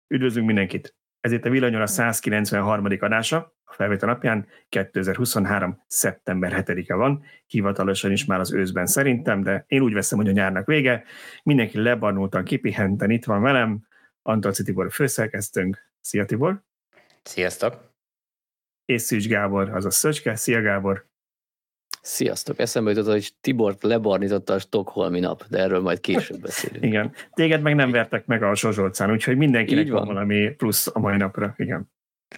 Üdvözlünk mindenkit! Ez itt a Villanyóra 193. adása, a felvétel napján 2023. szeptember 7-e van, hivatalosan is már az őszben szerintem, de én úgy veszem, hogy a nyárnak vége. Mindenki lebarnultan, kipihenten itt van velem, Antolczy Tibor főszerkesztőnk. Szia Tibor! Sziasztok! És Szűcs Gábor, azaz Szöcske. Szia Gábor! Sziasztok! Eszembe jutott, hogy Tibort lebarnította a stockholmi nap, de erről majd később beszélünk. Igen. Téged meg nem vertek meg a Zsozsolcán, úgyhogy mindenkinek van valami plusz a mai napra. Igen.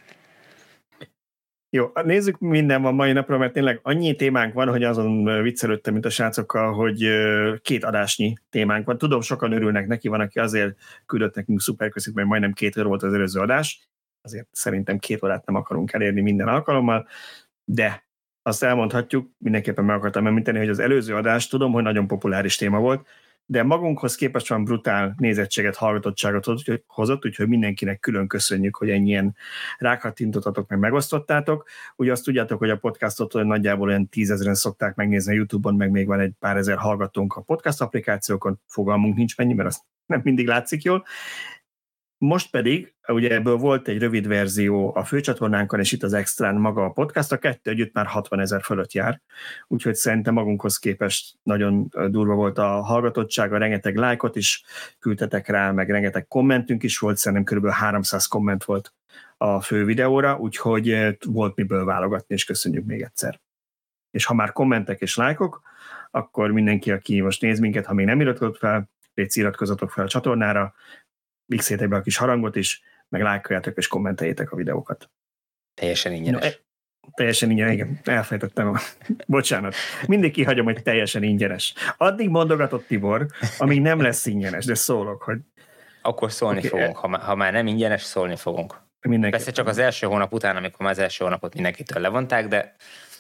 Jó, nézzük minden van mai napra, mert tényleg annyi témánk van, hogy azon viccelődtem, mint a srácokkal, hogy 2 adásnyi témánk van. Tudom, sokan örülnek neki, van, aki azért küldött nekünk szuperköszönjük, mert majdnem 2 óra volt az előző adás. Azért szerintem 2 órát nem akarunk elérni minden alkalommal, de azt elmondhatjuk, mindenképpen meg akartam említeni, hogy az előző adás, tudom, hogy nagyon populáris téma volt, de magunkhoz képest van brutál nézettséget, hallgatottságot hozott, úgyhogy mindenkinek külön köszönjük, hogy ennyien rákattintottatok, meg megosztottátok. Ugye azt tudjátok, hogy a podcastot nagyjából olyan 10 000-en szokták megnézni a YouTube-on, meg még van egy pár ezer hallgatónk a podcast applikációkon, fogalmunk nincs mennyi, mert azt nem mindig látszik jól. Most pedig, ugye ebből volt egy rövid verzió a főcsatornánkon, és itt az extrán maga a podcast, a 2 együtt már 60 000 fölött jár, úgyhogy szerintem magunkhoz képest nagyon durva volt a hallgatottsága, rengeteg lájkot is küldtetek rá, meg rengeteg kommentünk is volt, szerintem kb. 300 komment volt a fő videóra, úgyhogy volt miből válogatni, és köszönjük még egyszer. És ha már kommentek és lájkok, akkor mindenki, aki most néz minket, ha még nem iratkozott fel, légy iratkozzatok fel a csatornára, mixétek be a kis harangot is, meg lájkoljátok és kommenteljétek a videókat. Teljesen ingyenes. No, teljesen ingyenes, igen, elfelejtettem. Bocsánat. Mindig kihagyom, hogy teljesen ingyenes. Addig mondogatott Tibor, amíg nem lesz ingyenes, de szólok, hogy... Akkor szólni fogunk. Ha már nem ingyenes, szólni fogunk. Persze csak az első hónap után, amikor már az első hónapot mindenkitől levonták, de...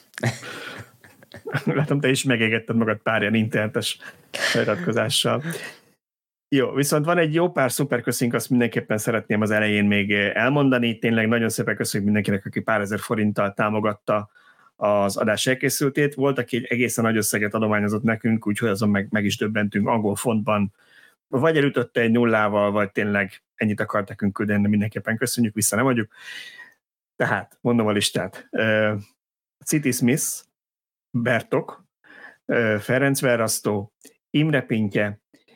Látom, te is megégetted magad pár ilyen internetes feliratkozással. Jó, viszont van egy jó pár szuperköszönjük, azt mindenképpen szeretném az elején még elmondani. Tényleg nagyon szépen köszönjük mindenkinek, aki pár ezer forinttal támogatta az adás elkészültét. Volt, aki egy egészen nagy összeget adományozott nekünk, úgyhogy azon meg is döbbentünk angol fontban. Vagy elütötte egy nullával, vagy tényleg ennyit akart nekünk küldeni, de mindenképpen köszönjük, vissza nem adjuk. Tehát, mondom a listát. City Smith, Bertok, Ferenc Verrasztó, Imre Pintje,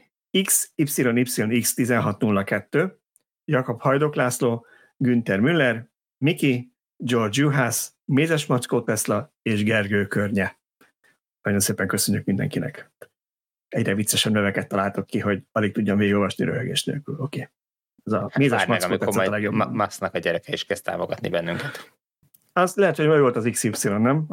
XYYX1602, Jakab Hajdok László, Günther Müller, Miki, George Juhász, Mézes Macskó Tesla és Gergő Környe. Nagyon szépen köszönjük mindenkinek. Egyre viccesebb neveket találtok ki, hogy alig tudjam végigolvasni röhögés nélkül. Oké. Ez a Mézes Macskó Tesla a legjobb. Masznak a gyereke is kezd támogatni bennünket. Az lehet, hogy volt az XY, nem?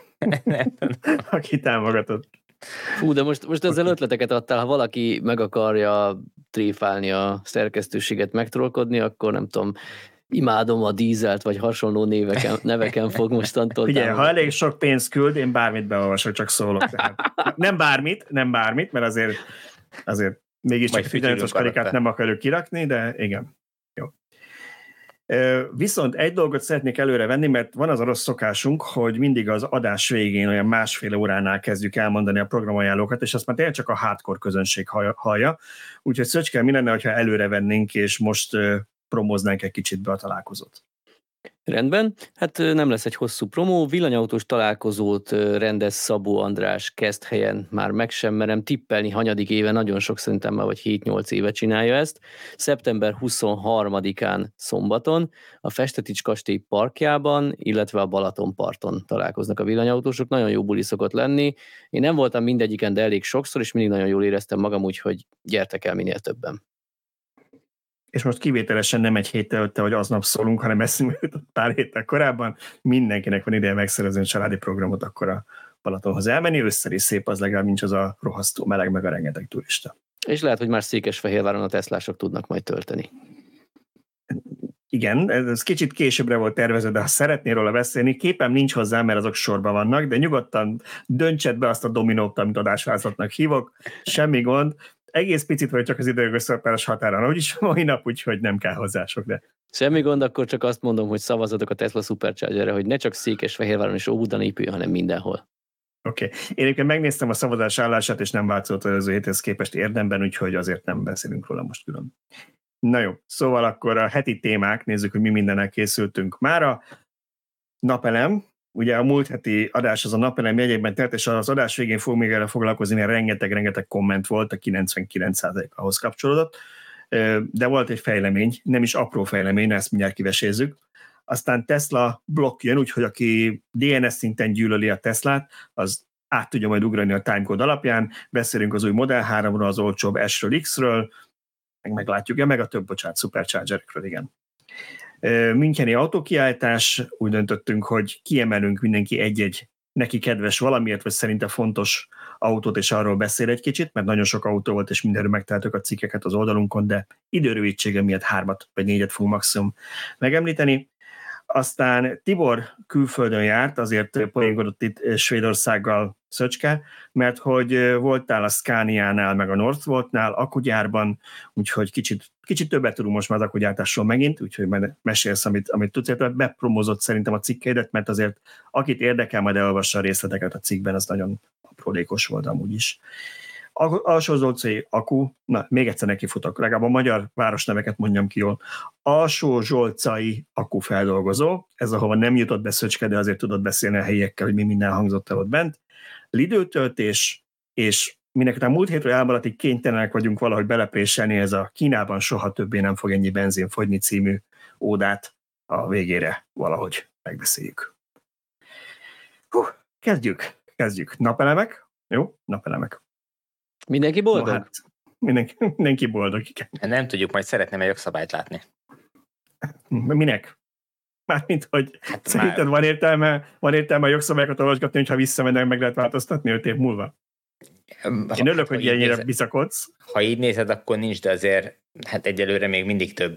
Aki támogatott. Fú, de most ezzel ötleteket adtál, ha valaki meg akarja tréfálni a szerkesztőséget, megtrollkodni, akkor nem tudom, imádom a dízelt, vagy hasonló neveken fog mostantól. Ugye, ha elég sok pénzt küld, én bármit beolvasok, csak szólok. Tehát. Nem bármit, mert azért mégiscsak 15-os karikát nem akarjuk kirakni, de igen. Jó. Viszont egy dolgot szeretnék előre venni, mert van az a rossz szokásunk, hogy mindig az adás végén olyan másfél óránál kezdjük elmondani a programajánlókat, és azt már tényleg csak a hardcore közönség hallja. Úgyhogy Szöcske, mi lenne, ha előre vennénk, és most promóznánk egy kicsit be a találkozót? Rendben, hát nem lesz egy hosszú promó, villanyautós találkozót rendez Szabó András Keszthelyen, már meg sem merem tippelni, hanyadik éve, nagyon sok szerintem már vagy 7-8 éve csinálja ezt. Szeptember 23-án szombaton a Festetics kastély parkjában, illetve a Balatonparton találkoznak a villanyautósok, nagyon jó buli szokott lenni. Én nem voltam mindegyiken, de elég sokszor, és mindig nagyon jól éreztem magam, úgyhogy gyertek el minél többen. És most kivételesen nem egy héttel előtte, hogy aznap szólunk, hanem eszünk pár héttel korábban, mindenkinek van ideje megszerezni a családi programot, akkor a Balatonhoz elmenni, ősszel is szép, az legalább nincs az a rohasztó meleg, meg a rengeteg turista. És lehet, hogy már Székesfehérváron a Teslások tudnak majd tölteni. Igen, ez kicsit későbbre volt tervezve, de ha szeretnél róla beszélni, képem nincs hozzá, mert azok sorban vannak, de nyugodtan döntsed be azt a dominót, amit adásvázlatnak hívok, semmi gond. Egész picit vagy csak az időgösszorpáros határon, úgyis mai nap, úgyhogy nem kell hozzá sok, de... Semmi gond, akkor csak azt mondom, hogy szavazzatok a Tesla Superchargerre, hogy ne csak Székesfehérváron és Óbudán épüljön, hanem mindenhol. Oké. Én egyébként megnéztem a szavazás állását, és nem változott az előző héthez képest érdemben, úgyhogy azért nem beszélünk róla most külön. Na jó, szóval akkor a heti témák, nézzük, hogy mi mindennel készültünk mára. Napelem, ugye a múlt heti adás az a napelem jegyében telt, és az adás végén fog még erre foglalkozni, mert rengeteg komment volt, a 99% ahhoz kapcsolódott, de volt egy fejlemény, nem is apró fejlemény, ezt mindjárt kivesézzük. Aztán Tesla blokk jön, úgyhogy aki DNS szinten gyűlöli a Teslát, az át tudja majd ugrani a timecode alapján, beszélünk az új Model 3-ról, az olcsóbb S-ről, X-ről, meglátjuk, meg a több, Superchargerekről, igen. Müncheni autókiállítás, úgy döntöttünk, hogy kiemelünk mindenki egy-egy neki kedves valamiért, vagy szerinte fontos autót, és arról beszél egy kicsit, mert nagyon sok autó volt, és mindenről megtaláltuk a cikkeket az oldalunkon, de időrövidsége miatt 3 vagy 4 fogunk maximum megemlíteni. Aztán Tibor külföldön járt, azért poénkodott itt Svédországgal Szöcske, mert hogy voltál a Scaniánál, meg a Northvoltnál, akkugyárban, úgyhogy kicsit többet tudunk most már az akkugyártásról megint, úgyhogy majd mesélsz, amit tudsz, bepromózott szerintem a cikkeidet, mert azért akit érdekel, majd elolvassa a részleteket a cikkben, az nagyon aprólékos volt amúgy is. Alsó-Zolcai Akku, na, még egyszer nekifutok, legalább a magyar városneveket mondjam ki jól. Alsó-Zsolcai akkufeldolgozó, ez ahova nem jutott be Szöcske, de azért tudott beszélni a helyiekkel, hogy mi minden hangzott el ott bent. Lidőtöltés, és mindenképpen múlt hétről elmaradt, kénytelenek vagyunk valahogy belepréselni, ez a Kínában soha többé nem fog ennyi benzin fogyni című ódát a végére valahogy megbeszéljük. Kezdjük. Napelemek? Jó? Napelemek. Mindenki boldog? No, hát, mindenki boldog, igen. Nem tudjuk, majd szeretném egy jogszabályt látni. Minek? Mármint, hogy hát szerinted van értelme a jogszabályokat olvasgatni, hogyha visszamennek, meg lehet változtatni 5 év múlva? Én örülök, hogy ennyire bizakodsz. Ha így nézed, akkor nincs, de azért hát egyelőre még mindig több,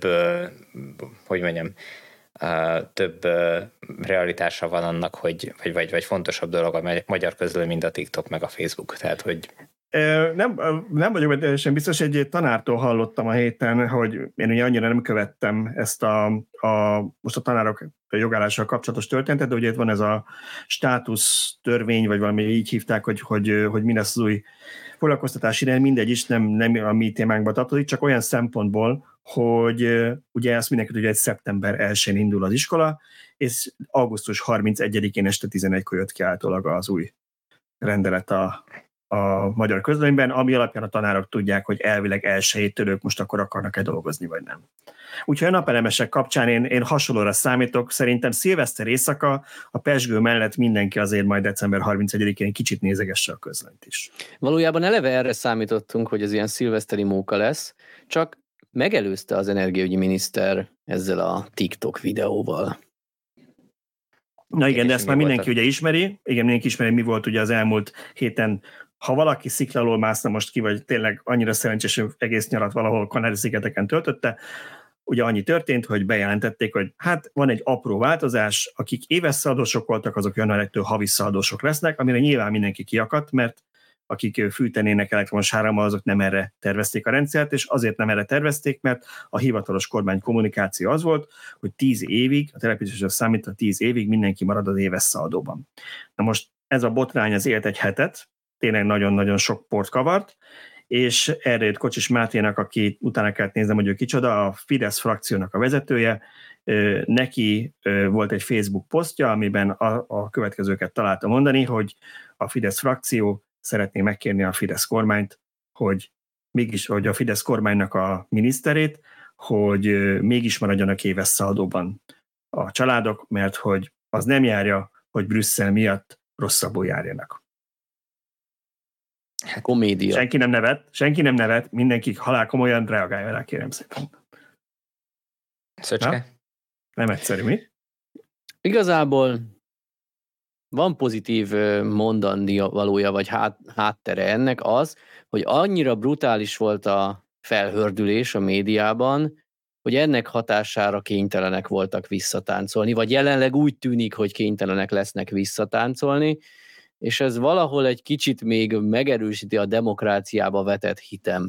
több realitása van annak, hogy vagy fontosabb dolog a magyar közlő, mint a TikTok meg a Facebook. Tehát, hogy nem vagyok teljesen biztos, egy tanártól hallottam a héten, hogy én ugye annyira nem követtem ezt most a tanárok jogállással kapcsolatos történetet, de ugye itt van ez a státusz törvény, vagy valami így hívták, hogy mi lesz az új foglalkoztatási irány, mindegy is, nem a mi témánkba tartozik, csak olyan szempontból, hogy ugye ezt mindenki tudja, hogy szeptember 1-én indul az iskola, és augusztus 31-én este 11-kor jött ki általában az új rendelet a magyar közlönyben, ami alapján a tanárok tudják, hogy elvileg 1-től ők most akkor akarnak-e dolgozni, vagy nem. Úgyhogy a napelemesek kapcsán én hasonlóra számítok, szerintem szilveszter éjszaka a pezsgő mellett mindenki azért majd december 31-én kicsit nézegesse a közlönyt is. Valójában eleve erre számítottunk, hogy ez ilyen szilveszteri móka lesz, csak megelőzte az energiaügyi miniszter ezzel a TikTok videóval. Na igen, de ezt már mindenki ugye ismeri. Igen, mindenki ismeri, mi volt ugye az elmúlt héten. Ha valaki sziklalól mászna most ki, vagy tényleg annyira szerencsés, hogy egész nyarat valahol Kanári-szigeteken töltötte, ugye annyi történt, hogy bejelentették, hogy hát van egy apró változás, akik éves szaldósok voltak, azok január 1-től havi szaldósok lesznek, amire nyilván mindenki kiakadt, mert akik fűtenének elektromos árammal, azok nem erre tervezték a rendszert, és azért nem erre tervezték, mert a hivatalos kormány kommunikáció az volt, hogy 10 évig, a telepítésre számítva 10 évig mindenki marad az éves szaldóban. Na most ez a botrány az élt egy hetet, tényleg nagyon-nagyon sok port kavart, és erre jött Kocsis Máténak, aki utána kellett néznem, hogy ő kicsoda, a Fidesz frakciónak a vezetője, neki volt egy Facebook posztja, amiben a következőket találta mondani, hogy a Fidesz frakció szeretné megkérni a Fidesz kormányt, hogy a Fidesz kormánynak a miniszterét, hogy mégis maradjanak éves szaldóban a családok, mert hogy az nem járja, hogy Brüsszel miatt rosszabbul járjanak. Komédia. Senki nem nevet, mindenki halálkomolyan reagálja rá, kérem szépen. Szöcske? Nem egyszerű, mi? Igazából van pozitív mondani valója, vagy háttere ennek az, hogy annyira brutális volt a felhördülés a médiában, hogy ennek hatására kénytelenek voltak visszatáncolni, vagy jelenleg úgy tűnik, hogy kénytelenek lesznek visszatáncolni, és ez valahol egy kicsit még megerősíti a demokráciába vetett hitem.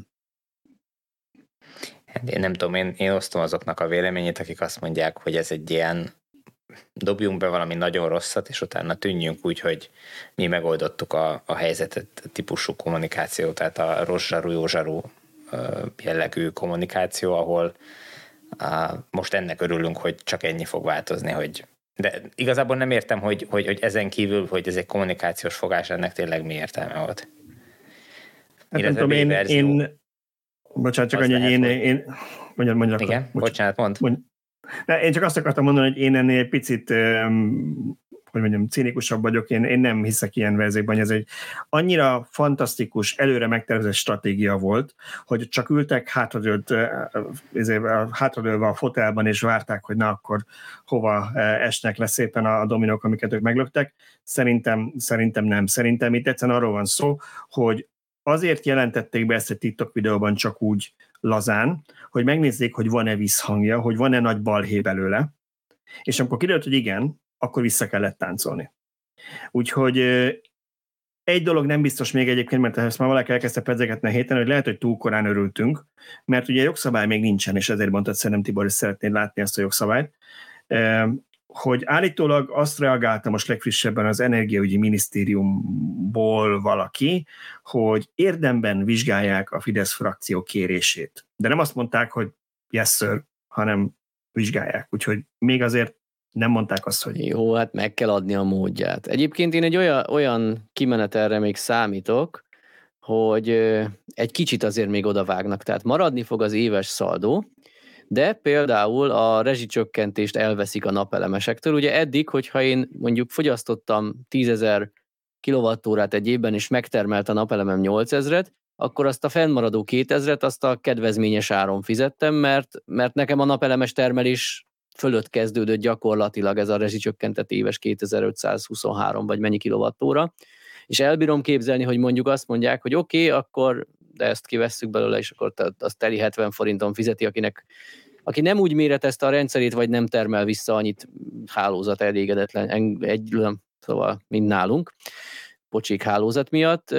Én nem tudom, én osztom azoknak a véleményét, akik azt mondják, hogy ez egy ilyen dobjunk be valami nagyon rosszat, és utána tűnjünk úgy, hogy mi megoldottuk a helyzetet típusú kommunikáció, tehát a rossz zsaru, jó zsaru jellegű kommunikáció, ahol most ennek örülünk, hogy csak ennyi fog változni, de igazából nem értem, hogy ezen kívül, hogy ez egy kommunikációs fogás, ennek tényleg mi értelme volt. Hát nem tudom, én bocsánat, csak annyi, hogy én mondjad. Igen, bocsánat, mondd. Én csak azt akartam mondani, hogy én ennél egy picit, hogy mondjam, cinikusabb vagyok, én nem hiszek ilyen verzióban, ez egy annyira fantasztikus, előre megtervezett stratégia volt, hogy csak ültek hátradőlve a fotelban, és várták, hogy na akkor hova esnek le szépen a dominók, amiket ők meglöktek. Szerintem nem. Szerintem itt egyszerűen arról van szó, hogy azért jelentették be ezt a TikTok videóban csak úgy lazán, hogy megnézzék, hogy van-e visszhangja, hogy van-e nagy balhé belőle, és amikor kiderült, hogy igen, akkor vissza kellett táncolni. Úgyhogy egy dolog nem biztos még egyébként, mert ezt már valaki elkezdte pedzegetni a héten, hogy lehet, hogy túl korán örültünk, mert ugye jogszabály még nincsen, és ezért mondtad, szerintem Tibor, hogy szeretnéd látni ezt a jogszabályt, hogy állítólag azt reagálta most legfrissebben az Energiaügyi Minisztériumból valaki, hogy érdemben vizsgálják a Fidesz frakció kérését. De nem azt mondták, hogy yes sir, hanem vizsgálják. Úgyhogy még azért nem mondták azt, hogy... Jó, hát meg kell adni a módját. Egyébként én egy olyan kimenetelre még számítok, hogy egy kicsit azért még odavágnak. Tehát maradni fog az éves szaldó, de például a rezsicsökkentést elveszik a napelemesektől. Ugye eddig, hogyha én mondjuk fogyasztottam 10 000 kilowattórát egy évben, és megtermelt a napelemem 8000-et, akkor azt a fennmaradó 2000-et azt a kedvezményes áron fizettem, mert nekem a napelemes termelés fölött kezdődött gyakorlatilag ez a rezsicsökkentett éves 2523 vagy mennyi kilowattóra, és elbírom képzelni, hogy mondjuk azt mondják, hogy oké, akkor de ezt kivesszük belőle, és akkor az teli 70 forinton fizeti, aki nem úgy méretezte a rendszerét, vagy nem termel vissza annyit, hálózat elégedetlen, szóval mind nálunk, pocsék hálózat miatt.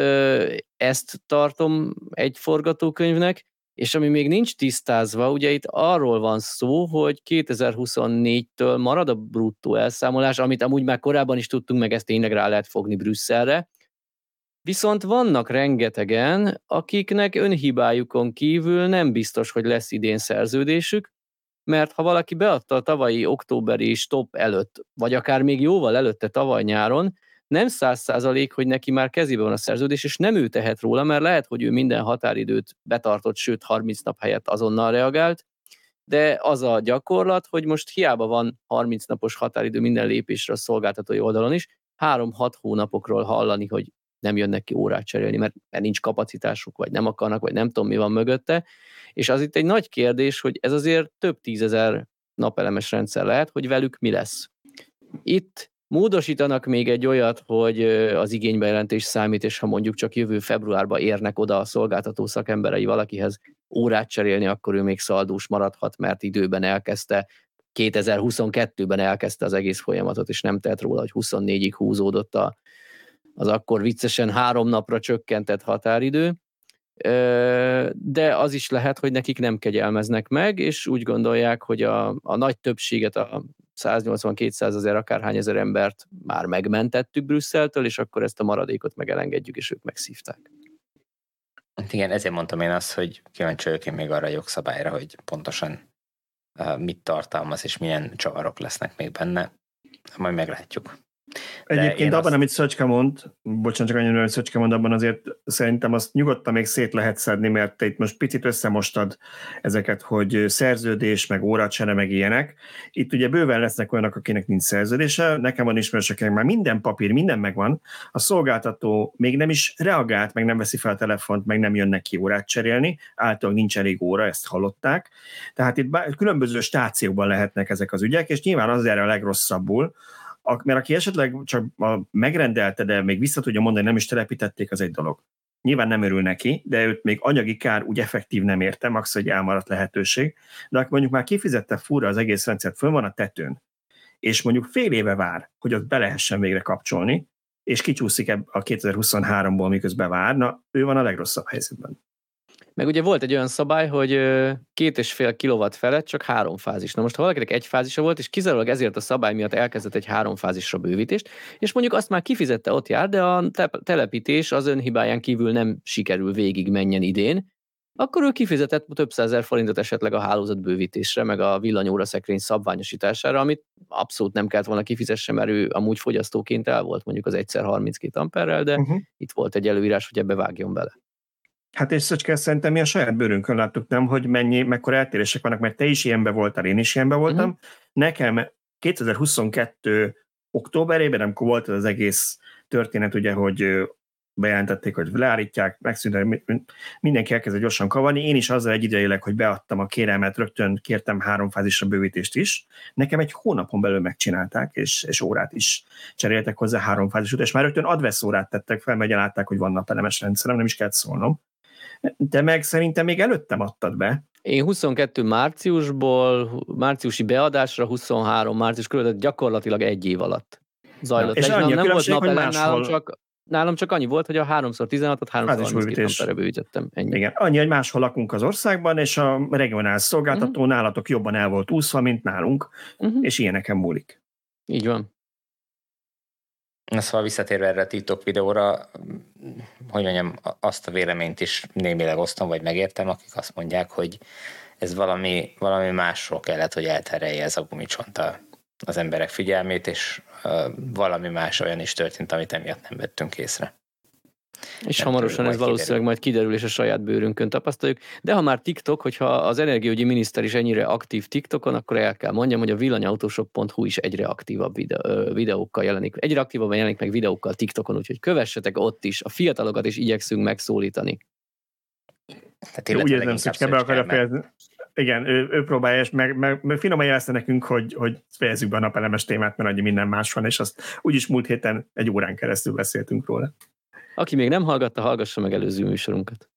Ezt tartom egy forgatókönyvnek, és ami még nincs tisztázva, ugye itt arról van szó, hogy 2024-től marad a bruttó elszámolás, amit amúgy már korábban is tudtunk, meg ezt tényleg rá lehet fogni Brüsszelre, viszont vannak rengetegen, akiknek önhibájukon kívül nem biztos, hogy lesz idén szerződésük, mert ha valaki beadta a tavalyi októberi stop előtt, vagy akár még jóval előtte tavaly nyáron, nem 100%, hogy neki már kezében van a szerződés, és nem ő tehet róla, mert lehet, hogy ő minden határidőt betartott, sőt 30 nap helyett azonnal reagált, de az a gyakorlat, hogy most hiába van 30 napos határidő minden lépésre a szolgáltatói oldalon is, 3-6 hónapokról hallani, hogy nem jönnek ki órát cserélni, mert nincs kapacitásuk, vagy nem akarnak, vagy nem tudom, mi van mögötte. És az itt egy nagy kérdés, hogy ez azért több 10 000 napelemes rendszer lehet, hogy velük mi lesz. Itt módosítanak még egy olyat, hogy az igénybejelentés számít, és ha mondjuk csak jövő februárban érnek oda a szolgáltató szakemberei valakihez órát cserélni, akkor ő még szaldós maradhat, mert időben elkezdte, 2022-ben elkezdte az egész folyamatot, és nem telt róla, hogy 24-ig húzódott az akkor viccesen 3 napra csökkentett határidő, de az is lehet, hogy nekik nem kegyelmeznek meg, és úgy gondolják, hogy a nagy többséget, a 180-200 000 akárhány ezer embert már megmentettük Brüsszeltől, és akkor ezt a maradékot meg elengedjük, és ők megszívták. Igen, ezért mondtam én azt, hogy kíváncsi vagyok én még arra a jogszabályra, hogy pontosan mit tartalmaz, és milyen csavarok lesznek még benne. Majd meglátjuk. Egyébként abban, amit Szöcske mond, bocsánat, csak annyira, hogy Szöcske mond, abban azért szerintem azt nyugodtan még szét lehet szedni, mert te itt most picit összemostad ezeket, hogy szerződés, meg óracsere, meg ilyenek. Itt ugye bőven lesznek olyanok, akinek nincs szerződése, nekem van ismerősöknek már minden papír, minden megvan, a szolgáltató még nem is reagált, meg nem veszi fel a telefont, meg nem jönnek ki órát cserélni, általában nincs elég óra, ezt hallották. Tehát itt különböző stációkban lehetnek ezek az ügyek, és nyilván az erre a legrosszabbul, mert aki esetleg csak megrendelte, de még vissza tudja mondani, nem is telepítették, az egy dolog. Nyilván nem örül neki, de őt még anyagi kár úgy effektív nem érte, max. Egy elmaradt lehetőség. De aki mondjuk már kifizette fúra az egész rendszert, fönn van a tetőn, és mondjuk fél éve vár, hogy ott be lehessen végre kapcsolni, és kicsúszik a 2023-ból, miközben vár, na ő van a legrosszabb helyzetben. Meg ugye volt egy olyan szabály, hogy 2,5 kW felett csak 3 fázis. Na most ha valakinek egy fázisa volt, és kizárólag ezért a szabály miatt elkezdett egy 3 fázisra bővítést, és mondjuk azt már kifizette, ott jár, de a telepítés az önhibáján kívül nem sikerül végig menjen idén, akkor ő kifizetett több 100 000 forintot esetleg a hálózat bővítésre, meg a villanyóra szekrény szabványosítására, amit abszolút nem kellett volna kifizesse, mert ő amúgy fogyasztóként el volt mondjuk az 1x32 amperrel, de itt volt egy előírás, hogy ebbe vágjon bele. Hát és Szöcske, szerintem mi a saját bőrünkön láttuk, nem, hogy mekkora eltérések vannak, mert te is ilyenbe voltál, én is ilyenbe voltam. Nekem 2022 októberében, amikor volt az egész történet, ugye, hogy bejelentették, hogy leállítják, megszűntek, mindenki elkezdett gyorsan kavarni. Én is azzal egyidejűleg, hogy beadtam a kérelmet, rögtön kértem 3 fázisra bővítést is. Nekem egy hónapon belül megcsinálták, és órát is cseréltek hozzá 3 fázisút, és már rögtön advesz órát tettek fel, mert látták, hogy van napelemes rendszerem, nem is kellett szólnom. De meg szerintem még előttem adtad be. Én 22 márciusi beadásra 23 március körül, gyakorlatilag egy év alatt zajlott. És annyi nem volt napelem, máshol... nálam csak annyi volt, hogy a 3x16-ot 332 amperre bővítettem. Ennyi. Igen, annyi, hogy máshol lakunk az országban, és a regionális szolgáltató nálatok jobban el volt úszva, mint nálunk, és ilyeneken múlik. Így van. Na szóval visszatérve erre a TikTok videóra, hogy mondjam, azt a véleményt is némileg osztom, vagy megértem, akik azt mondják, hogy ez valami másról kellett, hogy elterelje ez a gumicsont az emberek figyelmét, és valami más olyan is történt, amit emiatt nem vettünk észre. És hamarosan ez valószínűleg majd kiderül, és a saját bőrünkön tapasztaljuk. De ha már TikTok, hogyha az energiaügyi miniszter is ennyire aktív TikTokon, akkor el kell mondjam, hogy a villanyautósok.hu is egyre aktívabb videókkal jelenik. Egyre aktívabban jelenik meg videókkal TikTokon, úgyhogy kövessetek ott is. A fiatalokat is igyekszünk megszólítani. Tehát úgy érzem, hogy be akarja fejezni. Igen, ő próbálja, és meg finoman jelezte nekünk, hogy fejezzük be a napelemes témát, mert annyi minden más van, és azt úgyis múlt héten 1 órán keresztül beszéltünk róla. Aki még nem hallgatta, hallgassa meg előző műsorunkat.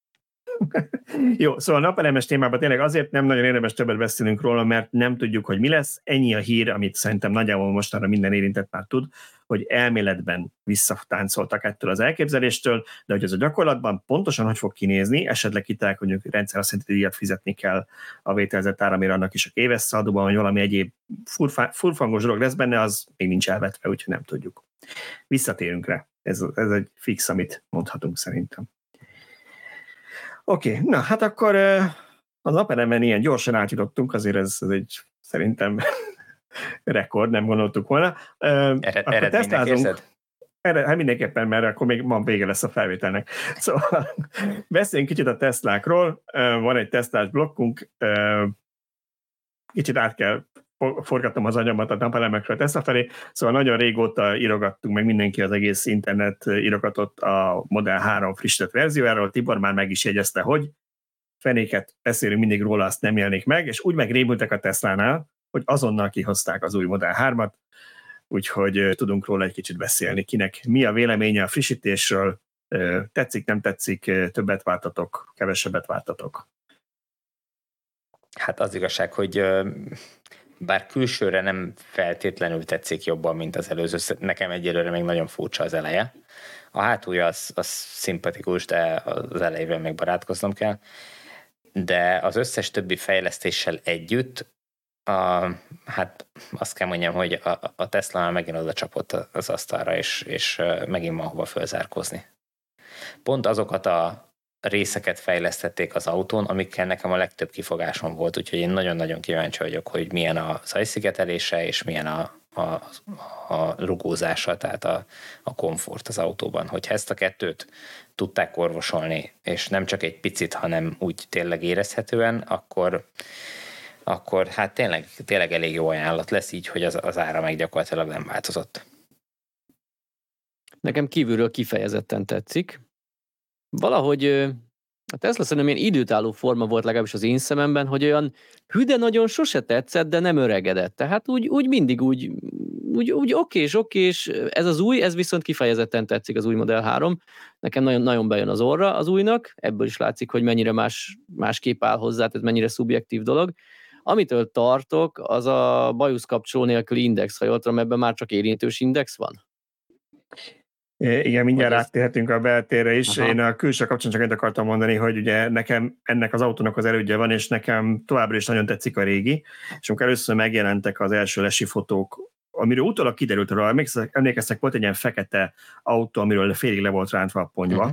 Jó, szóval a napelemes témában tényleg azért nem nagyon érdemes többet beszélünk róla, mert nem tudjuk, hogy mi lesz. Ennyi a hír, amit szerintem nagyjából mostanra minden érintett már tud, hogy elméletben visszatáncoltak ettől az elképzeléstől, de hogy ez a gyakorlatban pontosan hogy fog kinézni, esetleg hitták, hogy rendszer szerinti díjat fizetni kell a vételezett áramért, annak is a éves szaldóban, vagy valami egyéb furfangos dolog lesz benne, az még nincs elvetve, úgyhogy nem tudjuk. Visszatérünk rá. Ez egy fix, amit mondhatunk szerintem. Oké, na hát akkor a napelemen ilyen gyorsan átjutottunk, azért ez egy szerintem rekord, nem gondoltuk volna. Akkor tesztázunk. Hát mindenképpen, mert akkor még ma vége lesz a felvételnek. Szóval beszéljünk kicsit a Teslákról. Van egy Teslás blokkunk, kicsit át kell forgatnom az agyamat a napelemekről a Tesla felé, szóval nagyon régóta írogattunk, meg mindenki az egész internet írogatott a Model 3 frissített verziójáról, Tibor már meg is jegyezte, hogy fenéket beszélünk mindig róla, azt nem jelenik meg, és úgy megrémültek a Teslánál, hogy azonnal kihozták az új Model 3-at, úgyhogy tudunk róla egy kicsit beszélni. Kinek mi a véleménye a frissítésről, tetszik, nem tetszik, többet vártatok, kevesebbet vártatok? Hát az igazság, hogy bár külsőre nem feltétlenül tetszik jobban, mint az előző, nekem egyelőre még nagyon furcsa az eleje. A hátulja az szimpatikus, de az elejével még barátkoznom kell. De az összes többi fejlesztéssel együtt, hát azt kell mondjam, hogy a Tesla már megint oda csapott az asztalra, és megint van hova fölzárkózni. Pont azokat a részeket fejlesztették az autón, amikkel nekem a legtöbb kifogásom volt, úgyhogy én nagyon-nagyon kíváncsi vagyok, hogy milyen a zajszigetelése, és milyen a rugózása, tehát a komfort az autóban. Hogyha ezt a kettőt tudták orvosolni, és nem csak egy picit, hanem úgy tényleg érezhetően, akkor hát tényleg elég jó ajánlat lesz így, hogy az ára meg gyakorlatilag nem változott. Nekem kívülről kifejezetten tetszik. Valahogy a Tesla szerintem ilyen időtálló forma volt legalábbis az én szememben, hogy olyan hű, de nagyon sose tetszett, de nem öregedett. Tehát úgy mindig úgy okés, ez az új, ez viszont kifejezetten tetszik az új Model 3. Nekem nagyon, nagyon bejön az orra az újnak, ebből is látszik, hogy mennyire másképp áll hozzá, tehát mennyire szubjektív dolog. Amitől tartok, az a bajuszkapcsoló nélküli index, ha jól tudom, ebben már csak érintős index van? Igen, mindjárt áttérhetünk a beltérre is. Aha. Én a külső kapcsán csak akartam mondani, hogy ugye nekem ennek az autónak az elődje van, és nekem továbbra is nagyon tetszik a régi, és amikor először megjelentek az első lesi fotók, amiről utólag kiderült róla, emlékeztek, volt egy ilyen fekete autó, amiről félig le volt rántva a ponyva,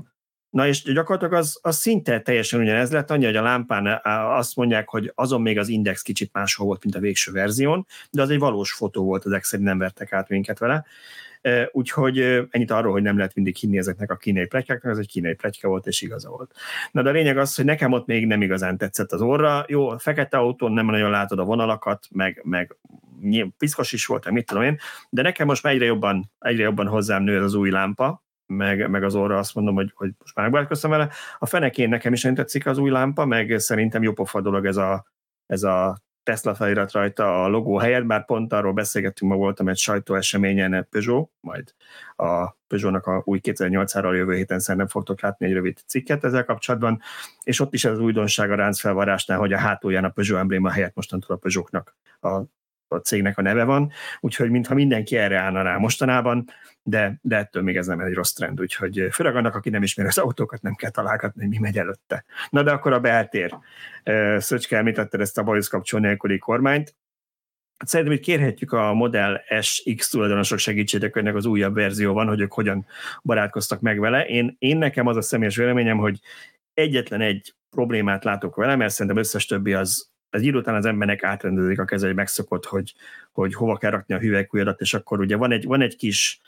Na és gyakorlatilag az szinte teljesen ugyanez lett, annyi, hogy a lámpán azt mondják, hogy azon még az index kicsit máshol volt, mint a végső verzión, de az egy valós fotó volt, ezek szerint nem vertek át minket vele. Úgyhogy ennyit arról, hogy nem lehet mindig hinni ezeknek a kínai pletykáknak, ez egy kínai pletyka volt, és igaza volt. Na de a lényeg az, hogy nekem ott még nem igazán tetszett az orra. Jó, a fekete autón nem nagyon látod a vonalakat, meg piszkos is volt, mit tudom én, de nekem most már egyre jobban hozzám nő az új lámpa, meg az orra azt mondom, hogy most már megbarátkoztam vele. A fenekén nekem is nem tetszik az új lámpa, meg szerintem jó pofa dolog ez a Tesla felirat rajta a logó helyett, bár pont arról beszélgettünk, ma voltam egy sajtóeseményen Peugeot, majd a Peugeotnak a új 2008-áról jövő héten szerintem fogtok látni egy rövid cikket ezzel kapcsolatban, és ott is ez az újdonság a ráncfelvarrásnál, hogy a hátulján a Peugeot embléma helyett mostantól a Peugeotnak a cégnek a neve van, úgyhogy mintha mindenki erre állna rá mostanában, de ettől még ez nem egy rossz trend, úgyhogy főleg annak, aki nem ismeri az autókat, nem kell találgatni, hogy mi megy előtte. Na de akkor a beltér. Szöcske, említetted ezt a bajuszkapcsol nélküli kormányt. Szerintem itt kérhetjük a Model SX tulajdonosok segítségét, hogy ennek az újabb verzió van, hogy ők hogyan barátkoztak meg vele. Én nekem az a személyes véleményem, hogy egyetlen egy problémát látok vele, mert szerintem összes többi az idő után az embernek átrendeződik a keze, hogy megszokott, hogy hova kell rakni a hüvelykujjadat, és akkor ugye van egy kis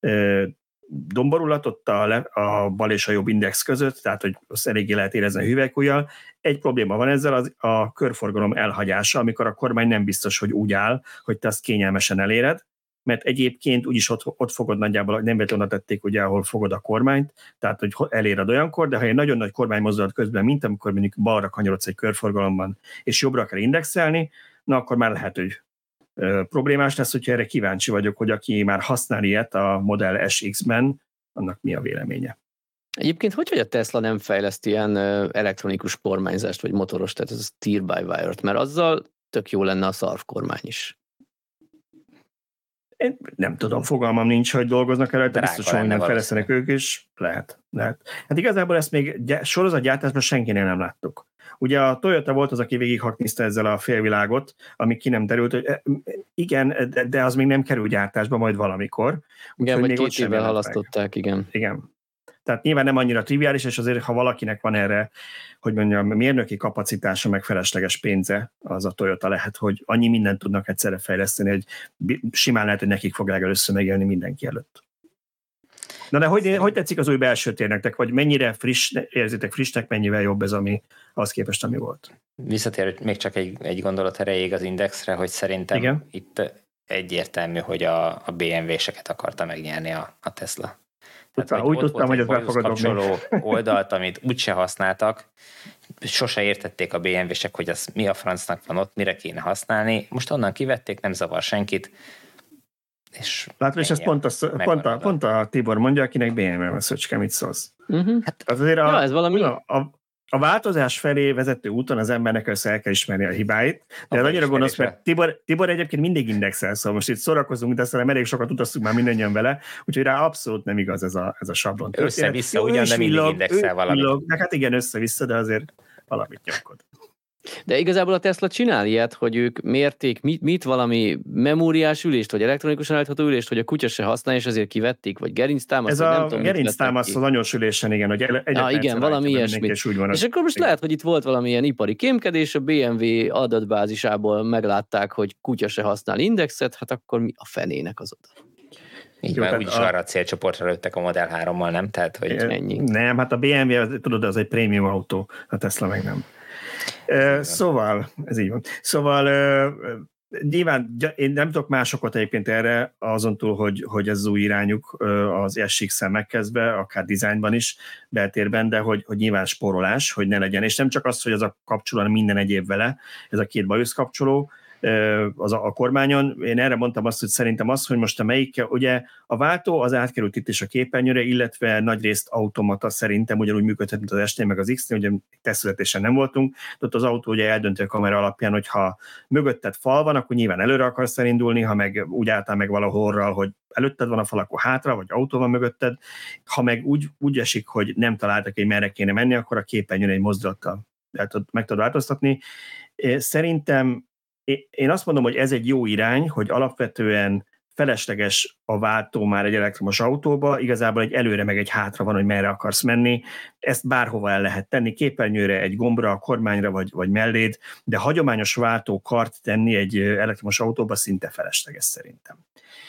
domborulat ott a bal és a jobb index között, tehát hogy azt eléggé lehet érezni a hüvelykujjal. Egy probléma van ezzel, az a körforgalom elhagyása, amikor a kormány nem biztos, hogy úgy áll, hogy te azt kényelmesen eléred, mert egyébként úgyis ott fogod nagyjából, hogy nem véletlenül tették, ugye, ahol fogod a kormányt, tehát hogy eléred olyankor, de ha egy nagyon nagy kormánymozdulat közben, mint amikor mondjuk balra kanyarodsz egy körforgalomban, és jobbra kell indexelni, na akkor már lehet, hogy problémás lesz, hogyha erre kíváncsi vagyok, hogy aki már használ ilyet a Model SX-ben, annak mi a véleménye. Egyébként hogy a Tesla nem fejleszt ilyen elektronikus kormányzást, vagy motoros, tehát ez a steer-by-wire-t, mert azzal tök jó lenne a szarvkormány is. Én nem tudom, fogalmam nincs, hogy dolgoznak előtte, biztos, hogy nem fejlesztenek ők is. Lehet. Hát igazából ezt még sorozatgyártásban senkinél nem láttuk. Ugye a Toyota volt az, aki végighakniszta ezzel a félvilágot, ami ki nem derült, hogy igen, de az még nem kerül gyártásba majd valamikor. Igen, vagy 2 évvel halasztották, igen. Tehát nyilván nem annyira triviális, és azért, ha valakinek van erre, hogy mondjam, mérnöki kapacitása, meg felesleges pénze, az a Toyota lehet, hogy annyi mindent tudnak egyszerre fejleszteni, hogy simán lehet, hogy nekik fog legelőször megélni mindenki előtt. Na de hogy tetszik az új belső tér nektek, vagy mennyire érzitek frissnek, mennyivel jobb ez, ami az képest, ami volt? Visszatér, még csak egy gondolat erejéig az indexre, hogy szerintem igen? Itt egyértelmű, hogy a BMW-seket akarta megnyerni a Tesla. Tehát, úgy tudtam, hogy ez be fogod kapcsoló oldalt, amit úgyse használtak, sose értették a BMW-sek, hogy az mi a francnak van ott, mire kéne használni. Most onnan kivették, nem zavar senkit. És látod, és ezt pont a Tibor mondja, akinek BMW van, Szöcske, mit szólsz? Hát azért ez valami... A változás felé vezető úton az embernek össze el kell ismerni a hibáit, de ez annyira gonosz, mert Tibor egyébként mindig indexel, szóval most itt szórakozunk, de szerintem elég sokat utaztunk már mindannyian vele, úgyhogy rá abszolút nem igaz ez a sablon. Össze-vissza ugyan, de mindig indexel valamit. Hát igen, össze-vissza, de azért valamit nyomkod. De igazából a Tesla csinál ilyet, hogy ők mérték mit valami memóriás ülést, vagy elektronikusan állítható ülést, hogy a kutya se használja, és ezért kivették, vagy gerinctámaszt. Ez a gerinctámaszt az anyós ülésen, igen, hogy igen, valami ilyesmi. És akkor most lehet, hogy itt volt valamilyen ipari kémkedés, a BMW adatbázisából meglátták, hogy kutya se használ indexet, hát akkor mi a fenének az oda? Így már úgyis arra a célcsoportra lőttek a Model 3-mal, nem? Tehát, hogy ennyi. Nem, hát a BMW, tudod, az egy prémium autó, a Tesla meg nem. Szóval, ez így van. Szóval nyilván én nem tudok másokat egyébként erre, azon túl, hogy ez az új irányuk az SX-en megkezdve, akár dizájnban is, beltérben, de hogy nyilván spórolás, hogy ne legyen. És nem csak az, hogy az a kapcsoló, minden egyéb vele, ez a 2 bajusz kapcsoló, a kormányon. Én erre mondtam azt, hogy szerintem az, hogy most a melyik, ugye a váltó az átkerült itt is a képernyőre, illetve nagyrészt automata szerintem ugyanúgy működhet, mint az S-nél, meg az X-nél, ugye tesztszületésen nem voltunk, de ott az autó ugye eldönti a kamera alapján, hogy ha mögötted fal van, akkor nyilván előre akarsz elindulni, ha meg úgy álltál meg valahol, hogy előtted van a fal, akkor hátra, vagy autó van mögötted, ha meg úgy esik, hogy nem találtak, hogy merre kéne menni, akkor a képernyőn egy mozdulattal meg tudod változtatni. Szerintem én azt mondom, hogy ez egy jó irány, hogy alapvetően felesleges a váltó már egy elektromos autóba, igazából egy előre meg egy hátra van, hogy merre akarsz menni, ezt bárhova el lehet tenni, képernyőre, egy gombra, a kormányra vagy melléd, de hagyományos váltókart tenni egy elektromos autóba szinte felesleges szerintem.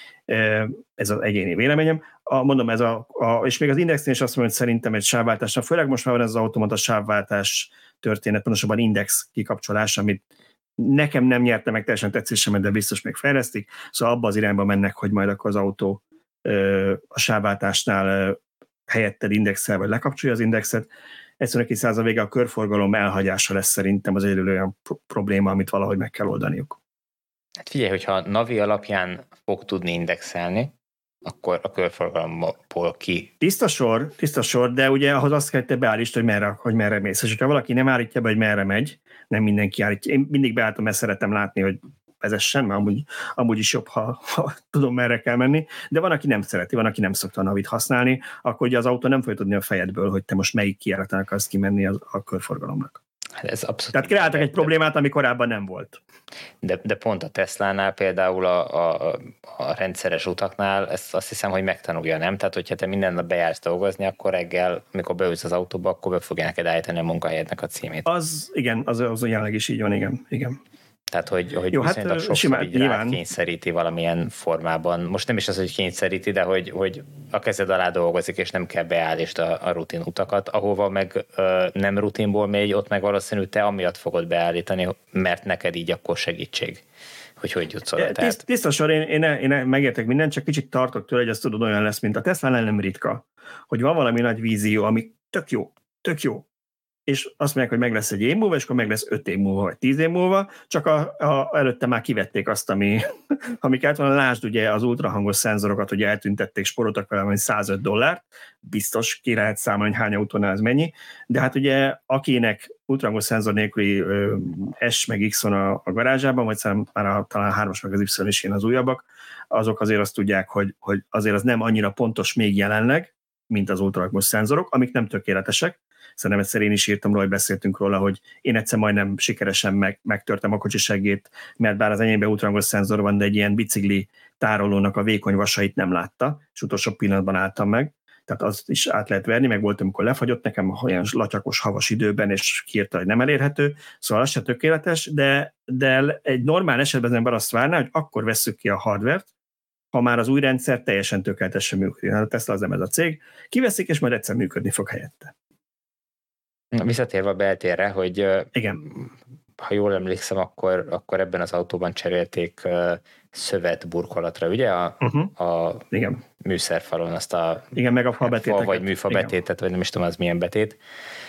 Ez az egyéni véleményem. Mondom, és még az Indexnél is azt mondom, hogy szerintem egy sávváltásra, főleg most már van ez az automata sávváltás történet, pontosabban Index kikapcsolás, amit nekem nem nyerte meg teljesen tetszésemet, de biztos még fejlesztik, szóval abba az irányba mennek, hogy majd akkor az autó a sávváltásnál helyetted indexel, vagy lekapcsolja az indexet. Egyszerűen 2% vége a körforgalom elhagyása lesz szerintem az egyedül olyan probléma, amit valahogy meg kell oldaniuk. Hát figyelj, hogyha Navi alapján fog tudni indexelni, akkor a körforgalomból ki. Tiszta sor, de ugye ahhoz azt kell, hogy te beállítsd, hogy merre mész. És ha valaki nem állítja be, hogy merre megy, nem mindenki állítja. Én mindig beállítom, mert szeretem látni, hogy vezessen, mert amúgy is jobb, ha tudom, merre kell menni, de van, aki nem szereti, van, aki nem szokta a Navit használni, akkor ugye az autó nem fogja tudni a fejedből, hogy te most melyik kijáratán akarsz kimenni a körforgalomnak. Hát ez abszolút. Tehát kreáltak egy problémát, ami korábban nem volt. De pont a Teslánál például a rendszeres utaknál ezt azt hiszem, hogy megtanulja, nem? Tehát, hogyha te minden nap bejársz dolgozni, akkor reggel, amikor beülsz az autóba, akkor be fogja neked állítani a munkahelyednek a címét. Az jelenleg is így van, igen. Tehát, hogy jó, viszonylag sokszor így kényszeríti valamilyen formában. Most nem is az, hogy kényszeríti, de hogy a kezed alá dolgozik, és nem kell beállítsd a rutin utakat, ahova meg nem rutinból megy, ott meg valószínűleg te amiatt fogod beállítani, mert neked így akkor segítség, hogy jutsz oda. Tiszta sor, én megértek mindent, csak kicsit tartok tőle, hogy ez tudod olyan lesz, mint a Tesla-nál nem ritka, hogy van valami nagy vízió, ami tök jó, és azt mondják, hogy meg lesz egy év múlva, és akkor meg lesz 5 év múlva, vagy 10 év múlva, csak előtte már kivették azt, ami kellett volna. Lásd ugye az ultrahangos szenzorokat, hogy eltüntették, sporoltak vele, hogy $105, biztos ki lehet számolni, hogy hány autónál ez mennyi, de hát ugye akinek ultrahangos szenzor nélküli S meg X van a garázsában, vagy már talán a 3-as meg az Y is az újabbak, azok azért azt tudják, hogy azért az nem annyira pontos még jelenleg, mint az ultrahangos szenzorok, amik nem tökéletesek. Szerintem egyszer én is írtam róla, hogy beszéltünk róla, hogy én egyszer majdnem sikeresen megtörtem a kocsi seggét, mert bár az enyémben ultrahangos szenzor van, de egy ilyen bicikli tárolónak a vékony vasait nem látta, és utolsó pillanatban álltam meg, tehát azt is át lehet verni, meg volt, amikor lefagyott nekem olyan latyakos, havas időben, és kiírta, hogy nem elérhető, szóval az se tökéletes, de egy normál esetben az ember azt várná, hogy akkor vesszük ki a hardvert, ha már az új rendszer teljesen tökéletesen működik. Hát a Tesla az nem ez a cég, kiveszik, és majd egyszer működni fog helyette. Visszatérve a beltérre, hogy igen. Ha jól emlékszem, akkor ebben az autóban cserélték szövet burkolatra, ugye? Igen. Műszerfalon azt a igen, meg a fabetéteket. Vagy műfabetétet, vagy nem is tudom, az milyen betét.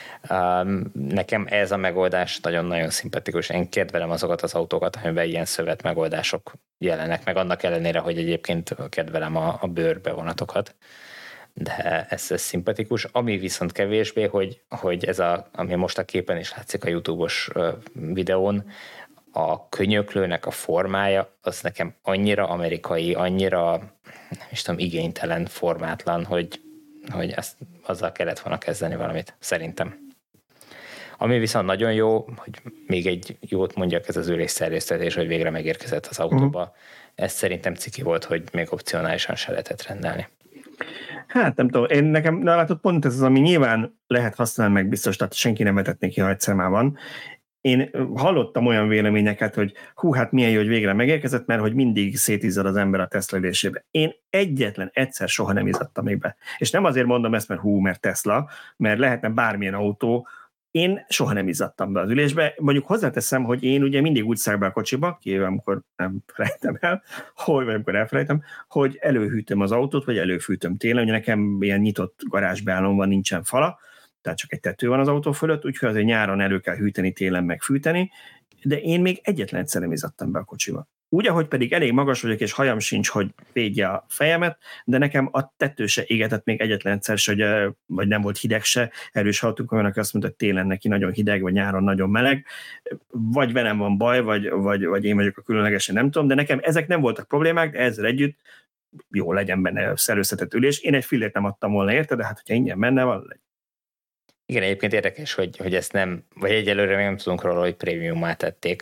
Nekem ez a megoldás nagyon-nagyon szimpatikus. Én kedvelem azokat az autókat, amiben ilyen szövet megoldások jelennek, meg annak ellenére, hogy egyébként kedvelem a bőrbevonatokat. De ez szimpatikus. Ami viszont kevésbé, hogy ez ami most a képen is látszik a YouTube-os videón, a könyöklőnek a formája, az nekem annyira amerikai, annyira, nem is tudom, igénytelen, formátlan, hogy azzal kellett volna kezdeni valamit, szerintem. Ami viszont nagyon jó, hogy még egy jót mondjak, ez az ülésszerőztetés, hogy végre megérkezett az autóba. Ez szerintem ciki volt, hogy még opcionálisan se lehetett rendelni. Hát nem tudom, nekem látod, pont ez az, ami nyilván lehet használni, meg biztos, tehát senki nem vetetné ki, ha egyszer már van. Én hallottam olyan véleményeket, hogy hát milyen jó, hogy végre megérkezett, mert hogy mindig szétizzad az ember a Tesla ülésébe. Én egyetlen egyszer soha nem izzadtam még be. És nem azért mondom ezt, mert Tesla, mert lehetne bármilyen autó. Én soha nem izzadtam be az ülésbe. Mondjuk hozzáteszem, hogy én ugye mindig úgy szállok be a kocsiba, kivéve amikor nem felejtem el, vagy amikor elfelejtem, hogy előhűtöm az autót, vagy előfűtöm télen. Ugye nekem ilyen nyitott garázsbeállom van, nincsen fala, tehát csak egy tető van az autó fölött, úgyhogy azért nyáron elő kell hűteni, télen meg fűteni, de én még egyetlen egyszer nem izzadtam be a kocsiba. Úgy, ahogy pedig elég magas vagyok, és hajam sincs, hogy védje a fejemet, de nekem a tető se égetett még egyetlen egyszer se, vagy nem volt hideg se. Erről is hallottunk olyan, aki azt mondta, hogy télen neki nagyon hideg, vagy nyáron nagyon meleg. Vagy velem van baj, vagy én vagyok a különlegesen, nem tudom, de nekem ezek nem voltak problémák, de ezzel együtt jó legyen benne szerőztetett ülés. Én egy fillért nem adtam volna érte, de hát, hogyha ingyen benne van, igen, egyébként érdekes, hogy ezt nem, vagy egyelőre még nem tudunk róla, hogy prémiummá tették,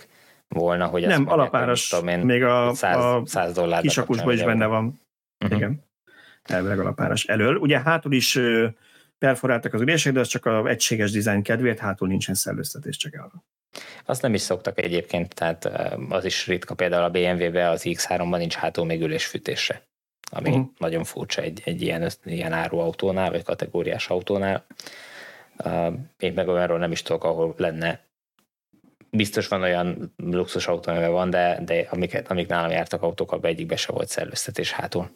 volna, hogy nem, alapáras, még a $100 kisakusban is benne van. Igen, elvileg alapáras elől. Ugye hátul is perforáltak az ülések, de az csak az egységes dizájn kedvéért, hátul nincsen szellőztetés, csak arra. Azt nem is szoktak egyébként, tehát az is ritka, például a BMW-be az X3-ban nincs hátul még ülésfűtésre, ami nagyon furcsa egy ilyen áruautónál, vagy kategóriás autónál. Én meg olyanról nem is tudok, ahol lenne. Biztos van olyan luxus autó, amivel van, de amik nálam jártak autók, abban egyikben se volt szellőztetés hátul.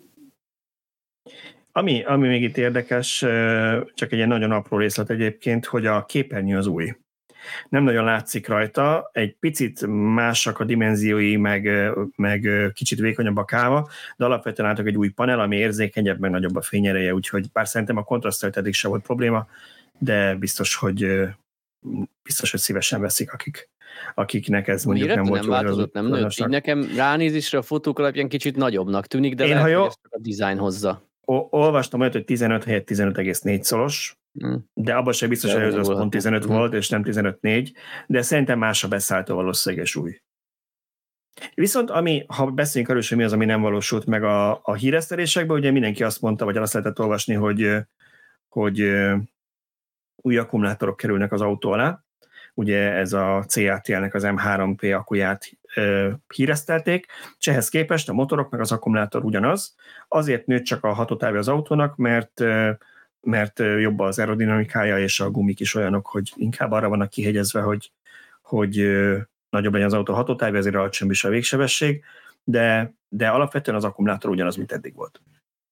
Ami még itt érdekes, csak egy ilyen nagyon apró részlet egyébként, hogy a képernyő az új. Nem nagyon látszik rajta, egy picit másak a dimenziói, meg kicsit vékonyabb a káva, de alapvetően látok egy új panel, ami érzékenyebb, meg nagyobb a fényereje, úgyhogy bár szerintem a kontraszttal eddig se volt probléma, de biztos, hogy szívesen veszik, akiknek ez mondjuk nem volt jó. Változott, nem nőtt. Így nekem ránézésre a fotók alapján kicsit nagyobbnak tűnik, de lehet, hogy ezt a dizájn hozza. Olvastam olyat, hogy 15 helyett 15,4 szoros, de abban sem biztos, hogy az pont 15 volt, és nem 15,4, de szerintem más a beszállító valószínűleg és új. Viszont ha beszéljünk arról, hogy mi az, ami nem valósult meg a híresztelésekben, ugye mindenki azt mondta, vagy azt lehetett olvasni, hogy új akkumulátorok kerülnek az autó alá. Ugye ez a CATL-nek az M3P akkuját híresztelték, és ehhez képest a motorok meg az akkumulátor ugyanaz. Azért nőtt csak a hatótávja az autónak, mert jobb az aerodinamikája, és a gumik is olyanok, hogy inkább arra vannak kihegyezve, hogy nagyobb legyen az autó hatótávja, ezért alacsonyabb is a végsebesség, de alapvetően az akkumulátor ugyanaz, mint eddig volt.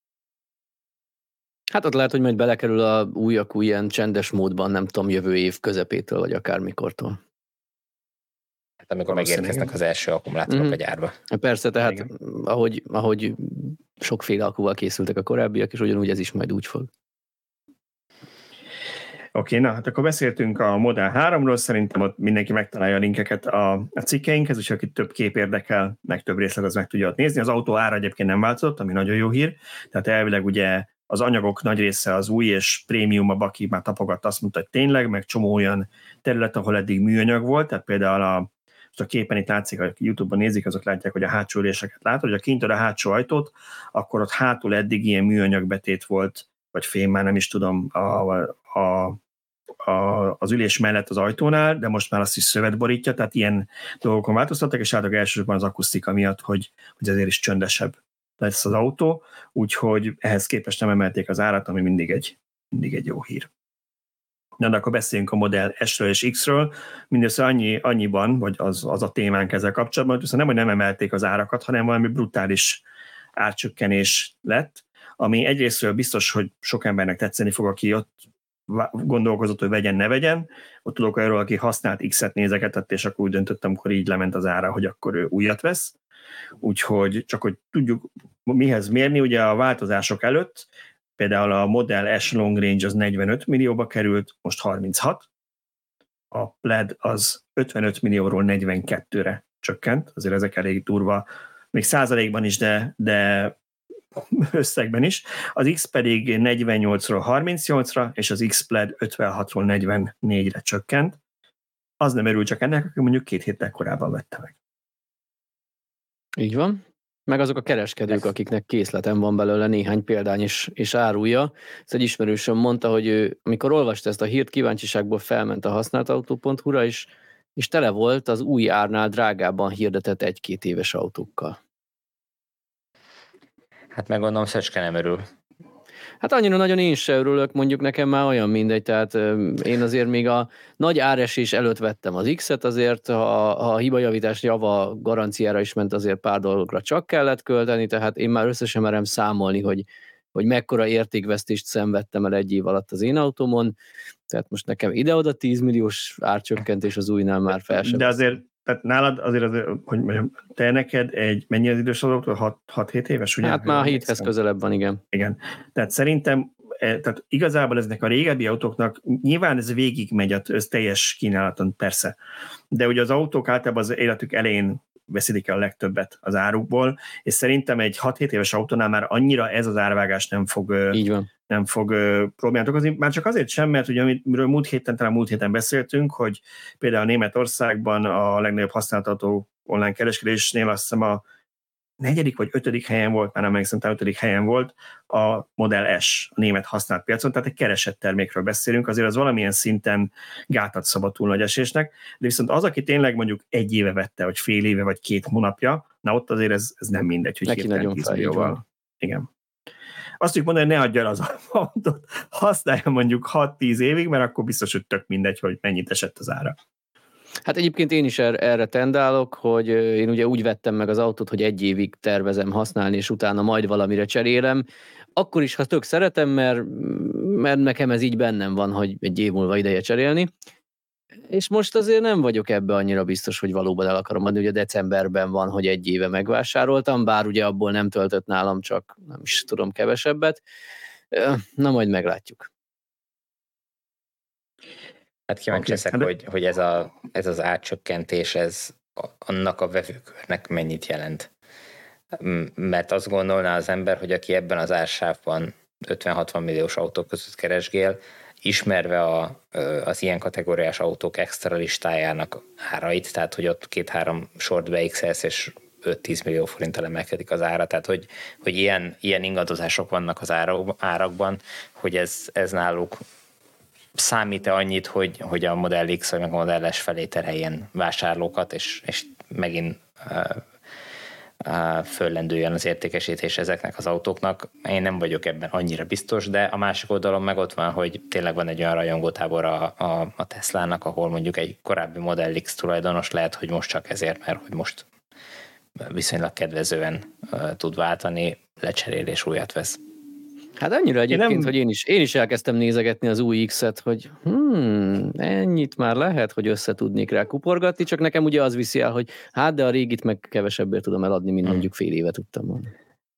Hát ott lehet, hogy majd belekerül a új akku ilyen csendes módban, nem tudom, jövő év közepétől, vagy akármikortól. Hát amikor megérkeznek az első akkumulátorok a gyárba. Persze, tehát ahogy sokféle akkuval készültek a korábbiak, és ugyanúgy ez is majd úgy fog. Oké, na hát akkor beszéltünk a Model 3-ról, szerintem ott mindenki megtalálja a linkeket a cikkeinkhez, úgyhogy aki több kép érdekel, meg több részlet, az meg tudja ott nézni. Az autó ára egyébként nem változott, ami nagyon jó hír, tehát elvileg ugye az anyagok nagy része az új, és prémium, a Baki már tapogatta, azt mondta, hogy tényleg, meg csomó olyan terület, ahol eddig műanyag volt, tehát például a képen itt látszik, akik YouTube-on nézik, azok látják, hogy a hátsó üléseket látod, hogy a kintől a hátsó ajtót, akkor ott hátul eddig ilyen műanyag betét volt, vagy fém, már nem is tudom, az ülés mellett az ajtónál, de most már azt is szövet borítja, tehát ilyen dolgokon változtattak, és látok elsősorban az akusztika miatt, hogy azért is csöndesebb lesz az autó, úgyhogy ehhez képest nem emelték az árat, ami mindig egy jó hír. De akkor beszéljünk a Model S-ről és X-ről, mindössze annyiban, vagy az a témánk ezzel kapcsolatban, hogy nem, emelték az árakat, hanem valami brutális árcsökkenés lett, ami egyrésztről biztos, hogy sok embernek tetszeni fog, aki ott gondolkozott, hogy vegyen, ne vegyen. Ott tudok arról, aki használt X-et nézegetett, és akkor úgy döntöttem, amikor így lement az ára, hogy akkor ő újat vesz. Úgyhogy csak, hogy tudjuk mihez mérni, ugye a változások előtt, például a Model S Long Range az 45 millióba került, most 36. A Plaid az 55 millióról 42-re csökkent, azért ezek elég durva, még százalékban is, de összegben is. Az X pedig 48-ról 38-ra, és az X Plaid 56-ról 44-re csökkent. Az nem örül csak ennek, aki mondjuk 2 héttel korábban vette meg. Így van. Meg azok a kereskedők, akiknek készleten van belőle néhány példány és árulja. Ez egy ismerősöm mondta, hogy ő, amikor olvasta ezt a hírt, kíváncsiságból felment a használtautó.hu-ra, és tele volt az új árnál drágábban hirdetett 1-2 éves autókkal. Hát meg gondolom, Szöcske nem örül. Hát annyira nagyon én se örülök, mondjuk nekem már olyan mindegy, tehát én azért még a nagy áresés előtt vettem az X-et, azért ha a hibajavítás java garanciára is ment, azért pár dologra csak kellett költeni, tehát én már összesen merem számolni, hogy mekkora értékvesztést szenvedtem el 1 év alatt az én autómon, tehát most nekem ide-oda 10 milliós árcsökkentés az újnál már fel sem. De azért, tehát nálad azért, hogy mondjam, te neked mennyi az idős autó? 6-7 éves, ugye? Hát már 7-hez közelebb van, igen. Igen. Tehát szerintem, tehát igazából eznek a régebbi autóknak nyilván ez végigmegy az teljes kínálaton, persze. De ugye az autók általában az életük elején veszítik el a legtöbbet az árukból, és szerintem egy 6-7 éves autónál már annyira ez az árvágás nem fog problémát okozni. Már csak azért sem, mert ugye amiről múlt héten beszéltünk, hogy például Németországban a legnagyobb használható online kereskedésnél azt hiszem a 4. vagy 5. helyen volt, már nem emlékszem, 5. helyen volt a Model S a német használt piacon, tehát egy keresett termékről beszélünk, azért az valamilyen szinten gátat szabad túl nagy esésnek, de viszont az, aki tényleg mondjuk 1 éve vette, vagy fél éve, vagy 2 hónapja, na ott azért ez nem mindegy, hogy neki nagyon 10 millióval. Igen. Azt tudjuk mondani, hogy ne adja el az autót, használja mondjuk 6-10 évig, mert akkor biztos, hogy tök mindegy, hogy mennyit esett az ára. Hát egyébként én is erre tendálok, hogy én ugye úgy vettem meg az autót, hogy 1 évig tervezem használni, és utána majd valamire cserélem. Akkor is, ha tök szeretem, mert nekem ez így bennem van, hogy 1 év múlva ideje cserélni. És most azért nem vagyok ebbe annyira biztos, hogy valóban el akarom adni. Ugye decemberben van, hogy 1 éve megvásároltam, bár ugye abból nem töltött nálam, csak nem is tudom, kevesebbet. Na, majd meglátjuk. Hát kíváncsi leszek, hogy ez az árcsökkentés, ez annak a vevőkörnek mennyit jelent. Mert azt gondolná az ember, hogy aki ebben az ársávban 50-60 milliós autók között keresgél, ismerve az ilyen kategóriás autók extra listájának árait, tehát hogy ott 2-3 sort beixelsz, és 5-10 millió forinttal emelkedik az ára, tehát hogy ilyen ingadozások vannak az árakban, hogy ez náluk számít-e annyit, hogy a Model X vagy meg a Model S felé tereljen vásárlókat, és megint föllendüljön az értékesítés ezeknek az autóknak. Én nem vagyok ebben annyira biztos, de a másik oldalon meg ott van, hogy tényleg van egy olyan rajongótábor a Teslának, ahol mondjuk egy korábbi Model X tulajdonos lehet, hogy most csak ezért, mert hogy most viszonylag kedvezően tud váltani, lecserél és újat vesz. Hát annyira egyébként, hogy én is elkezdtem nézegetni az új X-et, hogy ennyit már lehet, hogy össze tudnék rá kuporgatni, csak nekem ugye az viszi el, hogy hát de a régit meg kevesebbért tudom eladni, mint mondjuk fél éve tudtam volna.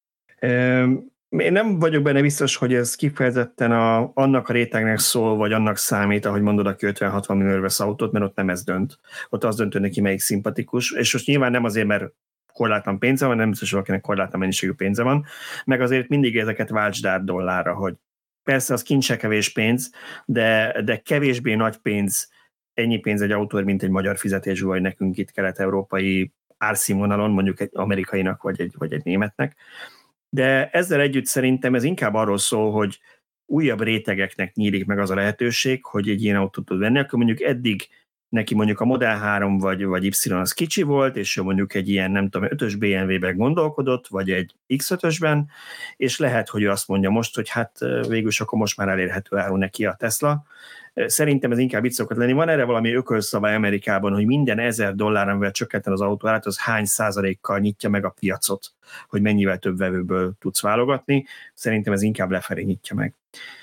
Én nem vagyok benne biztos, hogy ez kifejezetten annak a rétegnek szól, vagy annak számít, ahogy mondod, aki 50-60 millió vesz autót, mert ott nem ez dönt. Ott az dönt, hogy neki melyik szimpatikus, és most nyilván nem azért, mert korlátlan pénze van, nem biztos, hogy akinek korlátlan mennyiségű pénze van, meg azért mindig ezeket váltsd át dollárra, hogy persze az kint se kevés pénz, de kevésbé nagy pénz, ennyi pénz egy autóért, mint egy magyar fizetésű, vagy nekünk itt kelet-európai árszínvonalon, mondjuk egy amerikainak, vagy egy németnek. De ezzel együtt szerintem ez inkább arról szól, hogy újabb rétegeknek nyílik meg az a lehetőség, hogy egy ilyen autót tud venni, akkor mondjuk eddig neki mondjuk a Model 3 vagy Y az kicsi volt, és ő mondjuk egy ilyen, nem tudom, 5-ös BMW-ben gondolkodott, vagy egy X5-ösben, és lehet, hogy ő azt mondja most, hogy hát végül akkor most már elérhető áru neki a Tesla. Szerintem ez inkább így szokott lenni. Van erre valami ökölszabály Amerikában, hogy minden $1000, amivel csökkenten az autó árát, az hány százalékkal nyitja meg a piacot, hogy mennyivel több vevőből tudsz válogatni. Szerintem ez inkább lefelé nyitja meg.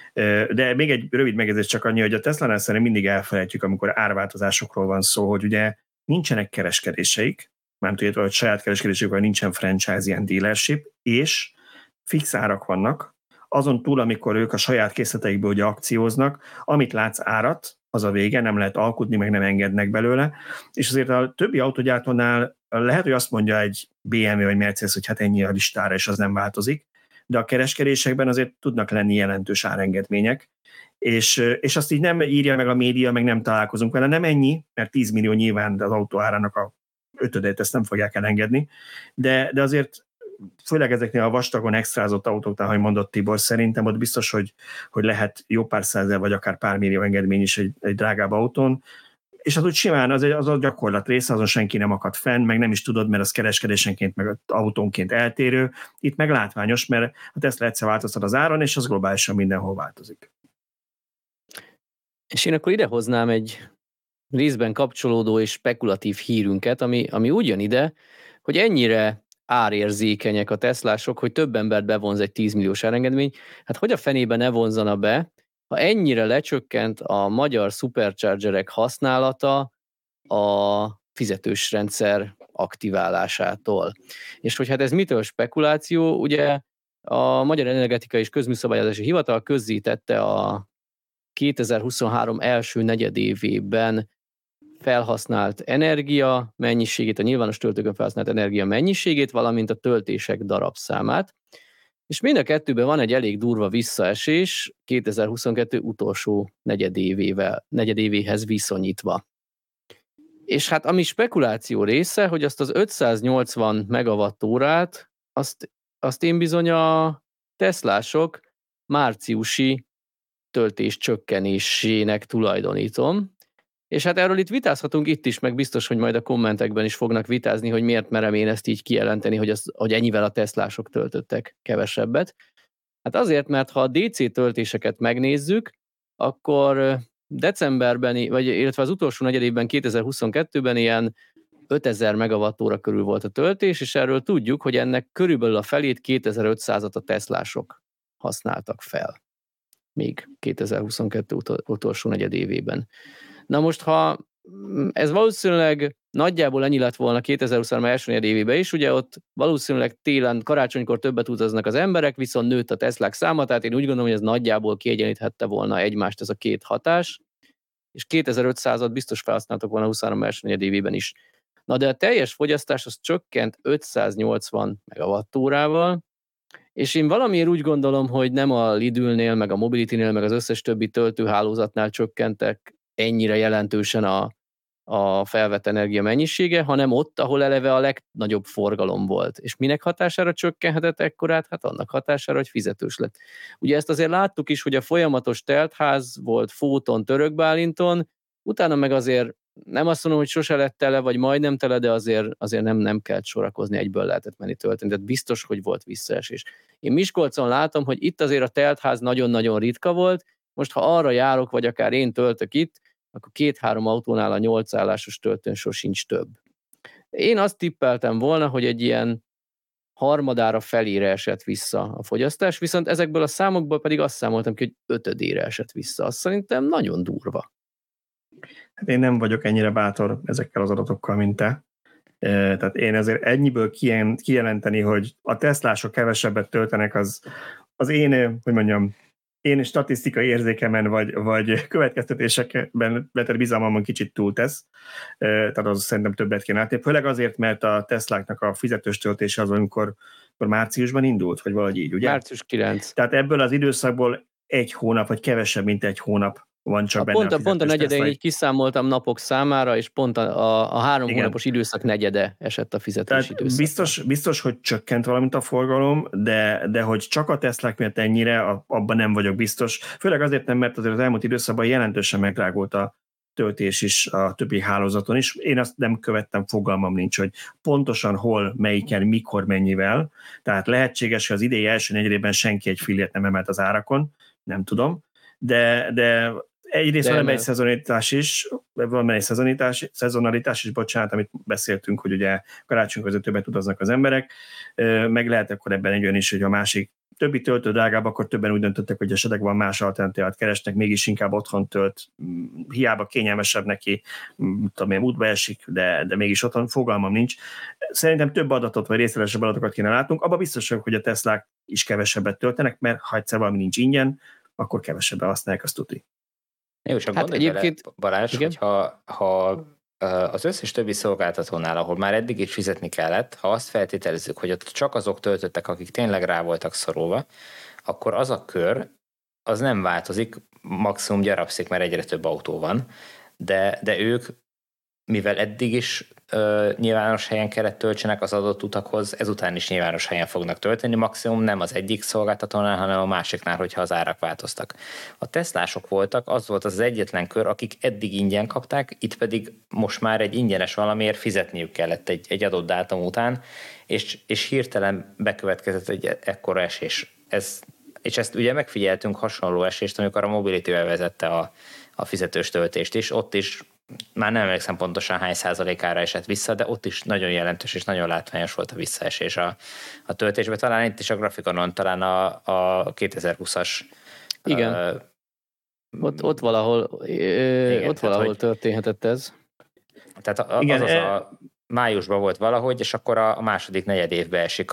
De még egy rövid megjegyzés csak annyi, hogy a Tesla-nál szerintem mindig elfelejtjük, amikor árváltozásokról van szó, hogy ugye nincsenek kereskedéseik, mármint tudjátok, hogy saját kereskedésük, vagy nincsen franchise, ilyen dealership, és fix árak vannak, azon túl, amikor ők a saját készleteikből ugye akcióznak, amit látsz árat, az a vége, nem lehet alkudni, meg nem engednek belőle, és azért a többi autógyártónál lehet, hogy azt mondja egy BMW vagy Mercedes, hogy hát ennyi a listára, és az nem változik, de a kereskedésekben azért tudnak lenni jelentős árengedmények, és azt így nem írja meg a média, meg nem találkozunk vele, nem ennyi, mert 10 millió nyilván az autó árának a 5-ödét ezt nem fogják elengedni, de azért főleg ezeknél a vastagon extrázott autóknál, ahogy mondott Tibor, szerintem ott biztos, hogy lehet jó pár százezer, vagy akár pár millió engedmény is egy drágább autón, és az úgy simán, az a gyakorlat része, azon senki nem akad fenn, meg nem is tudod, mert az kereskedésenként, meg autónként eltérő. Itt meg látványos, mert a Tesla egyszer változtat az áron, és az globálisan mindenhol változik. És én akkor idehoznám egy részben kapcsolódó és spekulatív hírünket, ami úgy jön ide, hogy ennyire árérzékenyek a Teslások, hogy több embert bevonz egy 10 milliós árengedmény. Hát hogy a fenébe ne vonzana be, ha ennyire lecsökkent a magyar superchargerek használata a fizetős rendszer aktiválásától. És hogy hát ez mitől spekuláció, ugye a Magyar Energetika és Közműszabályozási Hivatal közzétette a 2023 első negyedévében felhasznált energia mennyiségét, a nyilvános töltőkön felhasznált energia mennyiségét, valamint a töltések darabszámát. És mind a kettőben van egy elég durva visszaesés 2022 utolsó negyedévéhez viszonyítva. És hát ami spekuláció része, hogy azt az 580 megawattórát, azt én bizony a Teslások márciusi töltés csökkenésének tulajdonítom. És hát erről itt vitázhatunk itt is, meg biztos, hogy majd a kommentekben is fognak vitázni, hogy miért merem én ezt így kijelenteni, hogy ennyivel a Teslások töltöttek kevesebbet. Hát azért, mert ha a DC töltéseket megnézzük, akkor decemberben, illetve az utolsó negyedévben 2022-ben ilyen 5000 megawattóra körül volt a töltés, és erről tudjuk, hogy ennek körülbelül a felét 2500-at a Teslások használtak fel. Még 2022 utolsó negyedévében. Na most, ha ez valószínűleg nagyjából ennyi lett volna 2023 első negyedévében is, ugye ott valószínűleg télen, karácsonykor többet utaznak az emberek, viszont nőtt a Teslák száma, tehát én úgy gondolom, hogy ez nagyjából kiegyenlíthette volna egymást ez a két hatás, és 2500-at biztos felhasználtak volna 23 első negyedévében is. Na de a teljes fogyasztás az csökkent 580 megawattórával, és én valamiért úgy gondolom, hogy nem a Lidlnél, meg a Mobility-nél, meg az összes többi töltőhálózatnál csökkentek ennyire jelentősen a felvett energia mennyisége, hanem ott, ahol eleve a legnagyobb forgalom volt. És minek hatására csökkenhetett ekkorát? Hát annak hatására, hogy fizetős lett. Ugye ezt azért láttuk is, hogy a folyamatos teltház volt Fóton, Törökbálinton, utána meg azért nem azt mondom, hogy sose lett tele, vagy majdnem tele, de azért nem kellett sorakozni, egyből lehetett menni tölteni. Tehát biztos, hogy volt visszaesés. Én Miskolcon látom, hogy itt azért a teltház nagyon-nagyon ritka volt. Most, ha arra járok, vagy akár én töltök itt, akkor 2-3 autónál a 8 állásos töltőn sosincs több. Én azt tippeltem volna, hogy egy ilyen harmadára felére esett vissza a fogyasztás, viszont ezekből a számokból pedig azt számoltam ki, hogy ötödére esett vissza. Azt szerintem nagyon durva. Hát én nem vagyok ennyire bátor ezekkel az adatokkal, mint te. Tehát én azért ennyiből kijelenteni, hogy a Teslások kevesebbet töltenek, az én, hogy mondjam, én statisztikai érzékemen vagy következtetésekben vetett bizalmamon kicsit túltesz, tehát az szerintem többet kéne látni. Főleg azért, mert a Tesláknak a fizetős töltése az, amikor márciusban indult, vagy valahogy így, ugye? Március 9. Tehát ebből az időszakból egy hónap, vagy kevesebb, mint egy hónap van csak benne. Pont a negyedén így kiszámoltam napok számára, és pont a 3 igen, hónapos időszak negyede esett a fizetős időszak. Biztos, hogy csökkent valamint a forgalom, de hogy csak a Teslák miatt ennyire, abban nem vagyok biztos. Főleg azért nem, mert azért az elmúlt időszakban jelentősen megdrágult a töltés is a többi hálózaton is. Én azt nem követtem, fogalmam nincs, hogy pontosan hol, melyiken, mikor, mennyivel. Tehát lehetséges, hogy az idei első negyedében senki egy fillért nem emelt az árakon, nem tudom, de egyrészt van egy szezonalitás is, bocsánat, amit beszéltünk, hogy ugye karácsony között többet utaznak az emberek, meg lehet akkor ebben egy olyan is, hogy a másik többi töltő drágább, akkor többen úgy döntöttek, hogy esetleg van más alternatívát keresnek, mégis inkább otthon tölt, hiába kényelmesebb neki, tudom én, útba esik, de mégis otthon, fogalmam nincs. Szerintem több adatot, vagy részletesebb adatokat kéne látnunk, abban biztos vagyok, hogy a Teslák is kevesebbet töltenek, mert ha egyszer valami nincs ingyen, akkor kevesebben használják, azt tudni. Jó, csak gondolj egyébként, Balázs, igen? Hogy ha az összes többi szolgáltatónál, ahol már eddig is fizetni kellett, ha azt feltételezzük, hogy ott csak azok töltöttek, akik tényleg rá voltak szorulva, akkor az a kör, az nem változik, maximum gyarapszik, mert egyre több autó van, de ők, mivel eddig is nyilvános helyen kellett töltsenek az adott utakhoz, ezután is nyilvános helyen fognak tölteni, maximum nem az egyik szolgáltatónál, hanem a másiknál, hogyha az árak változtak. A Teslások voltak, az volt az egyetlen kör, akik eddig ingyen kapták, itt pedig most már egy ingyenes valamiért fizetniük kellett egy adott dátum után, és hirtelen bekövetkezett egy ekkora esés. És ezt ugye megfigyeltünk hasonló esést, amikor a Mobility-vel vezette a fizetős töltést is, ott is már nem emlékszem pontosan hány százalékára esett vissza, de ott is nagyon jelentős és nagyon látványos volt a visszaesés a töltésben. Talán itt is a grafikonon, talán a 2020-as... Igen. Ott valahol, igen, ott valahol történhetett ez. Tehát igen, a májusban volt valahogy, és akkor a második negyedévben esik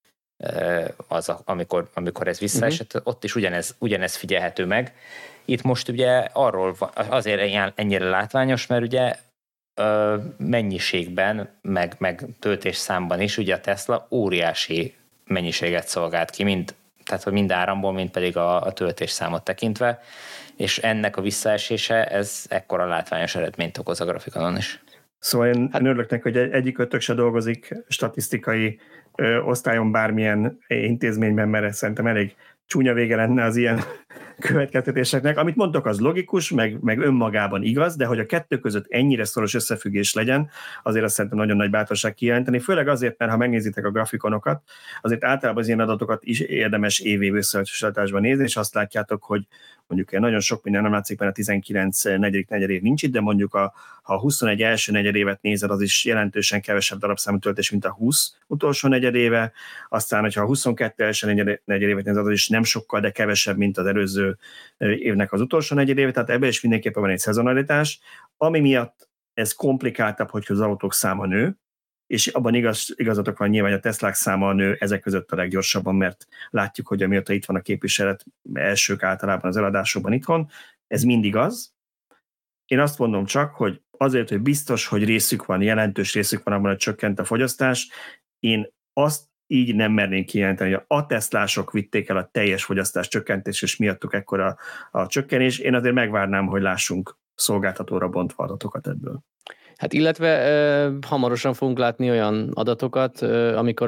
amikor ez visszaesett, ott is ugyanez figyelhető meg. Itt most ugye arról azért ennyire látványos, mert ugye mennyiségben, meg töltésszámban is, ugye a Tesla óriási mennyiséget szolgált ki, tehát mind áramból, mind pedig a töltésszámot tekintve, és ennek a visszaesése, ez ekkora látványos eredményt okoz a grafikonon is. Szóval én örülök neki, hogy egyikőtök se dolgozik statisztikai osztályon bármilyen intézményben, mert szerintem elég csúnya vége lenne az ilyen következtetéseknek. Amit mondtok, az logikus, meg önmagában igaz, de hogy a kettő között ennyire szoros összefüggés legyen, azért azt szerintem nagyon nagy bátorság kijelenteni, főleg azért, mert ha megnézitek a grafikonokat, azért általában az ilyen adatokat is érdemes év összehasonlításban nézni, és azt látjátok, hogy mondjuk nagyon sok minden nem látszik, mert a 19 negyedik negyedév nincs itt, de mondjuk ha a 21 első negyedévet nézed, az is jelentősen kevesebb darabszámú töltés, mint a 20 utolsó negyedéve, aztán, hogyha a 22 első negyedévet nézed, az is nem sokkal, de kevesebb, mint az előző évnek az utolsó negyedéve, tehát ebben is mindenképpen van egy szezonalitás, ami miatt ez komplikáltabb, hogy az autók száma nő, és abban igazatok van nyilván, hogy a Teslák száma nő ezek között a leggyorsabban, mert látjuk, hogy amióta itt van a képviselet, elsők általában az eladásokban itthon, ez mindig az. Én azt mondom csak, hogy azért, hogy biztos, hogy részük van, jelentős részük van abban, hogy csökkent a fogyasztás, én azt így nem mernénk kijelenteni, hogy a Teslások vitték el a teljes fogyasztás csökkentés, és miattuk ekkora a csökkenés. Én azért megvárnám, hogy lássunk szolgáltatóra bontva adatokat ebből. Hát illetve hamarosan fogunk látni olyan adatokat, amikor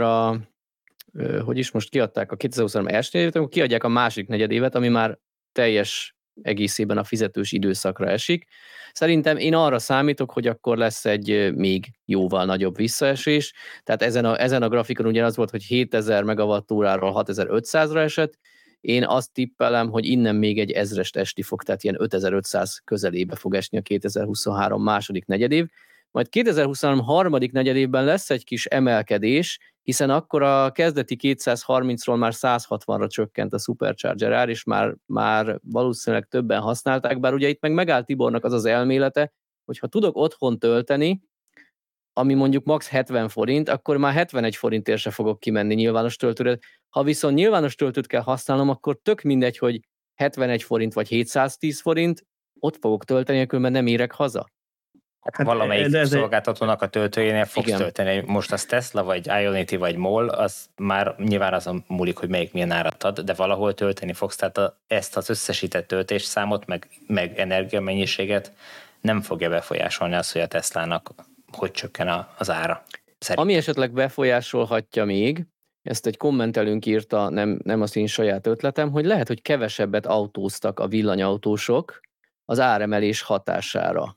hogy is most kiadták a 2023 első negyedévet, akkor kiadják a másik negyedévet, ami már teljes egészében a fizetős időszakra esik. Szerintem én arra számítok, hogy akkor lesz egy még jóval nagyobb visszaesés. Tehát ezen a grafikon ugye az volt, hogy 7000 megawattúráról 6500-ra esett. Én azt tippelem, hogy innen még egy 1000-est esni fog, tehát ilyen 5500 közelébe fog esni a 2023 második negyedév. Majd 2023 harmadik negyedévben lesz egy kis emelkedés, hiszen akkor a kezdeti 230-ról már 160-ra csökkent a Supercharger ár, és már valószínűleg többen használták, bár ugye itt meg megállt Tibornak az elmélete, hogy ha tudok otthon tölteni, ami mondjuk max 70 forint, akkor már 71 forintért se fogok kimenni nyilvános töltőre. Ha viszont nyilvános töltőt kell használnom, akkor tök mindegy, hogy 71 forint vagy 710 forint, ott fogok tölteni, mert nem érek haza. Hát valamelyik szolgáltatónak a töltőjénél fogsz tölteni. Most az Tesla, vagy Ionity, vagy MOL, az már nyilván azon múlik, hogy melyik milyen árat ad, de valahol tölteni fogsz, tehát ezt az összesített töltésszámot, meg energiamennyiséget nem fogja befolyásolni az, hogy a Teslának hogy csökken az ára. Ami esetleg befolyásolhatja még, ezt egy kommentelőnk írta, nem az én saját ötletem, hogy lehet, hogy kevesebbet autóztak a villanyautósok az áremelés hatására.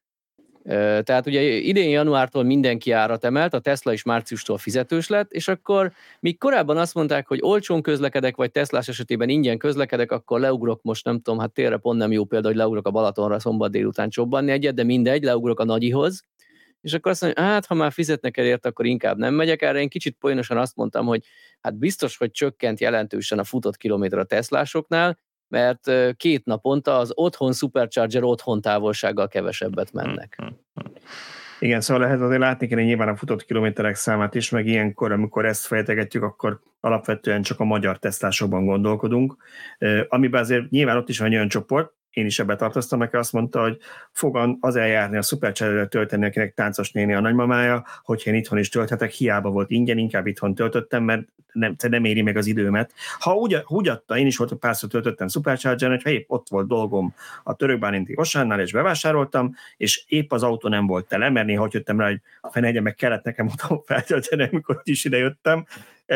Tehát ugye idén januártól mindenki árat emelt, a Tesla is márciustól fizetős lett, és akkor míg korábban azt mondták, hogy olcsón közlekedek, vagy Teslás esetében ingyen közlekedek, akkor leugrok most, nem tudom, hát térre pont nem jó példa, hogy leugrok a Balatonra szombat délután csobbanni egyet, de mindegy, leugrok a Nagyihoz, és akkor azt mondja, hát ha már fizetnek elért, akkor inkább nem megyek erre. Én kicsit poénosan azt mondtam, hogy hát biztos, hogy csökkent jelentősen a futott kilométer a Teslásoknál, mert 2 naponta az otthon Supercharger otthon távolsággal kevesebbet mennek. Igen, szóval lehet azért látni kéne nyilván a futott kilométerek számát is, meg ilyenkor, amikor ezt fejtegetjük, akkor alapvetően csak a magyar tesztlásokban gondolkodunk, amiben azért nyilván ott is van egy olyan csoport, én is ebbe tartoztam, aki azt mondta, hogy fog az eljárni a Supercharger-re tölteni, akinek táncos néni a nagymamája, hogyha én itthon is tölthetek, hiába volt ingyen, inkább itthon töltöttem, mert nem éri meg az időmet. Ha úgy adta, én is volt, párszor töltöttem Supercharger-en, hogyha épp ott volt dolgom a Törökbálinti Osánnál, és bevásároltam, és épp az autó nem volt tele, mert néha hogy jöttem rá, hogy fenegye meg kellett nekem otthon feltölteni, amikor is ide jöttem.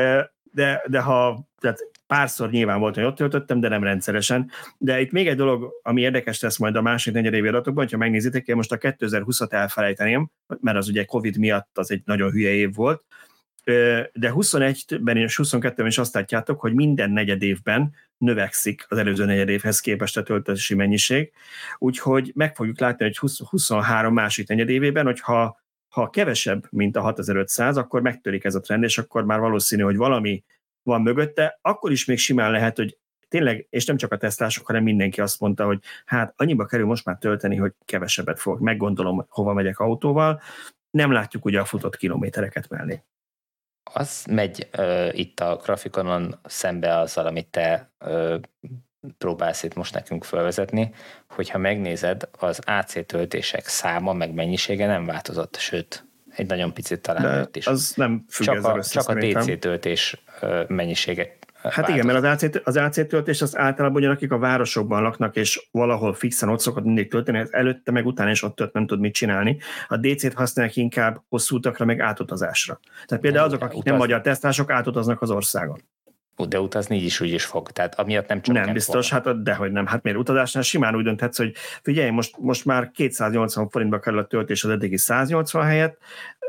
De ha, tehát párszor nyilván volt, hogy ott töltöttem, de nem rendszeresen. De itt még egy dolog, ami érdekes lesz majd a másik negyedévi adatokban, hogyha megnézitek, én most a 2020-at elfelejteném, mert az ugye Covid miatt az egy nagyon hülye év volt, de 21-ben és 22-ben is azt látjátok, hogy minden negyedévben növekszik az előző negyedévhez képest a töltési mennyiség, úgyhogy meg fogjuk látni, hogy 23 másik negyedévében, hogyha kevesebb, mint a 6500, akkor megtörik ez a trend, és akkor már valószínű, hogy valami van mögötte, akkor is még simán lehet, hogy tényleg, és nem csak a tesztlások, hanem mindenki azt mondta, hogy hát annyiba kerül most már tölteni, hogy kevesebbet fogok, meggondolom, hova megyek autóval, nem látjuk ugye a futott kilométereket mellé. Az megy itt a grafikonon szembe azzal, amit te próbálsz itt most nekünk felvezetni, hogyha megnézed, az AC töltések száma meg mennyisége nem változott, sőt, egy nagyon picit talán nőtt is. Az nem függ ezzel össze, csak a DC töltés mennyisége. Hát igen, mert az AC töltés az általában akik a városokban laknak, és valahol fixen ott szokott mindig tölteni, ez előtte meg utána is ott tölt, nem tud mit csinálni. A DC-t használják inkább hosszú utakra, meg átutazásra. Tehát például azok, akik nem magyar tesztások, átutaznak az országon. De utazni így is úgy is fog, tehát amiatt nem csak nem biztos, volna. Hát dehogy nem. Hát miért utazásnál simán úgy dönthetsz, hogy figyelj, most már 280 forintba kerül a töltés az eddigi 180 helyett,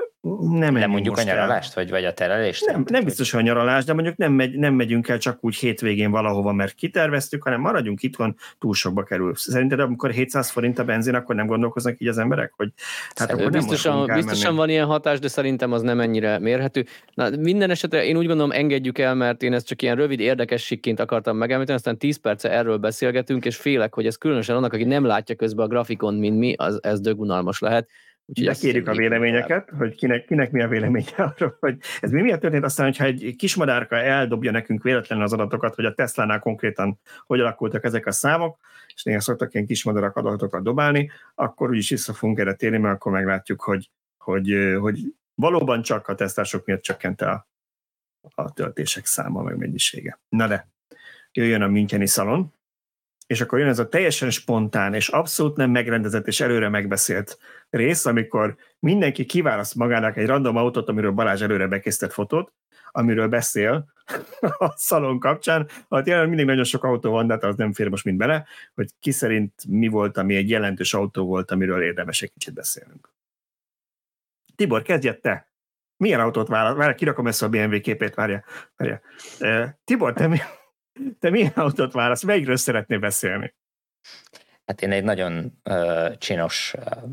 nem mondjuk a nyaralást, vagy a terelést? Nem biztos, hogy a nyaralás, de mondjuk nem megyünk el csak úgy hétvégén valahova, mert kiterveztük, hanem maradjunk itthon, túl sokba kerül. Szerinted, amikor 700 forint a benzin, akkor nem gondolkoznak így az emberek? Hogy, hát akkor biztosan van ilyen hatás, de szerintem az nem ennyire mérhető. Na, minden esetre én úgy gondolom, engedjük el, mert én ezt csak ilyen rövid érdekességként akartam megemlíteni, aztán 10 perce erről beszélgetünk, és félek, hogy ez különösen annak, aki nem látja közben a grafikon, mint mi, ez dögunalmas lehet. Kérjük a véleményeket, hogy kinek mi a véleménye arról, hogy ez miért történt, aztán, hogyha egy kismadárka eldobja nekünk véletlenül az adatokat, hogy a Teslánál konkrétan hogy alakultak ezek a számok, és néha szoktak ilyen kismadarak adatokat dobálni, akkor úgyis vissza fogunk erre térni, mert akkor meglátjuk, hogy valóban csak a tesztások miatt csökkent a töltések száma, meg mennyisége. Na de, jöjjön a müncheni szalon, és akkor jön ez a teljesen spontán, és abszolút nem megrendezett és előre megbeszélt rész, amikor mindenki kiválaszt magának egy random autót, amiről Balázs előre bekészített fotót, amiről beszél a szalon kapcsán. Hát jelenleg mindig nagyon sok autó van, de hát az nem fér most mind bele, hogy ki szerint mi volt, ami egy jelentős autó volt, amiről érdemes egy kicsit beszélnünk. Tibor, kezdjed te! Milyen autót választ? Kirakom ezt a BMW képét, várja. Tibor, te milyen autót válasz? Melyikről szeretnél beszélni? Hát én egy nagyon csinos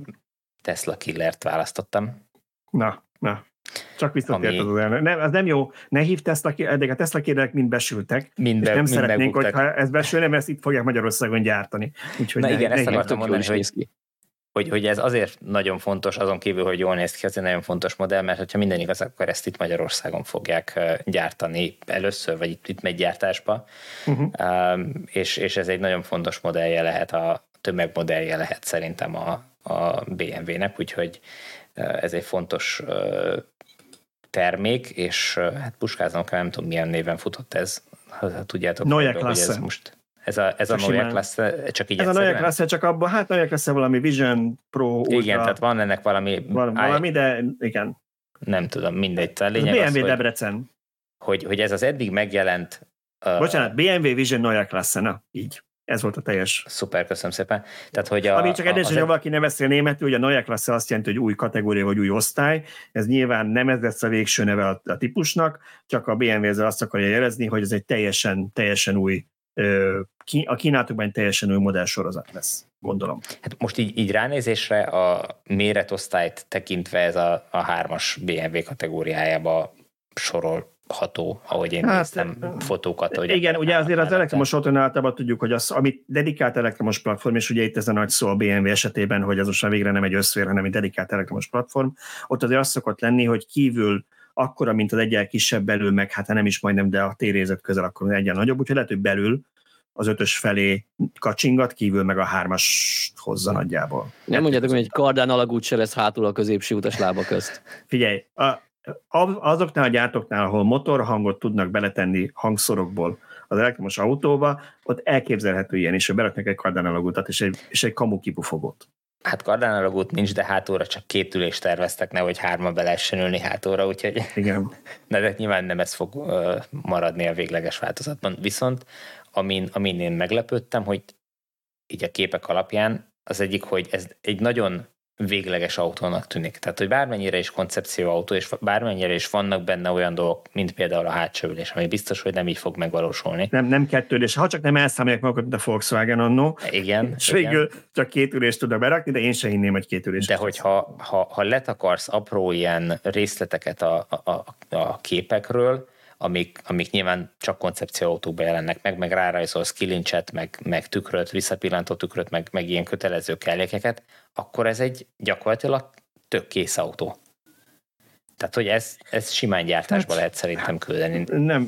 Tesla killert választottam. Na. Csak visszatért az elnök. Nem, az nem jó. Ne hívd Tesla killert, eddig a Tesla killerek mind besültek. Nem szeretnénk, hogyha ez besülne, mert ezt itt fogják Magyarországon gyártani. Úgyhogy na igen, ezt akartam mondani, hogy ez azért nagyon fontos, azon kívül, hogy jól néz ki, azért nagyon fontos modell, mert hogyha minden igaz, akkor ezt itt Magyarországon fogják gyártani először, vagy itt megy gyártásba, és ez egy nagyon fontos modellje lehet, a tömegmodellje lehet szerintem a BMW-nek, úgyhogy ez egy fontos termék, és hát puskáznom kell, nem tudom milyen néven futott ez, ha tudjátok. Neue Klasse. Ez most ez a Neue Klasse, csak így ez egyszerűen? A Neue Klasse, csak abban, hát Neue Klasse valami Vision Pro Ultra. Igen, tehát van ennek valami, de igen. Nem tudom, mindegy. A lényeg BMW az, Debrecen. Hogy ez az eddig megjelent... Bocsánat, BMW Vision Neue Klasse, na, így. Ez volt a teljes. Szuper, köszönöm szépen. Tehát, hogy ami csak érdekes, hogy valaki nem beszél németül, hogy a Neue Klasse azt jelenti, hogy új kategória vagy új osztály. Ez nyilván nem ez lesz a végső neve a típusnak, csak a BMW ezzel azt akarja jelezni, hogy ez egy teljesen új, a kínálatokban egy teljesen új modellsorozat lesz, gondolom. Hát most így ránézésre a méretosztályt tekintve ez a 3-as BMW kategóriájába sorolható, ahogy én néztem fotókat. Hogy igen, ugye azért az elektromos autónál általában tudjuk, hogy az, amit dedikált elektromos platform, és ugye itt ez a nagy szó a BMW esetében, hogy az most végre nem egy összfér, hanem egy dedikált elektromos platform, ott azért az szokott lenni, hogy kívül akkora, mint az egyel kisebb, belül meg, hát nem is majdnem, de a térézet közel akkor egyen nagyobb, úgyhogy lehet, hogy belül az 5-ös felé kacsingat, kívül meg a 3-as hozza nagyjából. Nem mondjátok, hogy egy kardán alagút se lesz hátul a középső utas lába közt. Figyelj, azoknál a gyártóknál, ahol motorhangot tudnak beletenni hangszorokból az elektromos autóba, ott elképzelhető ilyen is, hogy beraknak egy kardánalagútat és egy kamu kipufogót. Hát kardánalagút nincs, de hátulra csak 2 ülést terveztek, nehogy 3-ba be lehessen ülni hátulra, úgyhogy igen. De nyilván nem ez fog maradni a végleges változatban. Viszont amin én meglepődtem, hogy így a képek alapján az egyik, hogy ez egy nagyon végleges autónak tűnik. Tehát, hogy bármennyire is koncepcióautó, és bármennyire is vannak benne olyan dolgok, mint például a hátsó ülés, ami biztos, hogy nem így fog megvalósulni. Nem 2 ülés, ha csak nem elszámolják magukat, mint a Volkswagen annó. Igen. És végül csak 2 ülést tudnak berakni, de én se hinném, hogy 2 ülést. De hogyha letakarsz apró ilyen részleteket a képekről, amik nyilván csak koncepcióautókban jelennek meg rárajzolsz kilincset, meg tükröt, visszapillantó tükröt, meg ilyen kötelező kellékeket, akkor ez egy gyakorlatilag tök kész autó. Tehát, hogy ez simán gyártásba lehet szerintem küldeni.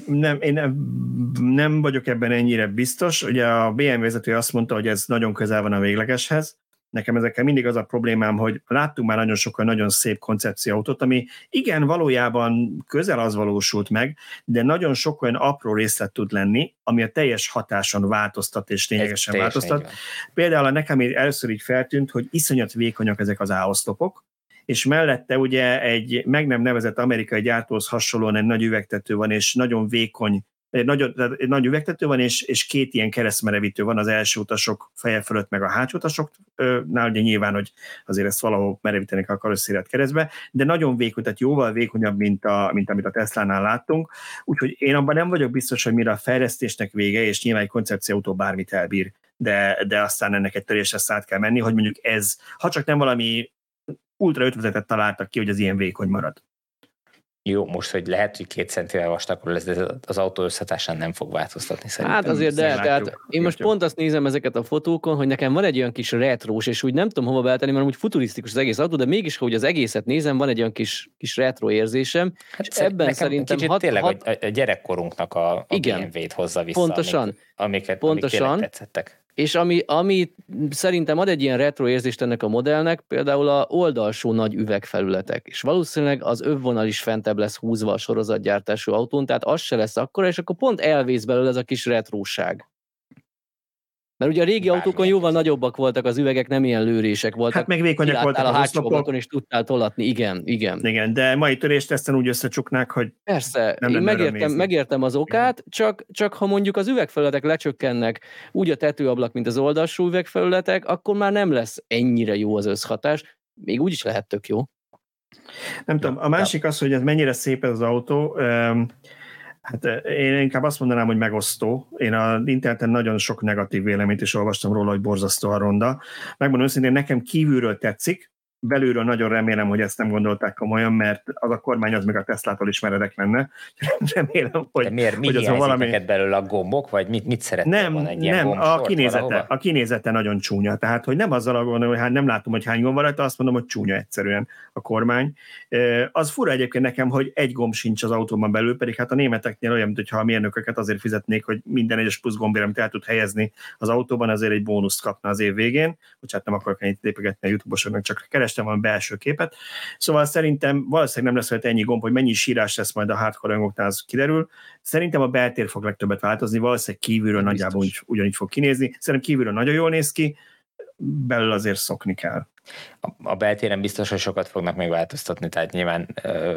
Én nem vagyok ebben ennyire biztos. Ugye a BMW vezető azt mondta, hogy ez nagyon közel van a véglegeshez. Nekem ezekkel mindig az a problémám, hogy láttunk már nagyon sokan nagyon szép koncepcióautót, ami igen, valójában közel az valósult meg, de nagyon sok olyan apró részlet tud lenni, ami a teljes hatáson változtat és lényegesen változtat. Például nekem először így feltűnt, hogy iszonyat vékonyak ezek az A-oszlopok, és mellette ugye egy meg nem nevezett amerikai gyártóhoz hasonlóan egy nagy üvegtető van, és nagyon vékony, nagy üvegtető van, és két ilyen keresztmerevítő van az első utasok feje fölött, meg a hátsó utasoknál, ugye nyilván, hogy azért ezt valahol merevítenek a karosszériát keresztbe, de nagyon vékony, tehát jóval vékonyabb, mint amit a Teslánál láttunk, úgyhogy én abban nem vagyok biztos, hogy mire a fejlesztésnek vége, és nyilván egy koncepcióautó bármit elbír, de aztán ennek egy törésre át kell menni, hogy mondjuk ez, ha csak nem valami ultra ötvezetet találtak ki, hogy az ilyen vékony marad. Jó, most, hogy lehet, hogy 2 centivel vastagról lesz, de az autó összhatásán nem fog változtatni szerintem. Hát azért tehát én most pont azt nézem ezeket a fotókon, hogy nekem van egy olyan kis retrós, és úgy nem tudom hova beállítani, mert úgy futurisztikus az egész autó, de mégis, ha úgy az egészet nézem, van egy olyan kis retro érzésem, hát és ebben szerintem... Kicsit tényleg a gyerekkorunknak a BMW-t hozza vissza, pontosan, amiket tetszettek. És ami szerintem ad egy ilyen retro érzést ennek a modellnek, például a oldalsó nagy üvegfelületek. És valószínűleg az övvonal is fentebb lesz húzva a sorozatgyártású autón, tehát az se lesz akkora, és akkor pont elvész belőle ez a kis retróság. Mert ugye a régi autókon jóval nagyobbak voltak az üvegek, nem ilyen lőrések voltak. Hát meg vékonyak voltak a hátsó és tudtál tolatni, igen. Igen, de mai törésteszten úgy összecsuknák, hogy... Persze, én megértem az okát, csak ha mondjuk az üvegfelületek lecsökkennek úgy a tetőablak, mint az oldalsó üvegfelületek, akkor már nem lesz ennyire jó az összhatás. Még úgy is lehet tök jó. Nem tudom, a másik az, hogy ez mennyire szép ez az autó. Hát én inkább azt mondanám, hogy megosztó. Én az interneten nagyon sok negatív véleményt is olvastam róla, hogy borzasztóan ronda. Megmondom őszintén, nekem kívülről tetszik, belülről nagyon remélem, hogy ezt nem gondolták komolyan, mert az a kormány az meg a Teslától is meredek lenne. Remélem, hogy... De miért hiányzik valami... neked belőle a gombok, vagy mit szeretnél volna? Egy nem, a kinézete nagyon csúnya. Tehát, hogy nem azzal gondolom, hogy nem látom, hogy hány gomb van rajta, azt mondom, hogy csúnya egyszerűen a kormány. Az fura egyébként nekem, hogy egy gomb sincs az autóban belül, pedig hát a németeknél olyan, mintha a mérnököket azért fizetnék, hogy minden egyes plusz gombért, amit el tud helyezni az autóban, azért egy bónuszt kapna az év végén. Bocsánat, nem akarok ennyit lépegetni a YouTube-osoknak, csak kerestem valami belső képet. Szóval szerintem valószínűleg nem lesz ennyi gomb, hogy mennyi sírás lesz majd a hardcore rajongóknál, az kiderül. Szerintem a beltér fog legtöbbet változni, valószínűleg kívülről nagyjából ugyanígy fog kinézni. Szerintem kívülről nagyon jól néz ki, belül azért szokni kell. A beltéren biztos, hogy sokat fognak még változtatni, tehát nyilván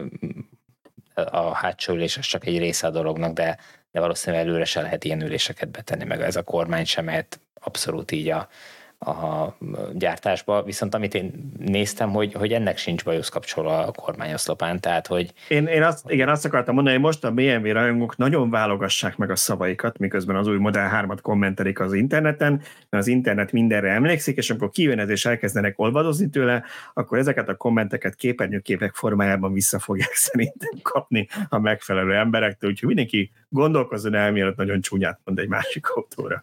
a hátsó ülés az csak egy része a dolognak, de valószínűleg előre se lehet ilyen üléseket betenni, meg ez a kormány sem mehet abszolút így a gyártásba, viszont amit én néztem, hogy ennek sincs bajusz kapcsolva a kormányoszlopán, tehát hogy... Én azt akartam mondani, hogy most a BMW rajongók nagyon válogassák meg a szavaikat, miközben az új Model 3-at kommentelik az interneten, mert az internet mindenre emlékszik, és amikor kijön ez és elkezdenek olvadozni tőle, akkor ezeket a kommenteket képernyőképek formájában vissza fogják szerintem kapni a megfelelő emberektől, úgyhogy mindenki gondolkozzon el, mielőtt nagyon csúnyát mond egy másik autóra.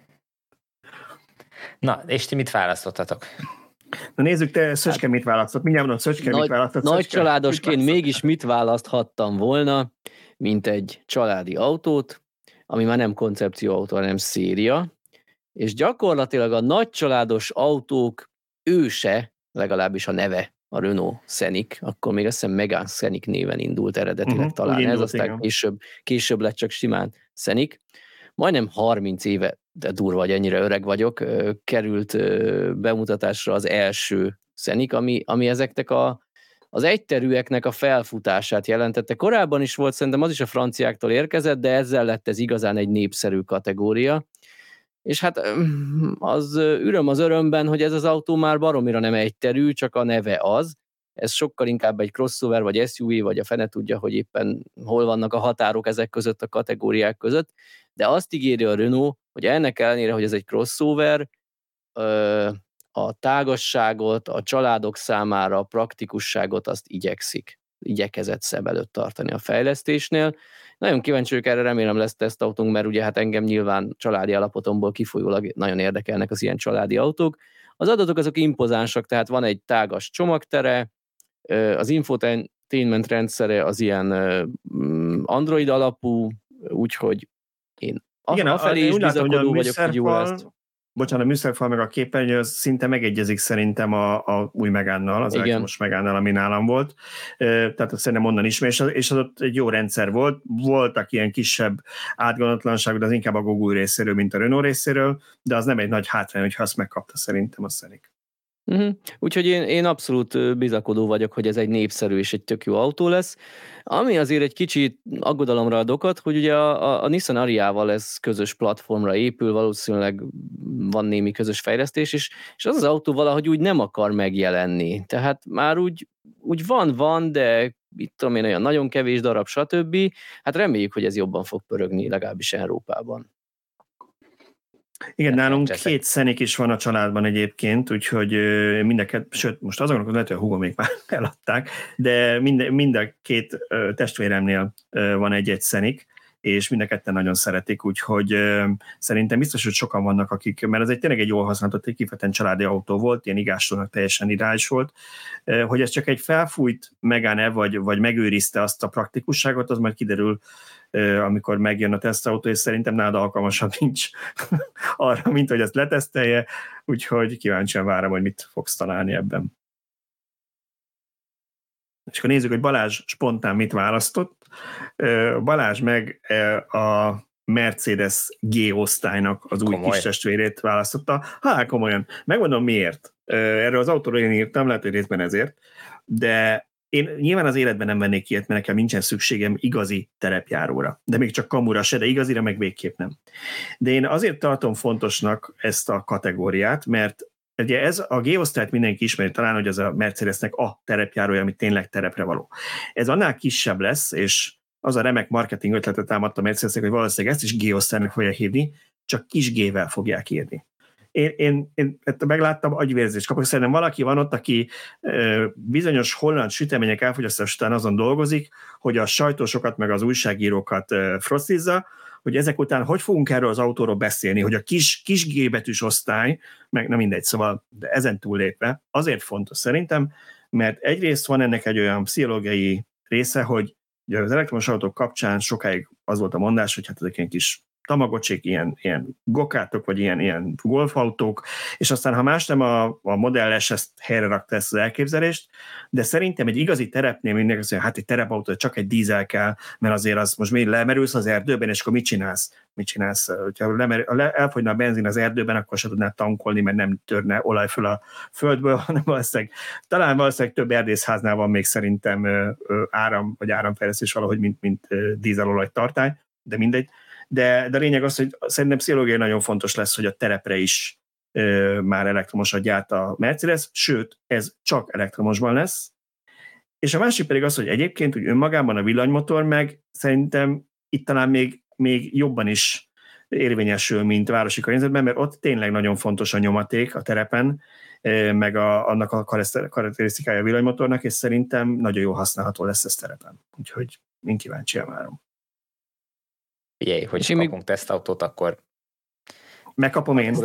Na, és ti mit választottatok? Na nézzük, te Szöcske mit választott? Mindjárt mondom, Szöcske mit választott? Nagy családosként mégis mit választhattam volna, mint egy családi autót, ami már nem koncepcióautó, hanem széria, és gyakorlatilag a nagy családos autók őse, legalábbis a neve, a Renault Scenic, akkor még azt hiszem Megane Scenic néven indult eredetileg talán ez, aztán később lett csak simán Scenic. Majdnem 30 éve, de durva, hogy ennyire öreg vagyok, került bemutatásra az első Scenic, ami ezeknek az egyterűeknek a felfutását jelentette. Korábban is volt, szerintem az is a franciáktól érkezett, de ezzel lett ez igazán egy népszerű kategória. És hát az öröm az örömben, hogy ez az autó már baromira nem egyterű, csak a neve az. Ez sokkal inkább egy crossover, vagy SUV, vagy a fene tudja, hogy éppen hol vannak a határok ezek között, a kategóriák között. De azt ígéri a Renault, hogy ennek ellenére, hogy ez egy crossover, a tágasságot, a családok számára a praktikusságot azt igyekezett szem előtt tartani a fejlesztésnél. Nagyon kíváncsi vagyok erre, remélem lesz tesztautónk, mert ugye hát engem nyilván családi állapotomból kifolyólag nagyon érdekelnek az ilyen családi autók. Az adatok azok impozánsak, tehát van egy tágas csomagtere, az infotainment rendszere az ilyen Android alapú, úgyhogy én afelé is bizakodó vagyok, hogy jó lesz. Bocsánat, a műszerfal meg a képernyő az szinte megegyezik szerintem a új Megánnal, az elektromos Megánnal, ami nálam volt. Tehát szerintem onnan ismer, és az ott egy jó rendszer volt. Voltak ilyen kisebb átgondolatlanságok, de az inkább a Google részéről, mint a Renault részéről, de az nem egy nagy hátrány, hogyha azt megkapta szerintem a Scenic. Úgyhogy én abszolút bizakodó vagyok, hogy ez egy népszerű és egy tök jó autó lesz. Ami azért egy kicsit aggodalomra ad okot, hogy ugye a Nissan Ariával ez közös platformra épül, valószínűleg van némi közös fejlesztés is, és az autó valahogy úgy nem akar megjelenni. Tehát már úgy van, de itt tudom én, olyan nagyon kevés darab, stb. Hát reméljük, hogy ez jobban fog pörögni, legalábbis Európában. Igen, nálunk 2 Scenic is van a családban egyébként, úgyhogy sőt, most azonok, hogy lehet, hogy a húgomék már eladták, de mind a 2 testvéremnél van egy Scenic, és mind a ketten nagyon szeretik, úgyhogy szerintem biztos, hogy sokan vannak, akik, mert ez tényleg egy jól használható, egy kifejezetten családi autó volt, ilyen igástónak teljesen ideális volt, hogy ez csak egy felfújt Megane, vagy megőrizte azt a praktikusságot, az majd kiderül, amikor megjön a tesztautó, és szerintem nálad alkalmasabb nincs arra, mint hogy ezt letesztelje, úgyhogy kíváncsian várom, hogy mit fogsz találni ebben. És akkor nézzük, hogy Balázs spontán mit választott. Balázs meg a Mercedes G-osztálynak az új kis testvérét választotta. Komolyan. Megmondom miért. Erről az autóról én írtam, lehet, hogy részben ezért, de én nyilván az életben nem vennék ilyet, mert nekem nincsen szükségem igazi terepjáróra. De még csak kamura se, de igazira meg végképp nem. De én azért tartom fontosnak ezt a kategóriát, mert ugye ez a G-osztályt mindenki ismeri talán, hogy az a Mercedesnek a terepjárója, ami tényleg terepre való. Ez annál kisebb lesz, és az a remek marketing ötletet támadta a Mercedesnek, hogy valószínűleg ezt is G-osztálynak fogja hívni, csak kis G-vel fogják írni. Én megláttam, agyvérzést kapok. Szerintem valaki van ott, aki bizonyos holland sütemények elfogyasztás után azon dolgozik, hogy a sajtósokat meg az újságírókat frostizza, hogy ezek után hogy fogunk erről az autóról beszélni, hogy a kis G-betűs osztály, meg nem mindegy, szóval de ezen túllépve, azért fontos szerintem, mert egyrészt van ennek egy olyan pszichológiai része, hogy ugye az elektromos autók kapcsán sokáig az volt a mondás, hogy hát ezek ilyen kis tamagocsik, ilyen gokátok, vagy ilyen golfautók, és aztán, ha más nem, a modelles ezt helyre rakta ezt az elképzelést, de szerintem egy igazi terepnél mindenki azt mondja, hát egy terepautó, csak egy dízel kell, mert azért az most még lemerülsz az erdőben, és akkor mit csinálsz? Hogyha elfogyna a benzin az erdőben, akkor se tudnád tankolni, mert nem törne olaj föl a földből, hanem valószínűleg több erdészháznál van még szerintem áramfejlesztés valahogy, mint dízelolaj tartály, de mindegy. De a lényeg az, hogy szerintem pszichológiai nagyon fontos lesz, hogy a terepre is már elektromosat gyárt a Mercedes, sőt, ez csak elektromosban lesz. És a másik pedig az, hogy egyébként úgy önmagában a villanymotor meg szerintem itt talán még jobban is érvényesül, mint városi környezetben, mert ott tényleg nagyon fontos a nyomaték a terepen, meg annak a karakterisztikája a villanymotornak, és szerintem nagyon jól használható lesz ez terepen. Úgyhogy én kíváncsian várom. Figyelj, hogy kapunk tesztautót, akkor megkapom én.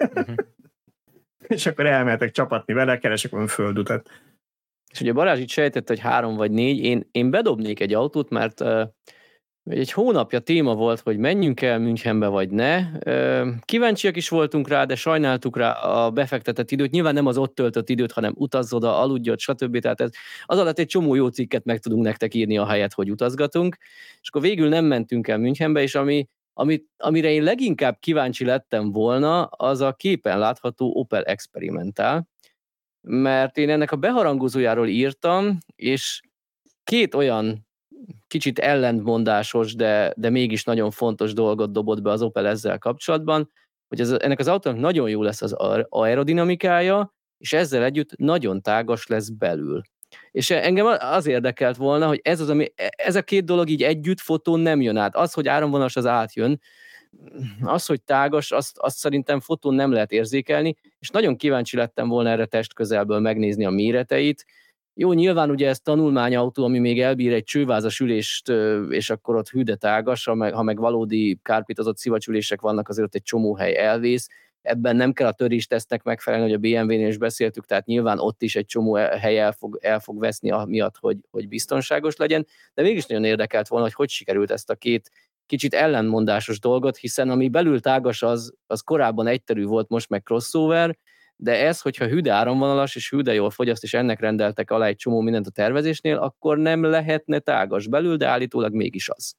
És akkor elmehetek csapatni vele, keresek valami földutat. És ugye Balázs itt sejtette, hogy 3 vagy 4, én bedobnék egy autót, mert egy hónapja téma volt, hogy menjünk el Münchenbe vagy ne. Kíváncsiak is voltunk rá, de sajnáltuk rá a befektetett időt. Nyilván nem az ott töltött időt, hanem utazz oda, aludj ott, stb. Tehát az alatt egy csomó jó cikket meg tudunk nektek írni a helyet, hogy utazgatunk. És akkor végül nem mentünk el Münchenbe, és amire én leginkább kíváncsi lettem volna, az a képen látható Opel Experimental, mert én ennek a beharangozójáról írtam, és 2 olyan kicsit ellentmondásos, de mégis nagyon fontos dolgot dobott be az Opel ezzel kapcsolatban, hogy ennek az autónak nagyon jó lesz az aerodinamikája, és ezzel együtt nagyon tágas lesz belül. És engem az érdekelt volna, hogy ez a 2 dolog így együtt fotón nem jön át. Az, hogy áramvonalas, az átjön, az, hogy tágas, azt szerintem fotón nem lehet érzékelni, és nagyon kíváncsi lettem volna erre testközelből megnézni a méreteit. Jó, nyilván ugye ez tanulmányautó, ami még elbír egy csővázas ülést, és akkor ott hű de tágas, ha meg valódi kárpítozott szivacsülések vannak, azért ott egy csomó hely elvész, ebben nem kell a töréstesztnek megfelelni, hogy a BMW-nél is beszéltük, tehát nyilván ott is egy csomó hely el fog veszni amiatt, hogy biztonságos legyen, de mégis nagyon érdekelt volna, hogy sikerült ezt a két kicsit ellenmondásos dolgot, hiszen ami belül tágas, az korábban egyterű volt, most meg crossover, de ez, hogyha hűde áramvonalas és hűde jól fogyaszt, és ennek rendeltek alá egy csomó mindent a tervezésnél, akkor nem lehetne tágas belül, de állítólag mégis az.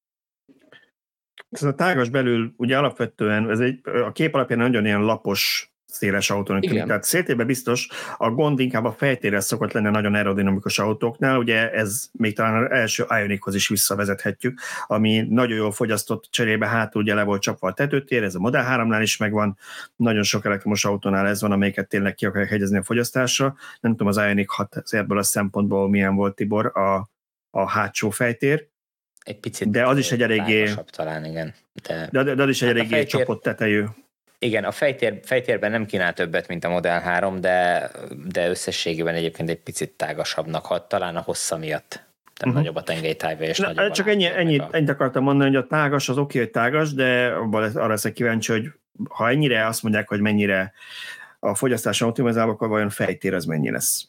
Ez a tágas belül ugye alapvetően a kép alapján nagyon ilyen lapos, széles autónak tűnik. Tehát széltérben biztos, a gond inkább a fejtérrel szokott lenni nagyon aerodinamikus autóknál, ugye ez még talán az első Ionichoz is visszavezethetjük, ami nagyon jól fogyasztott, cserébe hátul ugye le volt csapva a tetőtér, ez a Model 3-nál is megvan, nagyon sok elektromos autónál ez van, amelyiket tényleg ki akarják hegyezni a fogyasztásra. Nem tudom, az Ioniq 6 ebből a szempontból milyen volt, Tibor, a hátsó fejtér. Egy picit de az is egy eléggé talán, igen. De az is egy eléggé csapott tetejű. Igen, a fejtérben nem kínál többet, mint a Model 3, de összességében egyébként egy picit tágasabbnak hat, talán a hossza miatt. Tehát nagyobb a tengelytájja és nagyobb csak ennyit akartam mondani, hogy a tágas az oké, hogy tágas, de arra leszek kíváncsi, hogy ha ennyire azt mondják, hogy mennyire a fogyasztáson optimalizálva, akkor vajon fejtér az mennyi lesz?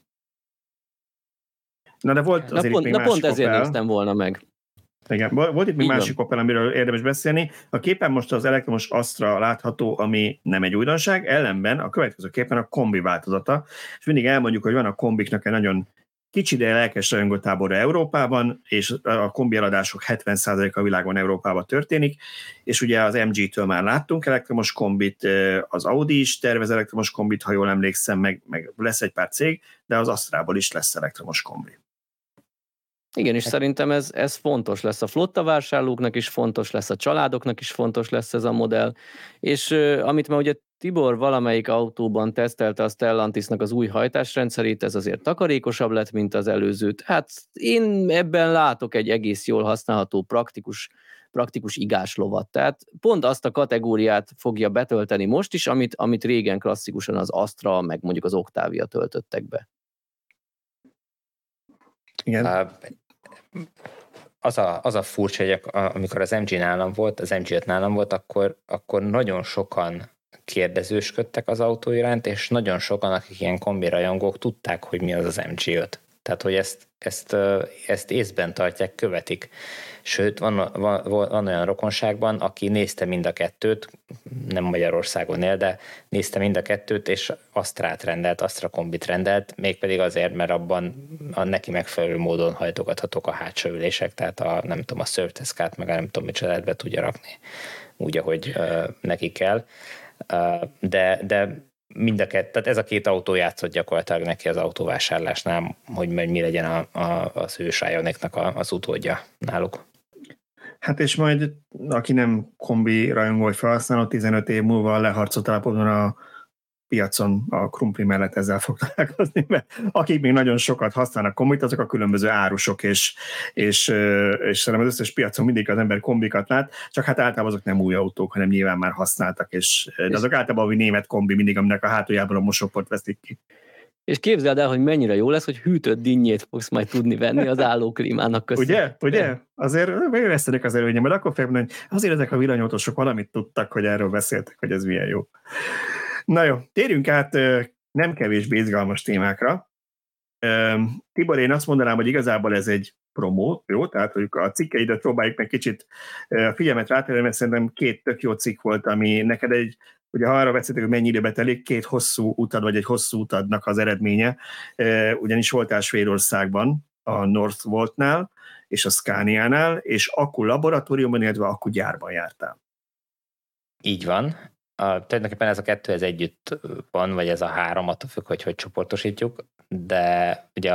Na de volt azért még másik pont ezért néztem volna meg. Igen, volt itt még másik Opel, amiről érdemes beszélni. A képen most az elektromos Astra látható, ami nem egy újdonság, ellenben a következő képen a kombi változata, és mindig elmondjuk, hogy van a kombiknak egy nagyon kicsi, de lelkes rajongótábora Európában, és a kombi eladások 70%-a a világon Európában történik, és ugye az MG-től már láttunk elektromos kombit, az Audi is tervez elektromos kombit, ha jól emlékszem, meg lesz egy pár cég, de az Astrából is lesz elektromos kombi. Igen, és szerintem ez fontos lesz a flottavásárlóknak is, fontos lesz a családoknak is, fontos lesz ez a modell, és amit már ugye Tibor valamelyik autóban tesztelte a Stellantisnak az új hajtásrendszerét, ez azért takarékosabb lett, mint az előzőt. Hát én ebben látok egy egész jól használható praktikus igáslovat. Tehát pont azt a kategóriát fogja betölteni most is, amit régen klasszikusan az Astra, meg mondjuk az Octavia töltöttek be. Igen. Az a furcsa, hogy amikor az MG nálam volt, az MG5 nálam volt, akkor nagyon sokan kérdezősködtek az autó iránt, és nagyon sokan, akik ilyen kombirajongók, tudták, hogy mi az MG5. Tehát, hogy ezt észben tartják, követik. Sőt, van olyan rokonságban, aki nézte mind a kettőt, nem Magyarországon él, de nézte mind a kettőt, és Astra kombit rendelt, mégpedig azért, mert abban a neki megfelelő módon hajtogathatók a hátsó ülések, tehát a Surface-t, meg nem tudom, micsodát be tudja rakni úgy, ahogy neki kell. De mind a tehát ez a két autó játszott gyakorlatilag neki az autóvásárlásnál, hogy mi legyen az ős Ioniqnak az utódja náluk. Hát és majd, aki nem kombi rajongó vagy felhasználó, 15 év múlva leharcolt állapotban a piacon a krumpli mellett ezzel fog találkozni, mert akik még nagyon sokat használnak kombit, azok a különböző árusok, és szerintem az összes piacon mindig az ember kombikat lát, csak hát általában azok nem új autók, hanem nyilván már használtak, de azok általában a német kombi mindig, aminek a hátuljában a mosóport veszik ki. És képzeld el, hogy mennyire jó lesz, hogy hűtött dinnyét fogsz majd tudni venni az állóklímának köszönhetően. Ugye? Azért megvesztenek az előnye, mert akkor fogják mondani, hogy azért ezek a villanyautósok valamit tudtak, hogy erről beszéltek, hogy ez milyen jó. Na jó, térjünk át nem kevésbé izgalmas témákra. Tibor, én azt mondanám, hogy igazából ez egy promó, jó? Tehát, hogy a cikkeidet próbáljuk meg kicsit figyelmet rátenni, mert szerintem 2 tök jó cikk volt, ami neked ugye ha arra beszéltek, hogy mennyi időbe telik, 2 hosszú utad, vagy egy hosszú utadnak az eredménye, ugyanis voltál Svédországban, a Northvoltnál és a Scaniánál, és akku laboratóriumban, illetve akku gyárban jártál. Így van. Tulajdonképpen ez a 2 ez együtt van, vagy ez a 3, attól függ, hogy csoportosítjuk, de ugye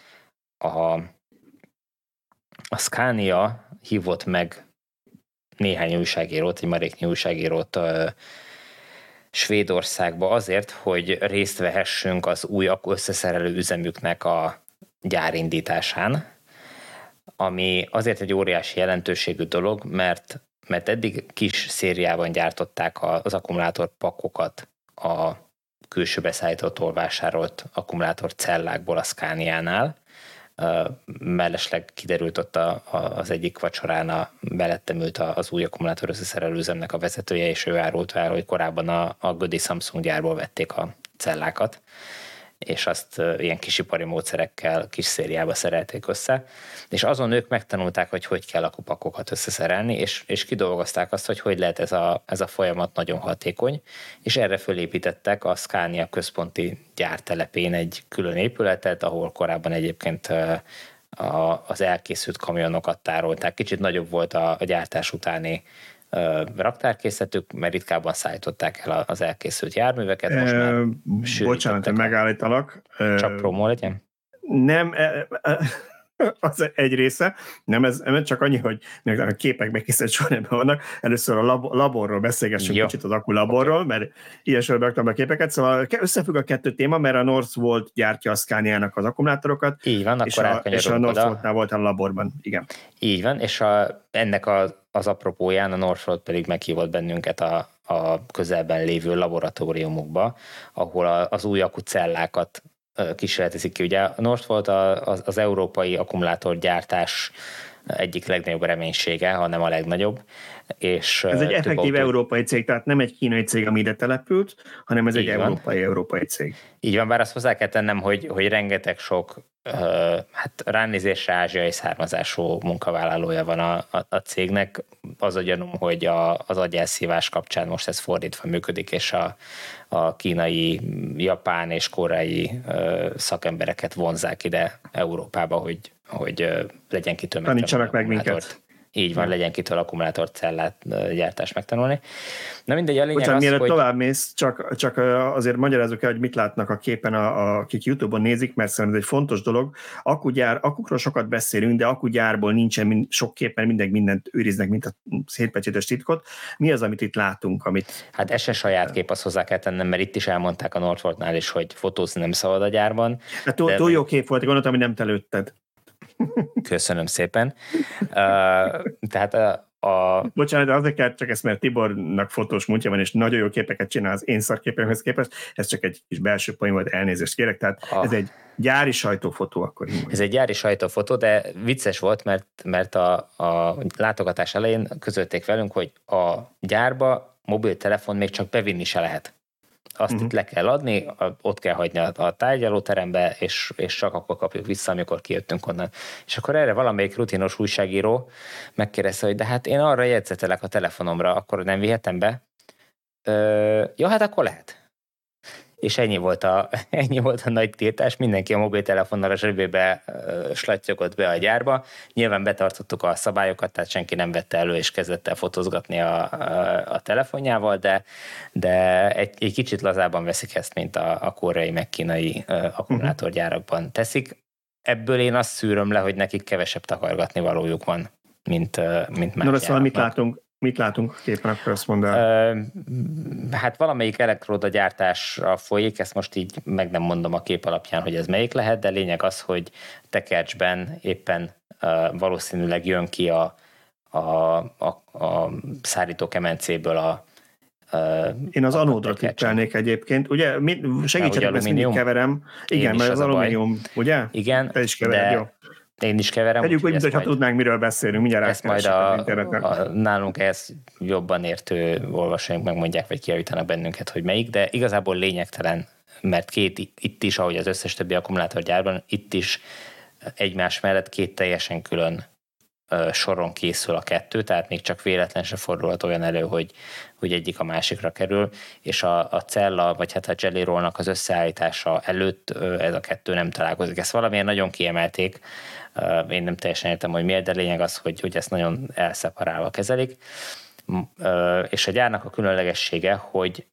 a Scania hívott meg néhány újságírót, egy maréknyi újságírót Svédországba azért, hogy részt vehessünk az új összeszerelő üzemüknek a gyárindításán, ami azért egy óriási jelentőségű dolog, mert eddig kis szériában gyártották az akkumulátorpakokat a külső beszállítótól vásárolt akkumulátor cellákból a Scaniánál, Mellesleg kiderült ott az egyik vacsorán, mellettem ült az új akkumulátor összeszerelőüzemnek a vezetője, és ő árult el, hogy korábban a Gödi Samsung gyárból vették a cellákat, és azt ilyen kisipari módszerekkel kis szériába szerelték össze, és azon ők megtanulták, hogy kell akupakokat összeszerelni, és kidolgozták azt, hogy lehet ez a folyamat nagyon hatékony, és erre fölépítettek a Scania központi gyártelepén egy külön épületet, ahol korábban egyébként az elkészült kamionokat tárolták. Kicsit nagyobb volt a gyártás utáni raktárkészletük, mert ritkábban szállították el az elkészült járműveket. Most már bocsánat, hogy megállítalak. Csak promó legyen? Nem, az egy része. Nem, ez csak annyi, hogy a képek megkészített sorrendben vannak. Először a laborról beszélgessünk kicsit, az akkulaborról, mert ilyen sorban raktam a képeket. Szóval összefügg a kettő téma, mert a Northvolt gyártja a Scania-nak az akkumulátorokat. Így van, és a Northvoltnál volt a laborban. Igen. Így van, és ennek az apropóján a Northvolt pedig meghívott bennünket a közelben lévő laboratóriumukba, ahol az új akkucellákat kísérletezik ki. Ugye a Northvolt az európai akkumulátorgyártás egyik legnagyobb reménysége, ha nem a legnagyobb. És ez egy effektív európai cég, tehát nem egy kínai cég, ami ide települt, hanem ez egy európai cég. Így van, bár azt hozzá kell tennem, hogy rengeteg sok ránézésre ázsiai származású munkavállalója van a cégnek. Az a gyanúm, hogy az agyelszívás kapcsán most ez fordítva működik, és a kínai, japán és koreai szakembereket vonzzák ide Európába, hogy legyen kitől tanítsanak meg minket. Így van, legyen kitől akkumulátorcellát gyártást megtanulni. Na mindegy, a lényeg mielőtt hogy... tovább mész, csak azért magyarázzuk el, hogy mit látnak a képen, akik YouTube-on nézik, mert szerintem ez egy fontos dolog. Akkukról sokat beszélünk, de akkugyárból nincsen sok kép, mert mindent őriznek, mint a szétpecsétes titkot. Mi az, amit itt látunk? Hát ez se saját kép, azt hozzá kell tennem, mert itt is elmondták a Northvoltnál is, hogy fotózni nem szabad a gyárban. Hát túl jó kép volt, gondoltam, hogy nem te lőtted. Köszönöm szépen. Tehát Bocsánat, de azért kell csak ezt, mert Tibornak fotós múltja van, és nagyon jó képeket csinál az én szarképemhez képest. Ez csak egy kis belső poén volt, elnézést kérek. Tehát ez egy gyári sajtófotó akkor. Ez egy gyári sajtófotó, de vicces volt, mert a látogatás elején közölték velünk, hogy a gyárba mobiltelefon még csak bevinni se lehet. Azt itt le kell adni, ott kell hagyni a tárgyalóterembe, és csak akkor kapjuk vissza, amikor kijöttünk onnan. És akkor erre valamelyik rutinos újságíró megkérdezte, hogy de hát én arra jegyzetelek a telefonomra, akkor nem vihetem be? Ja, hát akkor lehet. És ennyi volt a nagy tiltás, mindenki a mobiltelefonnal a zsebébe slattyogott be a gyárba. Nyilván betartottuk a szabályokat, tehát senki nem vette elő és kezdett el fotózgatni a telefonjával, de egy kicsit lazában veszik ezt, mint a koreai meg kínai akkumulátorgyárakban teszik. Ebből én azt szűröm le, hogy nekik kevesebb takargatni valójuk van, mint más gyárakban. Szóval mit látunk a képen, akkor azt mondd el? Hát valamelyik elektródagyártásra folyik, ezt most így meg nem mondom a kép alapján, hogy ez melyik lehet, de lényeg az, hogy tekercsben éppen valószínűleg jön ki a szárító kemencéből én az anódra tippelnék egyébként. Ugye, segítsetek, ezt mindig keverem. Igen, mert az alumínium, ugye? Igen, te is kevered, jó. Én is keverem. Tegyük úgy, mintha tudnánk, miről beszélünk. Mindjárt ezt majd nálunk ezt jobban értő olvasóink megmondják, vagy kijavítanak bennünket, hogy melyik, de igazából lényegtelen, mert itt is, ahogy az összes többi akkumulátorgyárban, itt is egymás mellett két teljesen külön soron készül a kettő, tehát még csak véletlen se fordulhat olyan elő, hogy egyik a másikra kerül, és a cella, vagy hát a jelly rollnak az összeállítása előtt ez a kettő nem találkozik. Ezt valamilyen nagyon kiemelték, én nem teljesen értem, hogy miért, de lényeg az, hogy ezt nagyon elszeparálva kezelik. És a gyárnak a különlegessége, hogy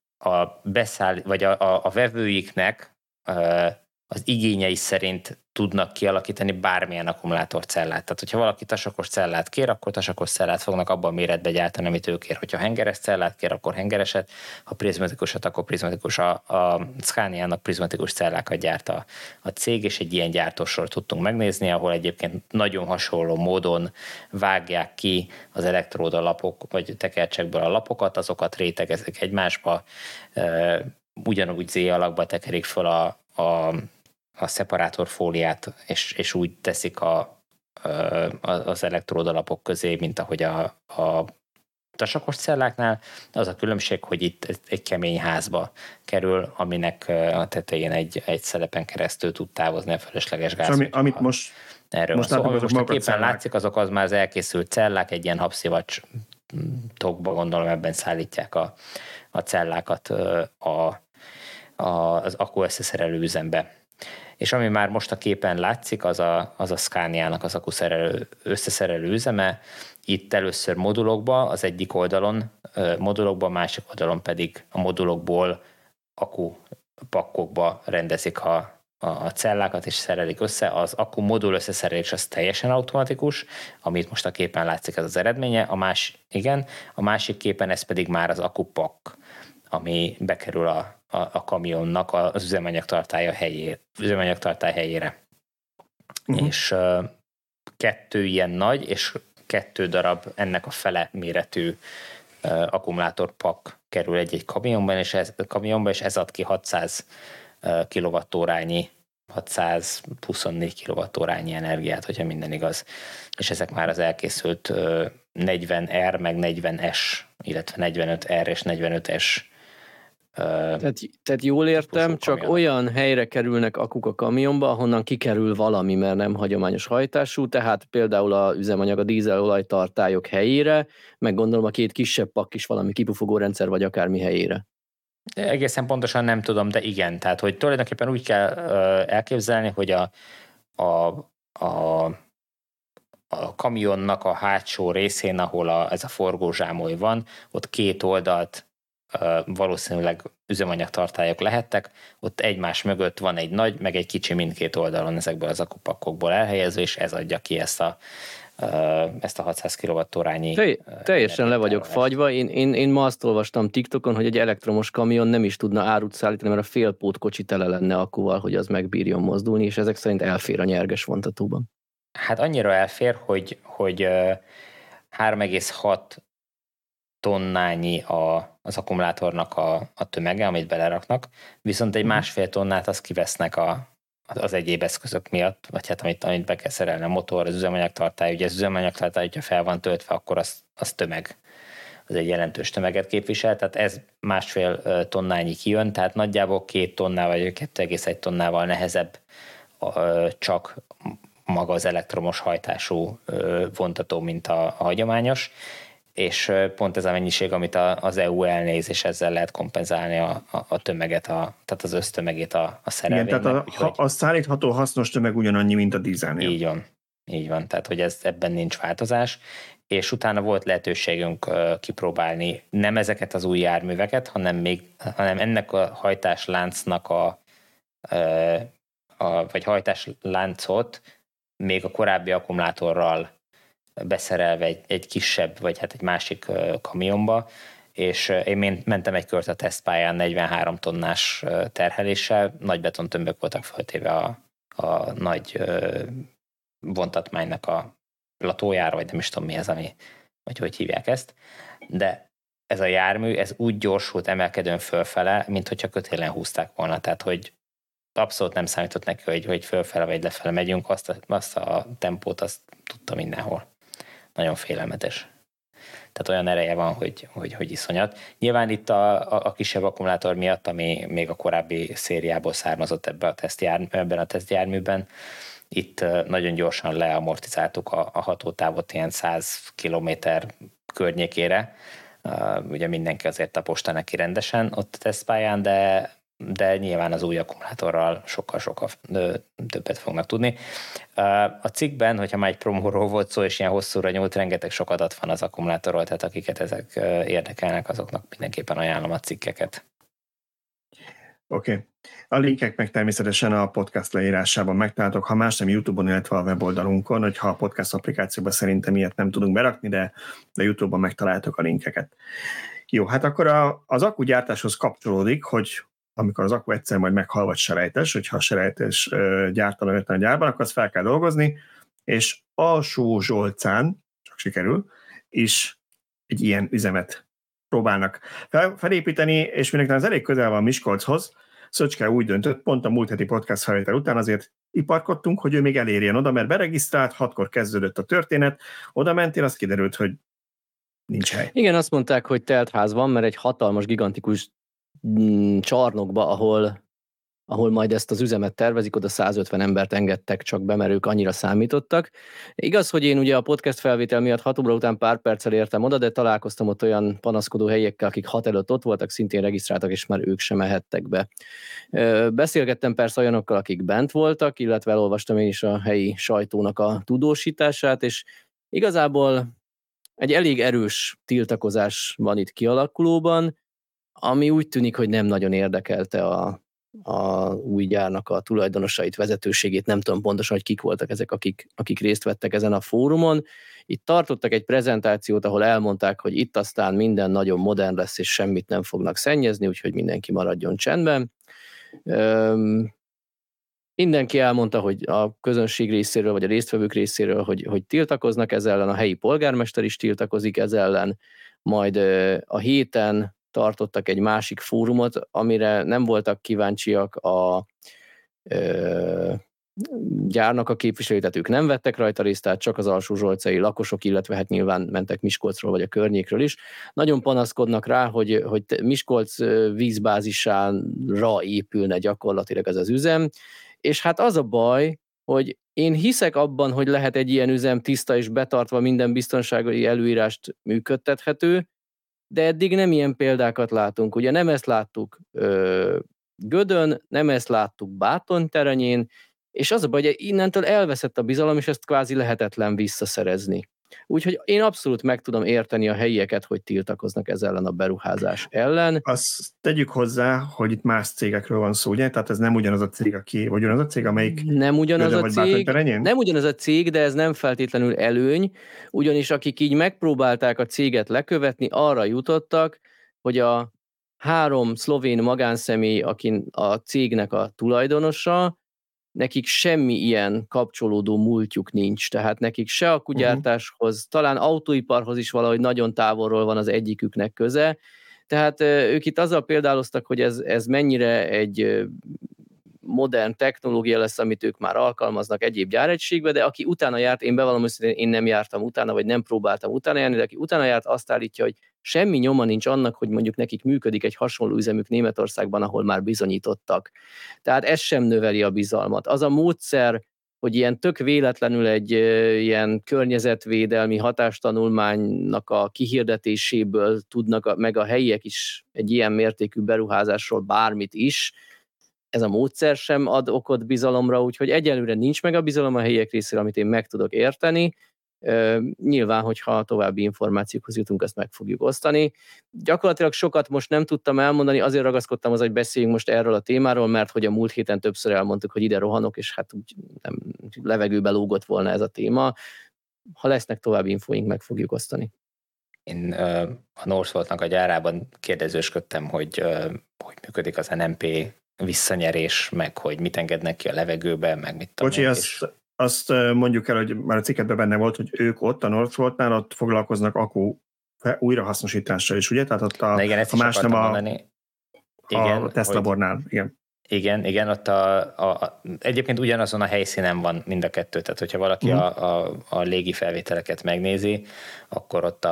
a vevőiknek az igényei szerint tudnak kialakítani bármilyen akkumulátorcellát. Tehát, hogyha valaki tasakos cellát kér, akkor tasakos cellát fognak abban a méretbe gyártani, amit ő kér. Hogyha hengeres cellát kér, akkor hengereset, ha prizmatikusat, akkor prizmatikus. A Scania-nak prizmatikus cellákat gyárt a cég, és egy ilyen gyártósort tudtunk megnézni, ahol egyébként nagyon hasonló módon vágják ki az elektróda lapok, vagy tekercsekből a lapokat, azokat rétegezik egymásba, ugyanúgy Z alakba tekerik föl szeparátorfóliát, és úgy teszik az elektródalapok közé, mint ahogy a tasakos celláknál. Az a különbség, hogy itt egy kemény házba kerül, aminek a tetején egy szelepen keresztül tud távozni a felesleges gáz. Amit most a képen látszik, azok az már az elkészült cellák, egy ilyen habszivacs tokba, gondolom, ebben szállítják a cellákat az akku összeszerelő üzembe. És ami már most a képen látszik, az a Scania-nak az akku összeszerelő üzeme. Itt először modulokba, az egyik oldalon modulokba, a másik oldalon pedig a modulokból akkupakkokba rendezik a cellákat, és szerelik össze. Az akku modul összeszerelés az teljesen automatikus, amit most a képen látszik, ez az eredménye. A másik képen ez pedig már az akupakk, ami bekerül a kamionnak az üzemanyagtartály helyére. És 2 ilyen nagy, és 2 darab ennek a fele méretű akkumulátorpak kerül egy kamionban, és ez ad ki 600 kWh-nyi, 624 kWh-nyi energiát, hogyha minden igaz. És ezek már az elkészült 40R, meg 40S, illetve 45R és 45S. Tehát jól értem, csak kamionok. Olyan helyre kerülnek akuk a kamionba, ahonnan kikerül valami, mert nem hagyományos hajtású, tehát például a üzemanyag, a dízelolaj tartályok helyére, meg gondolom a 2 kisebb pakk is valami kipufogó rendszer vagy akármi helyére. Egészen pontosan nem tudom, de igen, tehát hogy tulajdonképpen úgy kell elképzelni, hogy a kamionnak a hátsó részén, ahol ez a forgózsámoly van, ott 2 oldalt valószínűleg üzemanyagtartályok lehettek, ott egymás mögött van egy nagy, meg egy kicsi mindkét oldalon ezekből az akupakkokból elhelyezve, és ez adja ki ezt a 600 kWh-nyi... Teljesen le vagyok fagyva. Én ma azt olvastam TikTokon, hogy egy elektromos kamion nem is tudna árut szállítani, mert a félpótkocsi tele lenne akkuval, hogy az megbírjon mozdulni, és ezek szerint elfér a nyerges vontatóban. Hát annyira elfér, hogy 3,6 tonnányi az akkumulátornak a tömege, amit beleraknak, viszont egy 1,5 tonnát azt kivesznek az egyéb eszközök miatt, vagy hát amit be kell szerelni, a motor, az üzemanyagtartály. Ugye az üzemanyagtartály, hogyha fel van töltve, akkor az tömeg. Az egy jelentős tömeget képvisel, tehát ez 1,5 tonnányi kijön, tehát nagyjából 2 tonnával vagy 2,1 tonnával nehezebb csak maga az elektromos hajtású vontató, mint a hagyományos, és pont ez a mennyiség, amit az EU elnéz, és ezzel lehet kompenzálni a tömeget, tehát az össztömegét a szerelvénynek. Igen, tehát a szállítható hasznos tömeg ugyanannyi, mint a dízelnél. Így van, tehát hogy ebben nincs változás, és utána volt lehetőségünk kipróbálni nem ezeket az új járműveket, hanem ennek a hajtásláncnak vagy hajtásláncot még a korábbi akkumulátorral beszerelve egy kisebb, vagy hát egy másik kamionba, és én mentem egy kört a tesztpályán 43 tonnás terheléssel, nagy betontömbök voltak föltéve a nagy vontatmánynak a latójára, vagy nem is tudom mi ez, vagy hogy hívják ezt, de ez a jármű, ez úgy gyorsult emelkedőn fölfele, mint hogyha kötélen húzták volna, tehát hogy abszolút nem számított neki, hogy fölfele vagy lefele megyünk, azt a tempót azt tudta mindenhol. Nagyon félelmetes. Tehát olyan ereje van, hogy iszonyat. Nyilván itt a kisebb akkumulátor miatt, ami még a korábbi szériából származott ebben a tesztjárműben, itt nagyon gyorsan leamortizáltuk a hatótávot ilyen 100 km környékére. Ugye mindenki azért taposta neki rendesen ott a tesztpályán, de nyilván az új akkumulátorral sokkal többet fognak tudni. A cikkben, hogyha már egy promóról volt szó, és ilyen hosszúra nyúlt, rengeteg sok adat van az akkumulátorról, tehát akiket ezek érdekelnek, azoknak mindenképpen ajánlom a cikkeket. Oké. A linkek meg természetesen a podcast leírásában megtaláltok, ha más nem YouTube-on, illetve a weboldalunkon, hogyha a podcast applikációban szerintem ilyet nem tudunk berakni, de YouTube-on megtaláltok a linkeket. Jó, hát akkor az akkugyártáshoz kapcsolódik, hogy amikor az akku egyszer majd meghal, vagy selejtes, hogyha a selejtes gyártanak a gyárban, akkor azt fel kell dolgozni, és Alsó-Zsolcán, csak sikerül, is egy ilyen üzemet próbálnak felépíteni, és mindenkinek az elég közel van Miskolchoz, Szöcske úgy döntött, pont a múlt heti podcast felvétel után azért iparkodtunk, hogy ő még elérjen oda, mert beregisztrált, 6-kor kezdődött a történet, oda mentél, azt kiderült, hogy nincs hely. Igen, azt mondták, hogy telt ház van, mert egy hatalmas, gigantikus csarnokba, ahol majd ezt az üzemet tervezik, oda 150 embert engedtek csak be, mert ők annyira számítottak. Igaz, hogy én ugye a podcast felvétel miatt 6 óra után pár perccel értem oda, de találkoztam ott olyan panaszkodó helyiekkel, akik 6 előtt ott voltak, szintén regisztráltak, és már ők sem mehettek be. Beszélgettem persze olyanokkal, akik bent voltak, illetve elolvastam én is a helyi sajtónak a tudósítását, és igazából egy elég erős tiltakozás van itt kialakulóban, ami úgy tűnik, hogy nem nagyon érdekelte a új gyárnak a tulajdonosait, vezetőségét, nem tudom pontosan, hogy kik voltak ezek, akik részt vettek ezen a fórumon. Itt tartottak egy prezentációt, ahol elmondták, hogy itt aztán minden nagyon modern lesz, és semmit nem fognak szennyezni, úgyhogy mindenki maradjon csendben. Mindenki elmondta, hogy a közönség részéről, vagy a résztvevők részéről, hogy tiltakoznak ez ellen, a helyi polgármester is tiltakozik ez ellen, majd a héten tartottak egy másik fórumot, amire nem voltak kíváncsiak a gyárnak a képviselői, tehát ők nem vettek rajta részt, tehát csak az alsózsolcai lakosok, illetve hát nyilván mentek Miskolcról vagy a környékről is. Nagyon panaszkodnak rá, hogy Miskolc vízbázisára épülne gyakorlatilag ez az üzem, és hát az a baj, hogy én hiszek abban, hogy lehet egy ilyen üzem tiszta és betartva minden biztonsági előírást működtethető, de eddig nem ilyen példákat látunk. Ugye nem ezt láttuk Gödön, nem ezt láttuk Bátonterenyén, és az a baj, hogy innentől elveszett a bizalom, és ezt kvázi lehetetlen visszaszerezni. Úgyhogy én abszolút meg tudom érteni a helyieket, hogy tiltakoznak ez ellen a beruházás ellen. Azt tegyük hozzá, hogy itt más cégekről van szó, ugye? Tehát ez nem ugyanaz a cég, vagy ugyanaz a cég, amelyik nem ugyanaz a cég, de ez nem feltétlenül előny, ugyanis akik így megpróbálták a céget lekövetni, arra jutottak, hogy a 3 szlovén magánszemély, aki a cégnek a tulajdonosa, nekik semmi ilyen kapcsolódó múltjuk nincs, tehát nekik se akkugyártáshoz, talán autóiparhoz is valahogy nagyon távolról van az egyiküknek köze, tehát ők itt azzal példáloztak, hogy ez mennyire egy modern technológia lesz, amit ők már alkalmaznak egyéb gyáregységbe, de aki utána járt, én bevallom őszintén, én nem jártam utána, vagy nem próbáltam utána járni, de aki utána járt, azt állítja, hogy semmi nyoma nincs annak, hogy mondjuk nekik működik egy hasonló üzemük Németországban, ahol már bizonyítottak. Tehát ez sem növeli a bizalmat. Az a módszer, hogy ilyen tök véletlenül egy ilyen környezetvédelmi hatástanulmánynak a kihirdetéséből tudnak meg a helyiek is egy ilyen mértékű beruházásról bármit is, ez a módszer sem ad okot bizalomra, úgyhogy egyelőre nincs meg a bizalom a helyiek részéről, amit én meg tudok érteni. Nyilván, hogyha további információkhoz jutunk, ezt meg fogjuk osztani. Gyakorlatilag sokat most nem tudtam elmondani, azért ragaszkodtam az, hogy beszéljünk most erről a témáról, mert hogy a múlt héten többször elmondtuk, hogy ide rohanok, és hát úgy nem levegőbe lógott volna ez a téma. Ha lesznek további infóink, meg fogjuk osztani. Én a Northvoltnak a gyárában kérdezősködtem, hogy működik az NMP visszanyerés, meg hogy mit engednek ki a levegőbe, meg mit tudom. Bocsi, azt mondjuk el, hogy már a cikketben benne volt, hogy ők ott a Northvoltnál ott foglalkoznak akku újrahasznosítással is, ugye? Tehát ott igen, ezt is akartam mondani. Igen, a tesztlabornál, igen. Igen, ott egyébként ugyanazon a helyszínen van mind a kettő, tehát hogyha valaki a légi felvételeket megnézi, akkor ott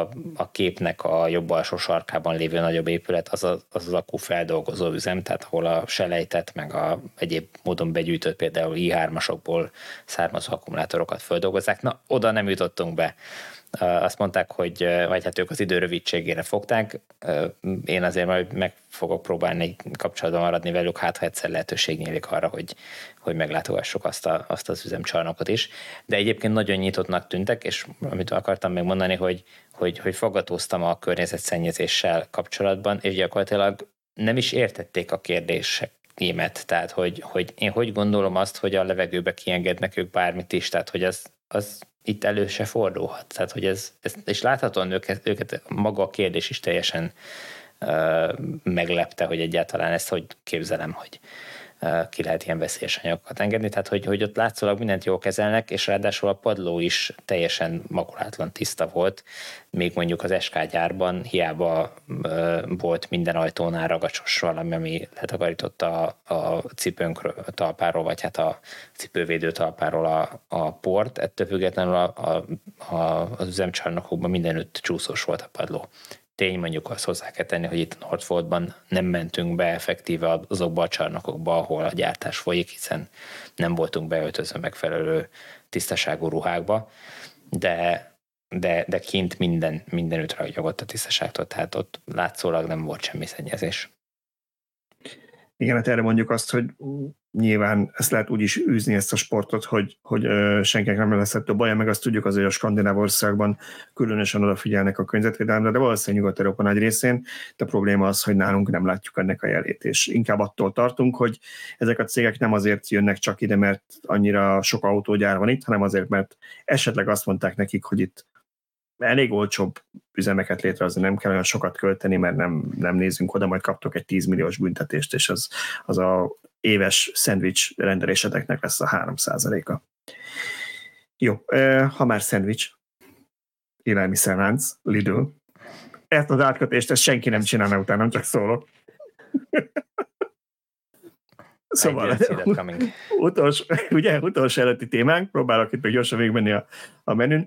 a képnek a jobb alsó sarkában lévő nagyobb épület az akku feldolgozó üzem, tehát ahol a selejtet, meg a egyéb módon begyűjtött például i3-asokból származó akkumulátorokat feldolgozzák. Na, oda nem jutottunk be. Azt mondták, hogy vagy hát ők az idő rövidségére fogták. Én azért majd meg fogok próbálni kapcsolatban maradni velük, hát ha egyszer lehetőség nyílik arra, hogy meglátogassuk azt az üzemcsarnokot is. De egyébként nagyon nyitottnak tűntek, és amit akartam megmondani, hogy fogatóztam a környezetszennyezéssel kapcsolatban, és gyakorlatilag nem is értették a kérdésemet. Tehát, hogy én hogy gondolom azt, hogy a levegőbe kiengednek ők bármit is, tehát, hogy az itt elő se fordulhat. Tehát, hogy ez és láthatóan őket maga a kérdés is teljesen meglepte, hogy egyáltalán ezt hogy képzelem, hogy ki lehet ilyen veszélyes anyagokat engedni, tehát hogy ott látszólag mindent jól kezelnek, és ráadásul a padló is teljesen makulátlan tiszta volt, még mondjuk az SK gyárban hiába volt minden ajtónál ragacsos valami, ami letakarította a cipőnk talpáról, vagy hát a cipővédő talpáról a port, ettől függetlenül az üzemcsarnokokban mindenütt csúszós volt a padló. Tény, mondjuk azt hozzá kell tenni, hogy itt a Northvoltban nem mentünk be effektíve azokba a csarnokokba, ahol a gyártás folyik, hiszen nem voltunk beöltözve megfelelő tisztaságú ruhákba, de kint mindenütt ragyogott a tisztaságtól, tehát ott látszólag nem volt semmi szennyezés. Igen, hát erre mondjuk azt, hogy nyilván ezt lehet úgy is űzni ezt a sportot, hogy senkinek nem lesz ettől baja, meg azt tudjuk azért a skandináv országban különösen odafigyelnek a környezetvédelemre, de valószínűleg Nyugat-Európa nagy részén, de a probléma az, hogy nálunk nem látjuk ennek a jelét, és inkább attól tartunk, hogy ezek a cégek nem azért jönnek csak ide, mert annyira sok autógyár van itt, hanem azért, mert esetleg azt mondták nekik, hogy itt elég olcsóbb üzemeket létrehozni, nem kell olyan sokat költeni, mert nem nézzünk oda, majd kaptok egy 10 milliós büntetést, és az a éves szendvics rendeléseteknek lesz a 3%-a. Jó, ha már szendvics, élelmiszerlánc, Lidl, ezt az átkötést, ezt senki nem csinálna utána, csak szólok. Szóval utolsó előtti témánk, próbálok itt meg gyorsan végigmenni a menün.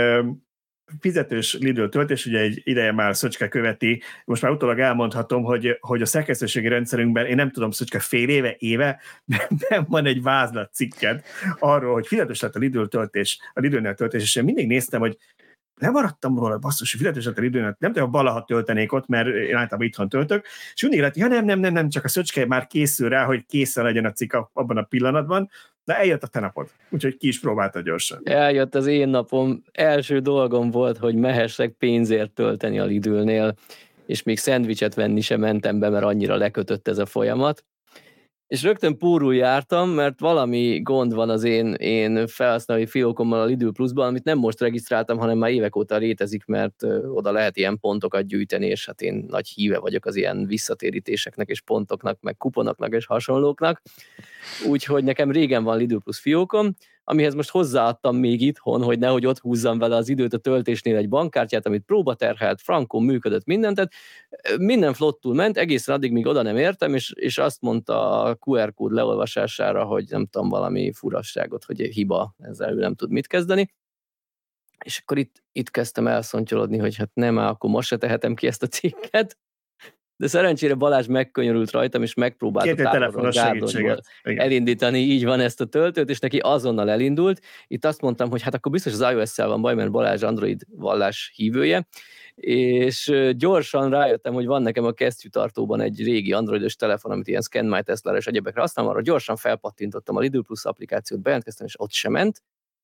Fizetős Lidl töltés, ugye egy ideje már Szöcske követi, most már utólag elmondhatom, hogy a szerkesztőségi rendszerünkben, én nem tudom, Szöcske fél éve, nem van egy vázlat cikked arról, hogy fizetős lett a Lidl töltés, a Lidl-nél töltés, és én mindig néztem, hogy nem maradtam róla, basszus, hogy fizetős lett a Lidl-nél, nem tudom, valaha töltenék ott, mert én általában itthon töltök, és mindig lett, nem, csak a Szöcske már készül rá, hogy készen legyen a cikk abban a pillanatban, de eljött a te napod, úgyhogy ki is próbálta gyorsan. Eljött az én napom. Első dolgom volt, hogy mehessek pénzért tölteni a Lidl-nél, és még szendvicset venni sem mentem be, mert annyira lekötött ez a folyamat. És rögtön pórul jártam, mert valami gond van az én felhasználói fiókommal a Lidl Plus-ban, amit nem most regisztráltam, hanem már évek óta létezik, mert oda lehet ilyen pontokat gyűjteni, és hát én nagy híve vagyok az ilyen visszatérítéseknek és pontoknak, meg kuponoknak és hasonlóknak. Úgyhogy nekem régen van Lidl Plus fiókom, amihez most hozzáadtam még itthon, hogy nehogy ott húzzam vele az időt a töltésnél egy bankkártyát, amit próbaterhelt, frankon működött minden, tehát minden flottul ment, egészen addig, míg oda nem értem, és azt mondta a QR kód leolvasására, hogy nem tudom, valami furasságot, hogy egy hiba, ezzel ő nem tud mit kezdeni. És akkor itt kezdtem elszontyolodni, hogy hát nem, akkor most se tehetem ki ezt a cikket. De szerencsére Balázs megkönyörült rajtam, és megpróbálta távolról Gárdonyból elindítani, így van, ezt a töltőt, és neki azonnal elindult. Itt azt mondtam, hogy hát akkor biztos az iOS-szel van baj, mert Balázs Android vallás hívője, és gyorsan rájöttem, hogy van nekem a kesztyűtartóban egy régi androidos telefon, amit ilyen Scan My Tesla és egyebekre használom, arra gyorsan felpattintottam a Lidl Plus applikációt, bejelentkeztem, és ott sem ment.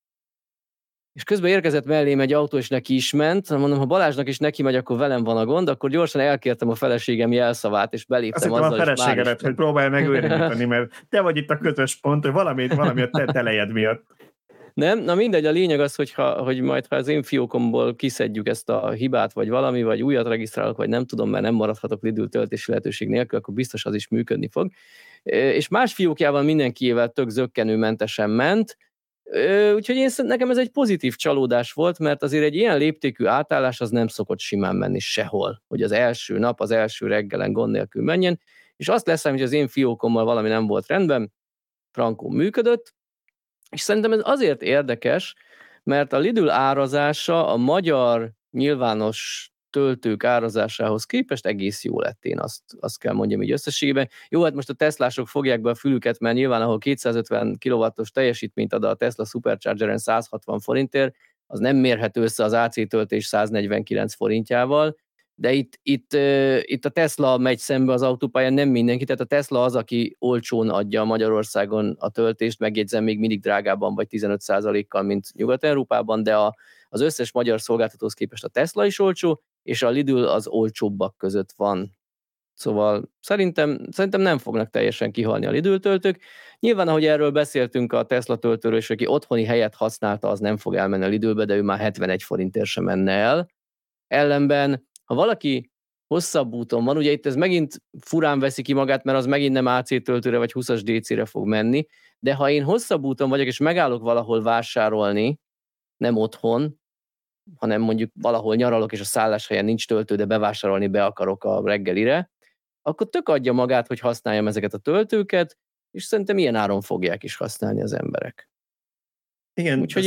És közben érkezett mellém egy autó, és neki is ment. Mondom, ha Balázsnak is neki megy, akkor velem van a gond, akkor gyorsan elkértem a feleségem jelszavát, és beléptem azzal. Azt a feleségedet, hogy próbálj meg őrindítani, mert te vagy itt a közös pont, hogy valami a te telejed miatt. Nem? Na mindegy, a lényeg az, hogy majd ha az én fiókomból kiszedjük ezt a hibát, vagy valami, vagy újat regisztrálok, vagy nem tudom, mert nem maradhatok Lidl töltési lehetőség nélkül, akkor biztos az is működni fog. És más fiókjával mindenkiével tök zökkenőmentesen ment, úgyhogy nekem ez egy pozitív csalódás volt, mert azért egy ilyen léptékű átállás az nem szokott simán menni sehol, hogy az első nap, az első reggelen gond nélkül menjen, és azt lesz, hogy az én fiókommal valami nem volt rendben, frankon működött, és szerintem ez azért érdekes, mert a Lidl árazása a magyar nyilvános töltők árazásához képest egész jó lett, én azt kell mondjam így összességében. Jó, hát most a Teslások fogják be a fülüket, mert nyilván ahol 250 kW-os teljesítményt ad a Tesla Superchargeren 160 forintért, az nem mérhető össze az AC töltés 149 forintjával, de itt a Tesla megy szembe az autópályán, nem mindenki, tehát a Tesla az, aki olcsón adja Magyarországon a töltést, megjegyzem még mindig drágában vagy 15%-kal, mint Nyugat-Európában, de az összes magyar szolgáltatóhoz képest a Tesla is olcsó, és a Lidl az olcsóbbak között van. Szóval szerintem nem fognak teljesen kihalni a Lidl töltők. Nyilván, ahogy erről beszéltünk a Tesla töltőről, és aki otthoni helyet használta, az nem fog elmenni a Lidlbe, de ő már 71 forintért sem menne el. Ellenben, ha valaki hosszabb úton van, ugye itt ez megint furán veszi ki magát, mert az megint nem AC töltőre vagy 20-as DC-re fog menni, de ha én hosszabb úton vagyok, és megállok valahol vásárolni, nem otthon, hanem mondjuk valahol nyaralok, és a szálláshelyen nincs töltő, de bevásárolni be akarok a reggelire, akkor tök adja magát, hogy használjam ezeket a töltőket, és szerintem ilyen áron fogják is használni az emberek. Igen, úgyhogy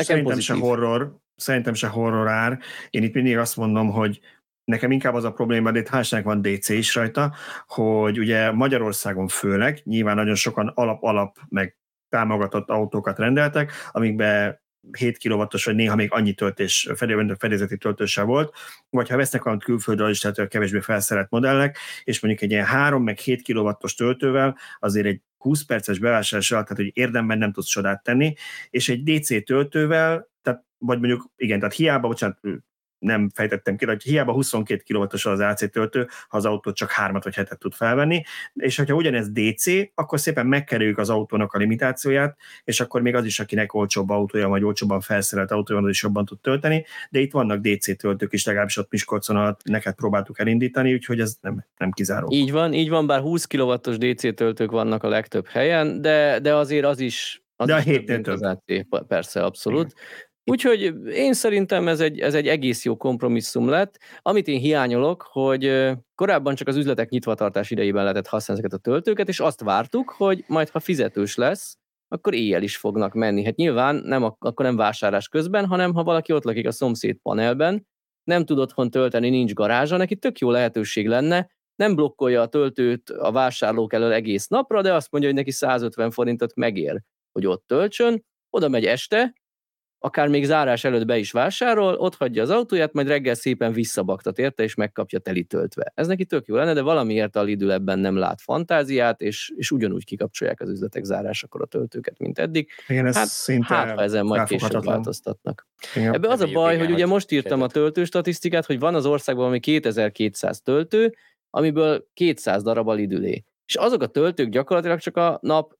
szerintem se horror ár. Én itt mindig azt mondom, hogy nekem inkább az a probléma, de itt hál' van DC is rajta, hogy ugye Magyarországon főleg, nyilván nagyon sokan alap meg támogatott autókat rendeltek, amikben 7 kW-os, vagy néha még annyi töltés, fedélzeti töltése volt, vagy ha vesznek valamit külföldről is, tehát kevésbé felszerelt modellek, és mondjuk egy ilyen 3 meg 7 kW-os töltővel azért egy 20 perces bevásárlás alatt, tehát hogy érdemben nem tudsz csodát tenni, és egy DC töltővel, tehát, vagy mondjuk, igen, tehát hiába, bocsánat, nem fejtettem ki, hogy hiába 22 kW-os az AC töltő, ha az autó csak 3 vagy 7 tud felvenni, és hogyha ugyanez DC, akkor szépen megkerüljük az autónak a limitációját, és akkor még az is, akinek olcsóbb autója, vagy olcsóbban felszerelt autója, az is jobban tud tölteni, de itt vannak DC töltők is, legalábbis ott Miskolcon neked próbáltuk elindítani, úgyhogy ez nem kizáró. Így van, bár 20 kW-os DC töltők vannak a legtöbb helyen, de azért az is de a 7 az AC, persze, abszolút. Igen. Úgyhogy én szerintem ez egy egész jó kompromisszum lett. Amit én hiányolok, hogy korábban csak az üzletek nyitvatartás idejében lehetett használni ezeket a töltőket, és azt vártuk, hogy majd ha fizetős lesz, akkor éjjel is fognak menni. Hát nyilván akkor nem vásárlás közben, hanem ha valaki ott lakik a szomszéd panelben, nem tud otthon tölteni, nincs garázsa, neki tök jó lehetőség lenne, nem blokkolja a töltőt a vásárlók elől egész napra, de azt mondja, hogy neki 150 forintot megér, hogy ott töltsön, oda megy este, akár még zárás előtt be is vásárol, ott hagyja az autóját, majd reggel szépen visszabaktat érte, és megkapja telítöltve. Ez neki tök jó lenne, de valamiért a Lidl ebben nem lát fantáziát, és ugyanúgy kikapcsolják az üzletek zárásakor a töltőket, mint eddig. Igen, ez ha ezen majd később változtatnak. Ebben az a baj, hogy ugye most írtam a töltőstatisztikát, hogy van az országban valami 2200 töltő, amiből 200 darab a Lidlé. És azok a töltők gyakorlatilag csak a nap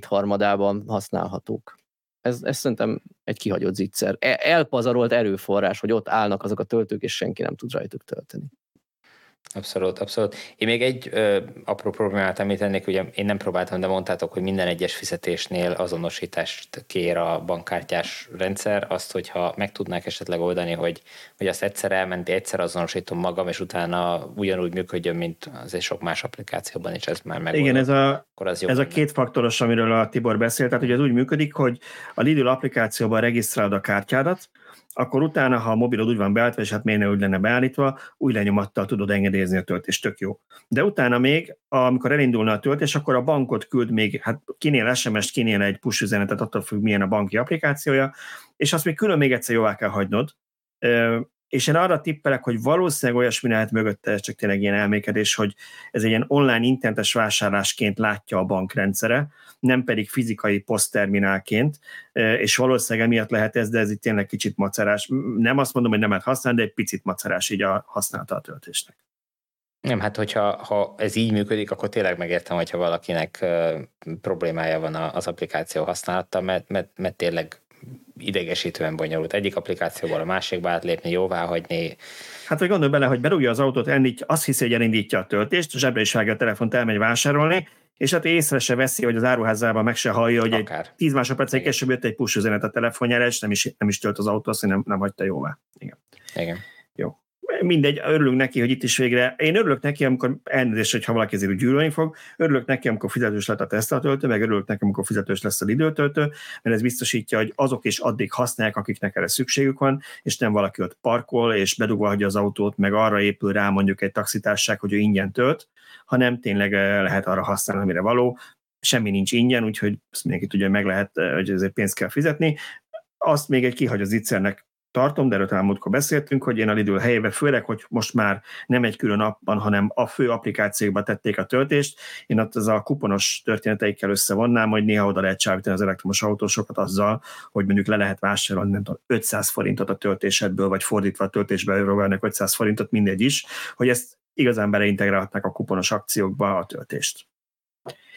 2/3 használhatók. Ez szerintem egy kihagyott zicser. Elpazarolt erőforrás, hogy ott állnak azok a töltők, és senki nem tud rajtuk tölteni. Abszolút. Én még egy apró problémát említenék, ugye én nem próbáltam, de mondtátok, hogy minden egyes fizetésnél azonosítást kér a bankkártyás rendszer, azt, hogyha meg tudnák esetleg oldani, hogy azt egyszer elmenti, egyszer azonosítom magam, és utána ugyanúgy működjön, mint azért sok más applikációban, és ez már megoldott. Igen, ez a kétfaktoros, amiről a Tibor beszélt, tehát ugye ez úgy működik, hogy a Lidl applikációban regisztrálod a kártyádat, akkor utána, ha a mobilod úgy van beállítva, és hát miért ne úgy lenne beállítva, új lenyomattal tudod engedélyezni a töltést, tök jó. De utána még, amikor elindulna a töltés, akkor a bankot küld még, hát kinél SMS-t, kinél egy push üzenetet, attól függ, milyen a banki applikációja, és azt még külön még egyszer jóvá kell hagynod. És én arra tippelek, hogy valószínűleg olyasmi lehet mögötte, ez csak tényleg ilyen elmékedés, hogy ez egy ilyen online internetes vásárlásként látja a bankrendszere, nem pedig fizikai posztterminálként, és valószínűleg emiatt lehet ez, de ez itt tényleg kicsit macerás. Nem azt mondom, hogy nem lehet használni, de egy picit macerás így a használata a töltésnek. Nem, hát hogyha ez így működik, akkor tényleg megértem, hogyha valakinek problémája van az applikáció használata, mert tényleg idegesítően bonyolult. Egyik applikációból a másikba átlépni, jóváhagyni. Hát, hogy gondolj bele, hogy berúgja az autót, azt hiszi, hogy elindítja a töltést, zsebre is vágja a telefont, elmegy vásárolni, és hát észre se veszi, hogy az áruházában meg se hallja, hogy akár. Egy 10 másodpercig később jött egy push üzenet a telefonjára, és nem is tölt az autó, azt, hogy nem hagyta jóvá. Igen. Jó. Mindegy, örülünk neki, hogy itt is végre. Én örülök neki, amikor elnézést, hogyha valaki ezért gyűlölni fog, örülök neki, amikor fizetős lett a Tesla töltő, meg örülök neki, amikor fizetős lesz a Lidl töltő, mert ez biztosítja, hogy azok is addig használják, akiknek erre szükségük van, és nem valaki ott parkol, és bedugva hagyja az autót, meg arra épül rá mondjuk egy taxitárság, hogy ő ingyen tölt, hanem tényleg lehet arra használni, amire való. Semmi nincs ingyen, úgyhogy azt mindenki tudja, hogy meg lehet, hogy ezért pénzt kell fizetni. Azt még egy kihagyó zicsernek tartom, de erről talán múltkor beszéltünk, hogy én a Lidl helyébe, főleg, hogy most már nem egy külön appban, hanem a fő applikációkba tették a töltést, én ott az a kuponos történeteikkel összevonnám, hogy néha oda lehet csábítani az elektromos autósokat azzal, hogy mondjuk le lehet vásárolni, nem tudom, 500 forintot a töltésedből, vagy fordítva a töltésből vennek 500 forintot, mindegy is, hogy ezt igazán beleintegrálhatnak a kuponos akciókba a töltést.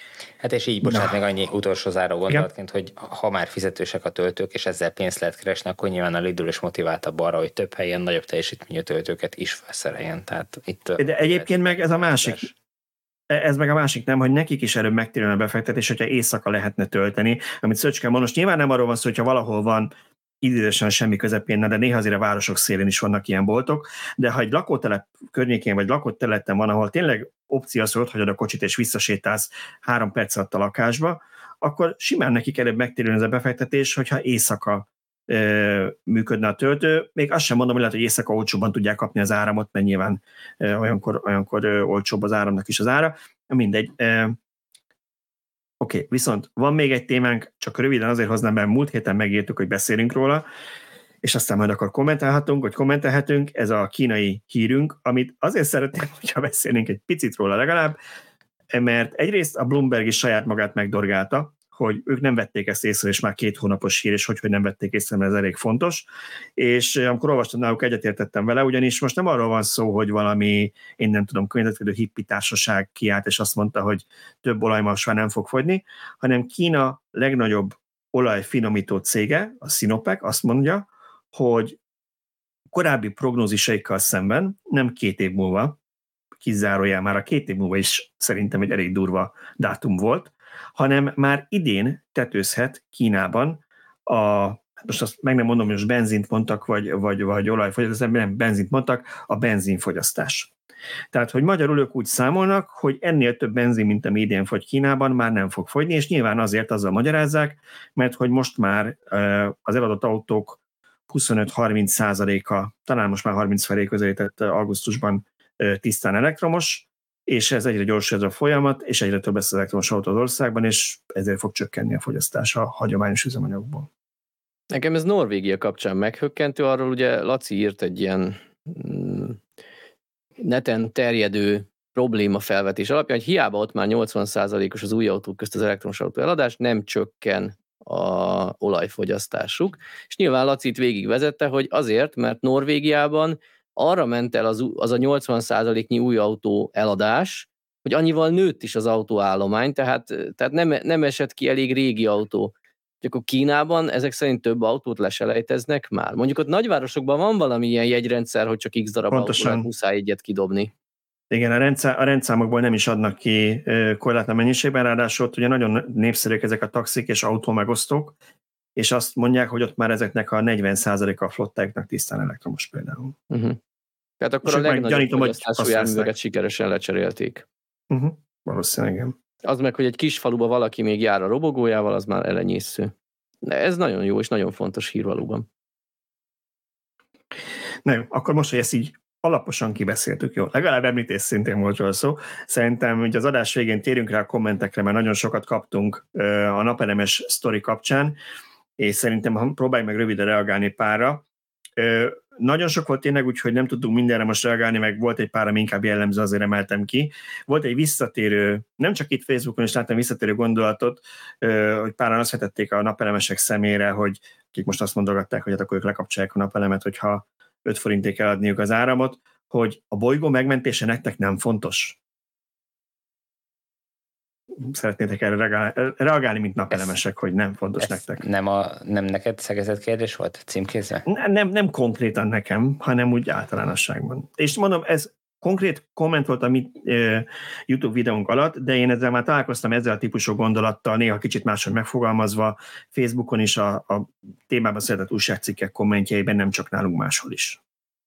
Hát és így, bocsánat, még annyi utolsó záró gondolatként, hogy ha már fizetősek a töltők, és ezzel pénzt lehet keresni, akkor nyilván a Lidl is motiváltabb arra, hogy több helyen nagyobb teljesítményű töltőket is felszereljen. Tehát itt de egyébként meg ez a másik, ez meg a másik nem, hogy nekik is előbb megtérülne a befektetés, hogyha éjszaka lehetne tölteni, amit Szöcske mond, most nyilván nem arról van szó, hogyha valahol van idősen semmi közepén, de néha azért a városok szélén is vannak ilyen boltok, de ha egy lakótelep környékén, vagy lakott területen van, ahol tényleg opció az, hogy ott hagyod a kocsit és visszasétálsz 3 perc alatt a lakásba, akkor simán nekik előbb megtérülne ez a befektetés, hogyha éjszaka működne a töltő. Még azt sem mondom, hogy lehet, hogy éjszaka olcsóbban tudják kapni az áramot, mert nyilván olyankor olcsóbb az áramnak is az ára. Mindegy. Oké, viszont van még egy témánk, csak röviden azért hoznám, mert múlt héten megírtuk, hogy beszélünk róla, és aztán majd akkor kommentelhetünk, ez a kínai hírünk, amit azért szeretném, hogyha beszélnénk egy picit róla legalább, mert egyrészt a Bloomberg is saját magát megdorgálta, hogy ők nem vették ezt észre, és már 2 hónapos hír, és hogy nem vették észre, mert ez elég fontos. És amikor olvastam náluk, egyetértettem vele, ugyanis most nem arról van szó, hogy valami, én nem tudom, környezetvédő hippi társaság kiállt, és azt mondta, hogy több olajmars már nem fog fogyni, hanem Kína legnagyobb olajfinomító cége, a Sinopec azt mondja, hogy korábbi prognózisaikkal szemben nem 2 év múlva, kizárójel már a 2 év múlva is szerintem egy elég durva dátum volt, hanem már idén tetőzhet Kínában most azt meg nem mondom, hogy most benzint mondtak, vagy olajfogyasztás, nem benzint mondtak, a benzinfogyasztás. Tehát, hogy magyarul ők úgy számolnak, hogy ennél több benzin, mint ami idén fogy Kínában, már nem fog fogyni, és nyilván azért azzal magyarázzák, mert hogy most már az eladott autók 25-30%-a, talán most már 30% közelített augusztusban tisztán elektromos, és ez egyre gyorsul ez a folyamat, és egyre több lesz az elektromos autó az országban, és ezért fog csökkenni a fogyasztás a hagyományos üzemanyagból. Nekem ez Norvégia kapcsán meghökkentő, arról ugye Laci írt egy ilyen neten terjedő problémafelvetés alapján, hogy hiába ott már 80%-os az új autók közt az elektromos autó eladás, nem csökken a olajfogyasztásuk. És nyilván Laci itt végigvezette, hogy azért, mert Norvégiában arra ment el az a 80%-nyi új autó eladás, hogy annyival nőtt is az autóállomány, tehát nem esett ki elég régi autó. Akkor Kínában ezek szerint több autót leselejteznek már. Mondjuk ott nagyvárosokban van valami ilyen jegyrendszer, hogy csak x darab autóra muszáj egyet kidobni. Igen, a rendszámokból nem is adnak ki korlátlan mennyiségben, ráadásul ott ugye nagyon népszerűek ezek a taxik és autómegosztók, és azt mondják, hogy ott már ezeknek a 40%-a a flottáknak tisztán elektromos például. Tehát akkor a legnagyobb fogyasztású járműveket sikeresen lecserélték. Valószínűleg igen. Az meg, hogy egy kis faluba valaki még jár a robogójával, az már elenyésző. De ez nagyon jó és nagyon fontos hír valóban. Na jó, akkor most, hogy ezt így alaposan kibeszéltük, jó, legalább említés szintén volt róla szó. Szerintem hogy az adás végén térünk rá a kommentekre, mert nagyon sokat kaptunk a napelemes sztori kapcsán, és szerintem próbálj meg röviden reagálni párra. Nagyon sok volt tényleg, úgyhogy nem tudtunk mindenre most reagálni, meg volt egy pár, ami inkább jellemző, azért emeltem ki. Volt egy visszatérő, nem csak itt Facebookon is láttam visszatérő gondolatot, hogy páran azt vetették a napelemesek szemére, hogy akik most azt mondogatták, hogy hát akkor ők lekapcsolják a napelemet, hogyha 5 forintig kell adniuk az áramot, hogy a bolygó megmentése nektek nem fontos. Szeretnétek erre reagálni, mint napelemesek, hogy nem fontos nektek. Nem neked szegezett kérdés volt címkézve? Nem konkrétan nekem, hanem úgy általánosságban. És mondom, ez konkrét komment volt a mi YouTube videónk alatt, de én ezzel már találkoztam ezzel a típusú gondolattal, néha kicsit máshogy megfogalmazva, Facebookon is a témában született újságcikkek kommentjeiben, nem csak nálunk, máshol is.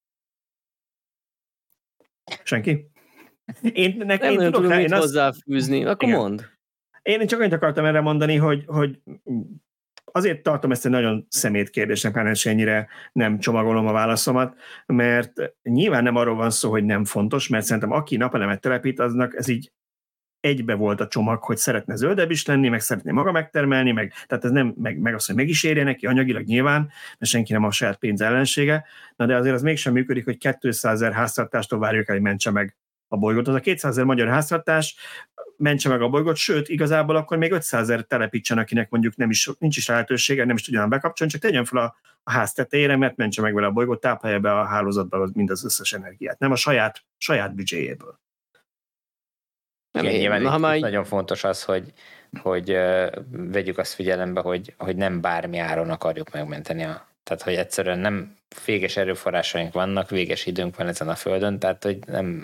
Senki? Nem tudom mit hozzáfűzni, akkor mondd. Én csak annyit akartam erre mondani, hogy azért tartom ezt egy nagyon szemét kérdésnek, pláne ennyire nem csomagolom a válaszomat, mert nyilván nem arról van szó, hogy nem fontos, mert szerintem aki napelemet telepít, aznak ez így egybe volt a csomag, hogy szeretne zöldebb is lenni, meg szeretné maga megtermelni, tehát ez nem meg azt, hogy meg is érje neki anyagilag nyilván, mert senki nem a saját pénz ellensége, na de azért az mégsem működik, hogy 200 000 háztartástól várjuk el, hogy mentse meg a bolygót. Az a 200 000 magyar háztartás mentse meg a bolygót, sőt, igazából akkor még 500 000 telepítsen, akinek mondjuk nincs is lehetősége, nem is tudja bekapcsolni, csak tegyen fel a ház tetejére, mert mentse meg vele a bolygót, táplálja be a hálózatba mind az összes energiát, nem a saját büdzséjéből. Igen, nyilván nagyon fontos az, hogy hogy vegyük azt figyelembe, hogy nem bármi áron akarjuk megmenteni tehát, hogy egyszerűen nem véges erőforrásaink vannak, véges időnk van ezen a földön, tehát, hogy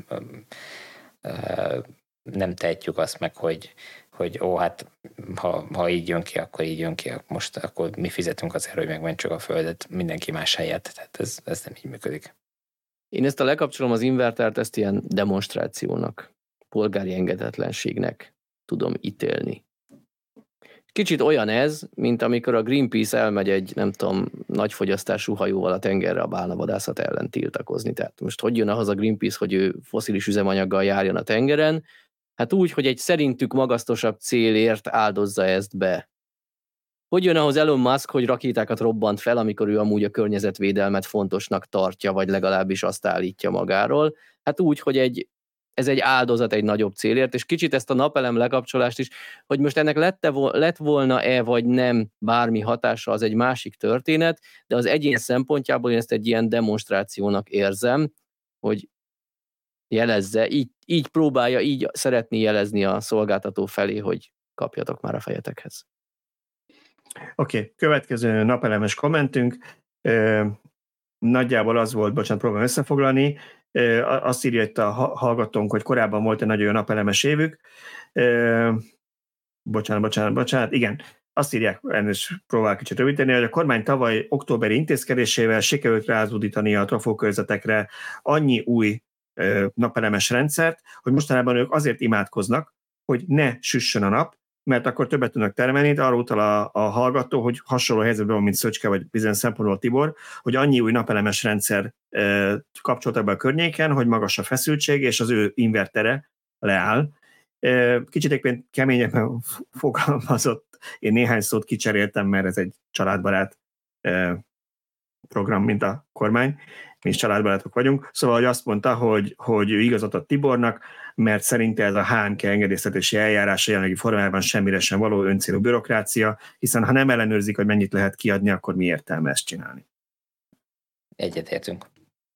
nem tehetjük azt meg, hogy hát ha így jön ki, akkor így jön ki, most akkor mi fizetünk azért, hogy megmentsük a földet mindenki más helyett, tehát ez nem így működik. Én ezt a lekapcsolom az invertert, ezt ilyen demonstrációnak, polgári engedetlenségnek tudom ítélni. Kicsit olyan ez, mint amikor a Greenpeace elmegy egy, nem tudom, nagyfogyasztású hajóval a tengerre a bálnavadászat ellen tiltakozni. Tehát most hogy jön ahhoz a Greenpeace, hogy ő fosszilis üzemanyaggal járjon a tengeren? Hát úgy, hogy egy szerintük magasztosabb célért áldozza ezt be. Hogy jön ahhoz Elon Musk, hogy rakétákat robbant fel, amikor ő amúgy a környezetvédelmet fontosnak tartja, vagy legalábbis azt állítja magáról? Hát úgy, hogy ez egy áldozat egy nagyobb célért, és kicsit ezt a napelem lekapcsolást is, hogy most ennek lett volna-e, vagy nem bármi hatása, az egy másik történet, de az egyén szempontjából én ezt egy ilyen demonstrációnak érzem, hogy jelezze, így próbálja, így szeretné jelezni a szolgáltató felé, hogy kapjatok már a fejetekhez. Oké, következő napelemes kommentünk. Nagyjából az volt, próbálom összefoglalni, azt írja itt a hallgatónk, hogy korábban volt egy nagyon napelemes évük. Bocsánat, igen. Azt írják, és próbál kicsit rövidíteni, hogy a kormány tavaly októberi intézkedésével sikerült rázúdítani a trafókörzetekre annyi új napelemes rendszert, hogy mostanában ők azért imádkoznak, hogy ne süssön a nap, mert akkor többet tudnak termelni, de arra utal a hallgató, hogy hasonló helyzetben van, mint Szöcske, vagy bizonyos szempontból Tibor, hogy annyi új napelemes rendszer kapcsoltak be a környéken, hogy magas a feszültség, és az ő invertere leáll. Kicsit egyébként keményebben fogalmazott, én néhány szót kicseréltem, mert ez egy családbarát program, mint a kormány, mi is családbarátok vagyunk. Szóval hogy azt mondta, hogy ő igazat ad Tibornak, mert szerinte ez a HMK engedélyeztetési eljárás a jelenlegi formájában semmire sem való öncélú bürokrácia, hiszen ha nem ellenőrzik, hogy mennyit lehet kiadni, akkor mi értelme ezt csinálni. Egyetértünk.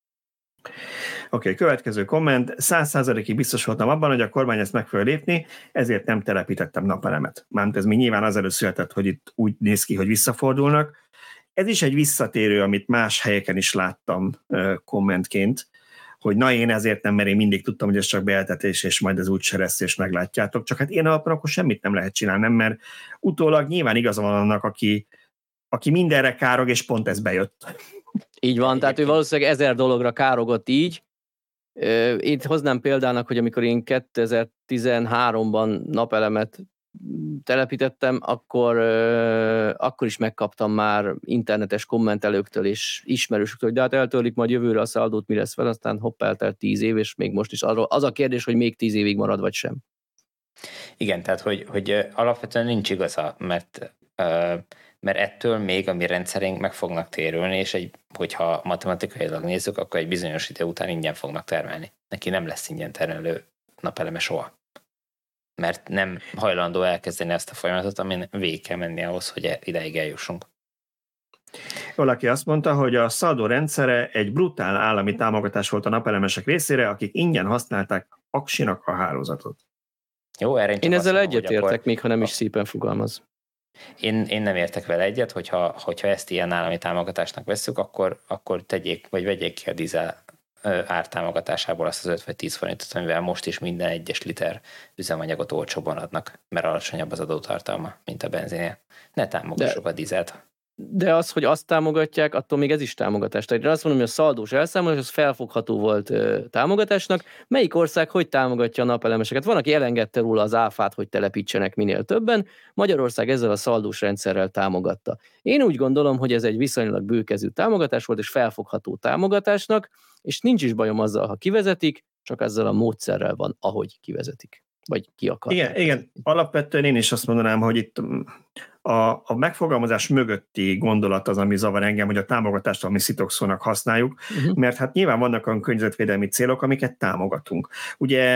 Oké, következő komment. 100%-ig biztos voltam abban, hogy a kormány ezt meg fog lépni, ezért nem telepítettem napelemet. Mármint ez még nyilván azelőtt született, hogy itt úgy néz ki, hogy visszafordulnak. Ez is egy visszatérő, amit más helyeken is láttam kommentként, hogy na én ezért nem, mert én mindig tudtam, hogy ez csak beeltetés, és majd ez úgyse lesz, és meglátjátok. Csak hát én alapban akkor semmit nem lehet csinálni, nem, mert utólag nyilván igaza van annak, aki mindenre károg, és pont ez bejött. Így van, tehát ő valószínűleg 1000 dologra károgott így. Itt hoznám példának, hogy amikor én 2013-ban napelemet telepítettem, akkor is megkaptam már internetes kommentelőktől és ismerősöktől, hogy de hát eltörlik majd jövőre a szaldót, mi lesz vele, aztán hopp, eltelt 10 év, és még most is az a kérdés, hogy még 10 évig marad, vagy sem. Igen, tehát hogy alapvetően nincs igaza, mert ettől még a mi rendszerünk meg fognak térülni, és hogyha matematikailag nézzük, akkor egy bizonyos idő után ingyen fognak termelni. Neki nem lesz ingyen termelő napeleme soha. Mert nem hajlandó elkezdeni ezt a folyamatot, amin végig kell menni ahhoz, hogy ideig eljussunk. Valaki azt mondta, hogy a Szaldó rendszere egy brutál állami támogatás volt a napelemesek részére, akik ingyen használták aksinak a hálózatot. Jó, erre én ezzel egyetértek, még ha nem is szépen fogalmaz. Én nem értek vele egyet, hogyha ezt ilyen állami támogatásnak vesszük, akkor tegyék, vagy vegyék ki a dízel ártámogatásából azt az 5 vagy 10 forintot, amivel most is minden egyes liter üzemanyagot olcsóbban adnak, mert alacsonyabb az adótartalma, mint a benzinnél. Ne támogassuk a dízelt. De az, hogy azt támogatják, attól még ez is támogatás. Tehát azt mondom, hogy a szaldós elszámolás az felfogható volt támogatásnak. Melyik ország hogy támogatja a napelemeseket? Van, aki elengedte róla az áfát, hogy telepítsenek minél többen. Magyarország ezzel a szaldós rendszerrel támogatta. Én úgy gondolom, hogy ez egy viszonylag bőkezű támogatás volt, és felfogható támogatásnak, és nincs is bajom azzal, ha kivezetik, csak ezzel a módszerrel van, ahogy kivezetik. Vagy ki akar. Igen, alapvetően én is azt mondanám, hogy itt a megfogalmazás mögötti gondolat az, ami zavar engem, hogy a támogatást, ami szitokszónak használjuk, mert hát nyilván vannak olyan környezetvédelmi célok, amiket támogatunk. Ugye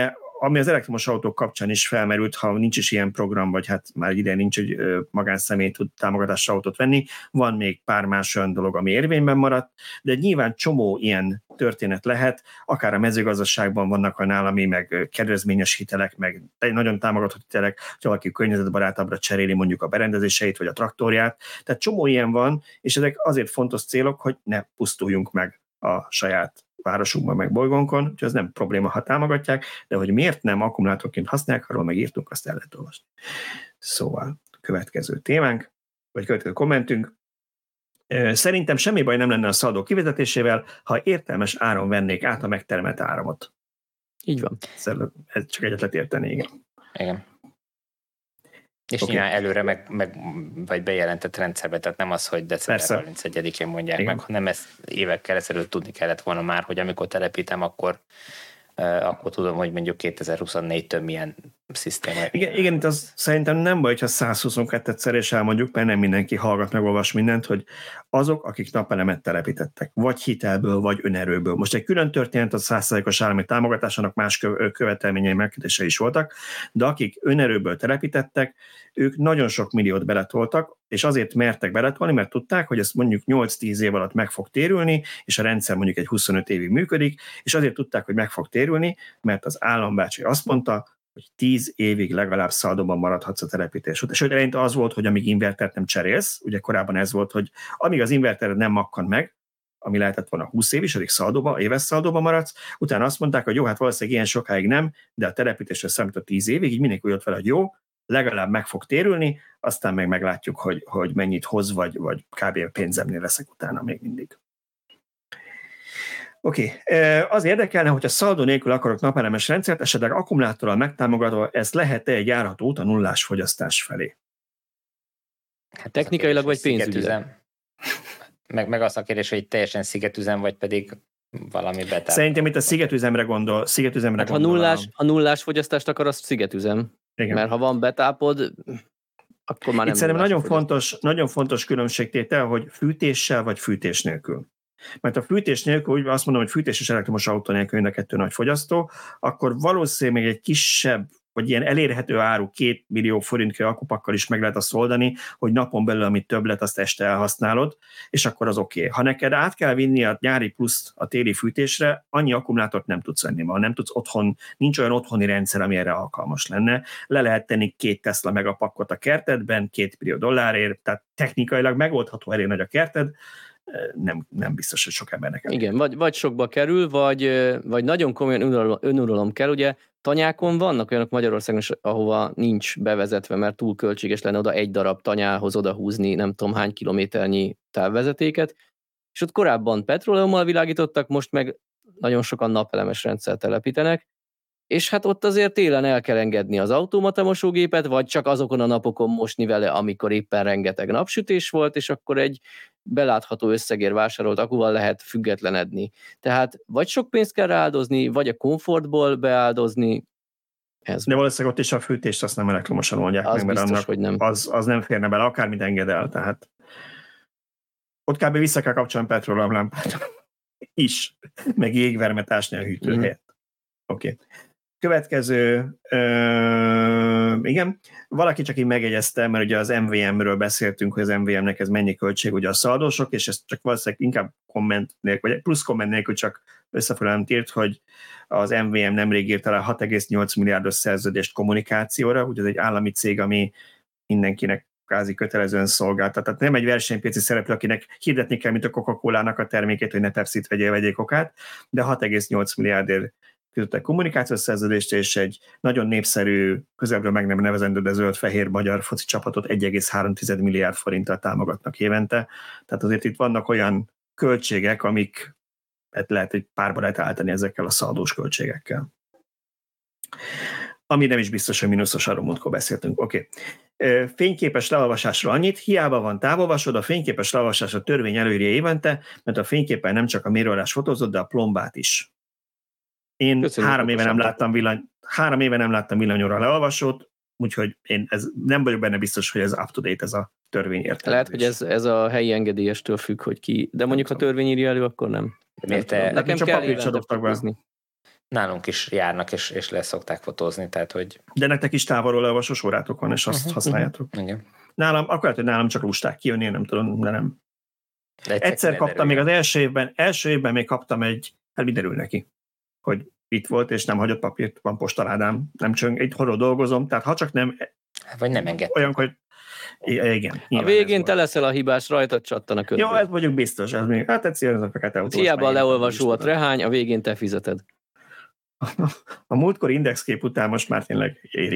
ami az elektromos autók kapcsán is felmerült, ha nincs is ilyen program, vagy hát már ide nincs, hogy magánszemély tud támogatásra autót venni, van még pár más olyan dolog, ami érvényben maradt, de nyilván csomó ilyen történet lehet, akár a mezőgazdaságban vannak olyan állami, meg kedvezményes hitelek, meg nagyon támogatott hitelek, hogy valaki környezetbarátabbra cseréli mondjuk a berendezéseit, vagy a traktorját, tehát csomó ilyen van, és ezek azért fontos célok, hogy ne pusztuljunk meg a saját városunkban, meg bolygónkon, úgyhogy ez nem probléma, ha támogatják, de hogy miért nem akkumulátorként használják, arról megírtunk, azt el lehet olvasni. Szóval következő témánk, vagy következő kommentünk. Szerintem semmi baj nem lenne a szaldó kivezetésével, ha értelmes áron vennék át a megtermelt áramot. Így van. Ez csak egyet lehet érteni, igen. Igen. És nyilván előre vagy bejelentett rendszerbe, tehát nem az, hogy december 31-én mondják igen. meg, hanem ezt évekkel ezelőtt tudni kellett volna már, hogy amikor telepítem, akkor tudom, hogy mondjuk 2024-től milyen szisztéma. Igen, itt az szerintem nem baj, ha 122-szer is elmondjuk, mert nem mindenki hallgat, megolvas mindent, hogy azok, akik napelemet telepítettek, vagy hitelből, vagy önerőből. Most egy külön történet, a 100%-os állami támogatásának más követelményei megkötései is voltak, de akik önerőből telepítettek, ők nagyon sok milliót beletoltak, és azért mertek beletolni, mert tudták, hogy ezt mondjuk 8-10 év alatt meg fog térülni, és a rendszer mondjuk egy 25 évig működik, és azért tudták, hogy meg fog térülni, mert az állambácsi azt mondta, hogy 10 évig legalább szaldóban maradhatsz a telepítés után. És hogy eleinte az volt, hogy amíg invertert nem cserélsz, ugye korábban ez volt, hogy amíg az invertered nem makkan meg, ami lehetett volna 20 év is, addig szaldóban, éves szaldóban maradsz, utána azt mondták, hogy jó, hát valószínűleg ilyen sokáig nem, de a telepítésre számított 10 évig, így mindenki úgy jött vele, hogy jó, legalább meg fog térülni, aztán meg meglátjuk, hogy mennyit hoz, vagy kb. Pénzemnél leszek utána még mindig. Oké. Az érdekelne, hogy a szaldó nélkül akarok napelemes rendszert, esetleg akkumulátorral megtámogatva, ez lehet-e egy járható út a nullás fogyasztás felé? Hát technikailag vagy pénzügyileg? Meg azt a kérdés, hogy teljesen szigetüzem, vagy pedig valami betáp. Szerintem itt a szigetüzemre gondol. Hát ha nullás fogyasztást akar, az szigetüzem. Igen. Mert ha van betápod, akkor már nem. Itt szerintem nagyon fontos különbségtétel, hogy fűtéssel vagy fűtés nélkül. Mert a fűtés nélkül, úgy azt mondom, hogy fűtés és elektromos autó nélkül mind a kettő nagy fogyasztó, akkor valószínűleg még egy kisebb, vagy ilyen elérhető áru 2 millió forint akupakkal is meg lehet azt oldani, hogy napon belül, amit többlet, azt este elhasználod, és akkor az oké. Ha neked át kell vinni a nyári pluszt a téli fűtésre, annyi akkumulátort nem tudsz venni, mert nem tudsz nincs olyan otthoni rendszer, ami erre alkalmas lenne. Le lehet tenni 2 Tesla megapakkot a kertedben, $2 millió, tehát technikailag megoldható, elég nagy a kerted, nem biztos, hogy sok embernek. Igen, vagy sokba kerül, vagy nagyon komolyan önuralom kell. Ugye tanyákon vannak olyanok Magyarországon, ahova nincs bevezetve, mert túl költséges lenne oda egy darab tanyához odahúzni nem tudom hány kilométernyi távvezetéket, és ott korábban petróleummal világítottak, most meg nagyon sokan napelemes rendszert telepítenek, és hát ott azért télen el kell engedni az automata mosógépet, vagy csak azokon a napokon mosni vele, amikor éppen rengeteg napsütés volt, és akkor egy belátható összegért vásárolt akuval lehet függetlenedni. Tehát vagy sok pénzt kell rááldozni, vagy a komfortból beáldozni. De valószínűleg ott is a fűtést azt nem elektromosan oldják az meg, mert biztos, annak hogy nem. Az nem férne bele, akármit enged el, tehát ott kb. Vissza kell kapcsolni petróleumlámpát is, meg jégvermetásni a hűtő helyett. Oké. Következő, igen, valaki csak így megjegyezte, mert ugye az MVM-ről beszéltünk, hogy az MVM-nek ez mennyi költség, ugye a szaldósok, és ezt csak valószínűleg inkább komment nélkül, vagy plusz komment nélkül csak összefoglalóan írt, hogy az MVM nemrég írt el 6,8 milliárdos szerződést kommunikációra, ugye ez egy állami cég, ami mindenkinek kvázi kötelezően szolgáltat. Tehát nem egy versenypiaci szereplő, akinek hirdetni kell, mint a Coca-Cola-nak a termékét, hogy ne Pepsit vegyél Kokát, de 6,8 milliárdért kötöttek kommunikációs szerződést, és egy nagyon népszerű, közelből meg nem nevezendő, de zöld-fehér magyar foci csapatot 1,3 milliárd forinttal támogatnak évente. Tehát azért itt vannak olyan költségek, amik lehet, hogy párba lehet állítani ezekkel a szaldós költségekkel. Ami nem is biztos, hogy mínuszos, arról múltkor beszéltünk. Oké. Fényképes leolvasásra annyit, hiába van távolvasod, a fényképes leolvasás a törvény előírja évente, mert a fényképen nem csak a mérőállás fotózott, de a plombát is. Én 3 éve nem láttam villanyóra leolvasót, úgyhogy én nem vagyok benne biztos, hogy ez up-to-date ez a törvény értelmezés. Lehet, hogy ez a helyi engedélyestől függ, hogy ki, de mondjuk ha törvény írja elő, akkor nem. Nekem csak papírt se dobtak be. Nálunk is járnak, és le szokták fotózni, tehát hogy... De nektek is távolról olvasós órátok van, és azt használjátok. Igen. Nálam, akkor lehet, hogy nálam csak lusták kijönni, én nem tudom, de nem. De Egyszer kaptam még az első évben még kaptam hát mi derül neki, hogy itt volt, és nem hagyott papírt, van postaládám, nem csöng, itt horror dolgozom, tehát ha csak nem... Vagy nem engedtem. Olyan, hogy igen. A végén te leszel a hibás, rajtad csattan a könyv. Jó, ez mondjuk biztos, ez még, hát egyszerűen ez a fekete autós. Hiába a leolvasó a trehány, a végén te fizeted. A múltkor indexkép után most már tényleg érik.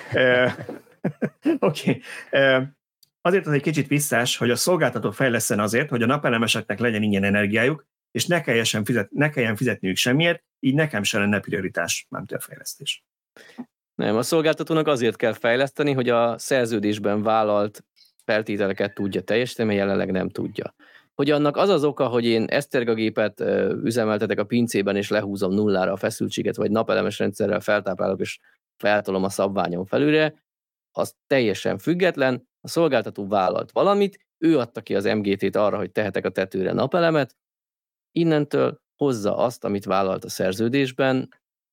Oké. Azért az egy kicsit visszás, hogy a szolgáltató fejleszten azért, hogy a napelemeseknek legyen ingyen energiájuk, és ne kelljen fizetniük semmiért, így nekem se lenne prioritás, nem a fejlesztés. Nem, a szolgáltatónak azért kell fejleszteni, hogy a szerződésben vállalt feltételeket tudja teljesíteni, mert jelenleg nem tudja. Hogy annak az az oka, hogy én esztergagépet üzemeltetek a pincében, és lehúzom nullára a feszültséget, vagy napelemes rendszerrel feltáplálok, és feltolom a szabványon felülre, az teljesen független, a szolgáltató vállalt valamit, ő adta ki az MGT-t arra, hogy tehetek a tetőre napelemet, innentől hozza azt, amit vállalt a szerződésben,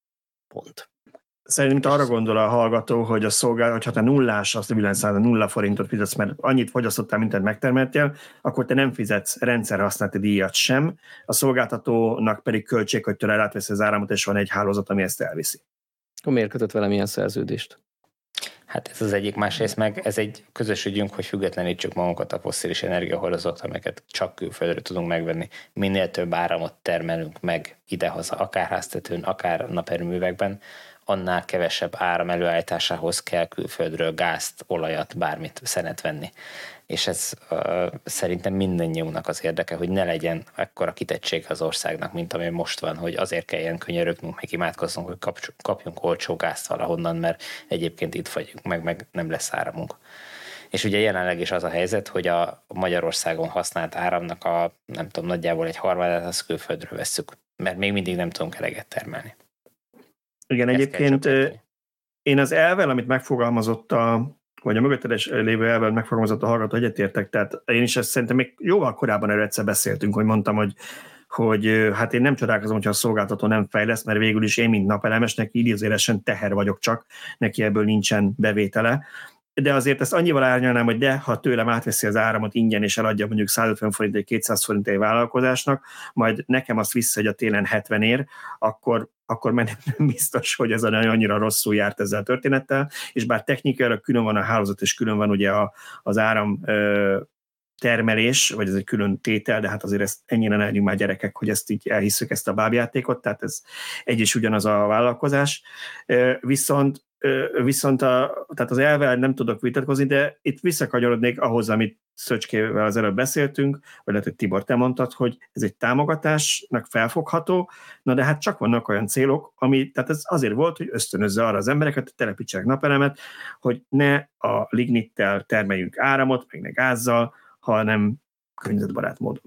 pont. Szerintem arra gondol a hallgató, hogy a hogyha te nullás, azt a villanyszámla 0 forintot fizetsz, mert annyit fogyasztottál, mint megtermeltél, akkor te nem fizetsz rendszerhasználati díjat sem, a szolgáltatónak pedig költség, hogy tőle átveszi az áramot, és van egy hálózat, ami ezt elviszi. Akkor miért kötött velem ilyen szerződést? Hát ez az egyik, másrészt meg ez egy közös ügyünk, hogy függetlenítsük magunkat a fosszilis energiahordozoktól, amiket csak külföldről tudunk megvenni. Minél több áramot termelünk meg idehaza, akár háztetőn, akár naperőművekben, annál kevesebb áram előállításához kell külföldről gázt, olajat, bármit, szenet venni. És ez szerintem mindannyiunknak az érdeke, hogy ne legyen ekkora kitettség az országnak, mint ami most van, hogy azért kelljen könyörögnünk, meg imádkoznunk, hogy kapjunk olcsó gázt valahonnan, mert egyébként itt vagyunk, meg nem lesz áramunk. És ugye jelenleg is az a helyzet, hogy a Magyarországon használt áramnak nem tudom, nagyjából egy harmadát az külföldről vesszük, mert még mindig nem tudunk eleget termelni. Igen, egyébként én az elvel, amit megfogalmazott vagy a mögöttedes lévő elvel megfogalmazott a hallgató, egyetértek, tehát én is ezt szerintem még jóval korábban erről egyszer beszéltünk, hogy mondtam, hogy hát én nem csodálkozom, hogyha a szolgáltató nem fejleszt, mert végül is én, mint napelemesnek idézőjelesen teher vagyok csak, neki ebből nincsen bevétele. De azért ezt annyival árnyalnám, hogy ha tőlem átveszi az áramot ingyen, és eladja mondjuk 150 forint egy 200 forint egy vállalkozásnak, majd nekem azt visszaadja a télen 70 ér, akkor már nem biztos, hogy ez annyira rosszul járt ezzel a történettel, és bár technikailag külön van a hálózat, és külön van ugye az áram termelés, vagy ez egy külön tétel, de hát azért ezt ennyire ne legyünk már gyerekek, hogy ezt így elhisszük, ezt a bábjátékot, tehát ez egy és ugyanaz a vállalkozás. Viszont tehát az elvel nem tudok vitatkozni, de itt visszakanyarodnék ahhoz, amit Szöcskével az előbb beszéltünk, vagy lehet, hogy Tibor, te mondtad, hogy ez egy támogatásnak felfogható, na de hát csak vannak olyan célok, tehát ez azért volt, hogy ösztönözze arra az embereket, hogy telepítsenek napelemet, hogy ne a lignittel termeljünk áramot, meg ne gázzal, hanem környezetbarát módon.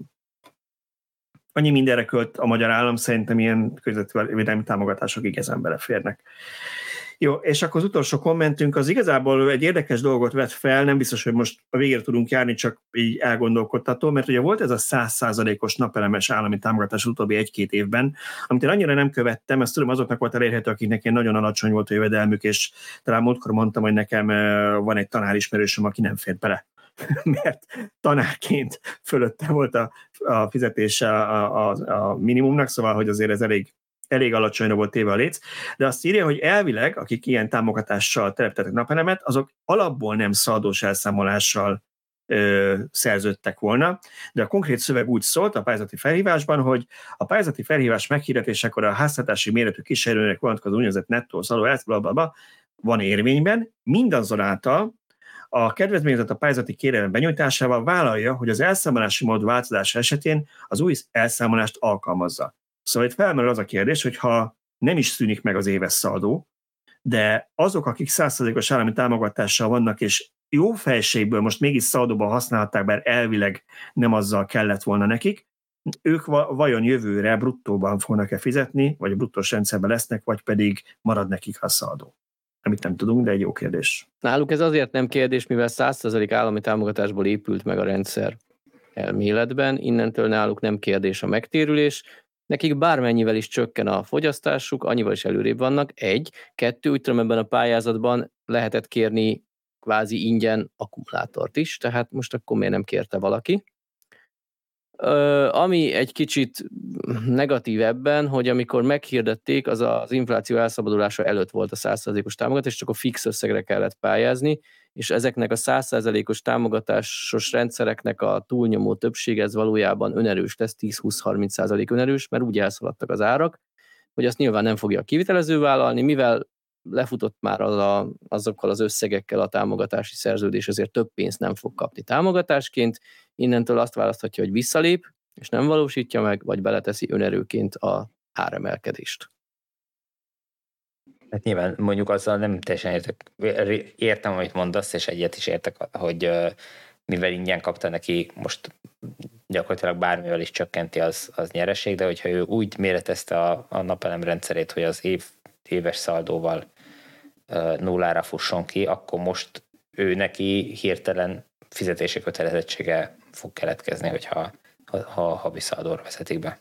Annyi mindenre költ a magyar állam, szerintem ilyen környezetvédelmi támogatások igazán beleférnek. Jó, és akkor az utolsó kommentünk az igazából egy érdekes dolgot vett fel, nem biztos, hogy most a végére tudunk járni, csak így elgondolkodtató, mert ugye volt ez a 100%-os napelemes állami támogatás az utóbbi 1-2 évben, amit én annyira nem követtem, ezt tudom, azoknak volt elérhető, akiknek ilyen nagyon alacsony volt a jövedelmük, és talán múltkor mondtam, hogy nekem van egy tanárismerősöm, aki nem fért bele. Mert tanárként fölötte volt a fizetése a minimumnak, szóval, hogy azért ez elég alacsonyra volt téve a léc, de azt írja, hogy elvileg, akik ilyen támogatással telepítettek napelemet, azok alapból nem szaldós elszámolással szerződtek volna, de a konkrét szöveg úgy szólt a pályázati felhívásban, hogy a pályázati felhívás meghirdetésekor a háztartási méretű kísérőnek vonatkozó úgynevezett nettó szaldó van érvényben, mindazonáltal a kedvezményezett a pályázati kérelem benyújtásával vállalja, hogy az elszámolási mód változása esetén az új elszámolást alkalmazza. Szóval itt felmerül az a kérdés, hogy ha nem is szűnik meg az éves szaldó, de azok, akik 100%-os állami támogatással vannak, és jó fejségből most mégis szaldóban használhatták, bár elvileg nem azzal kellett volna nekik, ők vajon jövőre bruttóban fognak-e fizetni, vagy a bruttós rendszerben lesznek, vagy pedig marad nekik a szaldó? Amit nem tudunk, de egy jó kérdés. Náluk ez azért nem kérdés, mivel 100% állami támogatásból épült meg a rendszer elméletben, innentől náluk nem kérdés a megtérülés. nekik bármennyivel is csökken a fogyasztásuk, annyival is előrébb vannak, 1. 2. Úgy tudom, ebben a pályázatban lehetett kérni kvázi ingyen akkumulátort is, tehát most akkor miért nem kérte valaki. Ami egy kicsit negatív ebben, hogy amikor meghirdették, az infláció elszabadulása előtt volt a 100%-os támogatás, csak a fix összegre kellett pályázni, és ezeknek a 100%-os támogatásos rendszereknek a túlnyomó többsége ez valójában önerős lesz, 10-20-30% önerős, mert úgy elszaladtak az árak, hogy azt nyilván nem fogja a kivitelező vállalni, mivel lefutott már azokkal az összegekkel a támogatási szerződés, ezért több pénzt nem fog kapni támogatásként, innentől azt választhatja, hogy visszalép, és nem valósítja meg, vagy beleteszi önerőként a áremelkedést. Hát nyilván mondjuk azzal nem teljesen értem, amit mondasz, és egyet is értek, hogy mivel ingyen kapta neki, most gyakorlatilag bármivel is csökkenti, az nyereség, de hogyha ő úgy méretezte a napelem rendszerét, hogy az éves szaldóval nullára fusson ki, akkor most ő neki hirtelen fizetési kötelezettsége fog keletkezni, hogyha havi szaldóra vezetik be.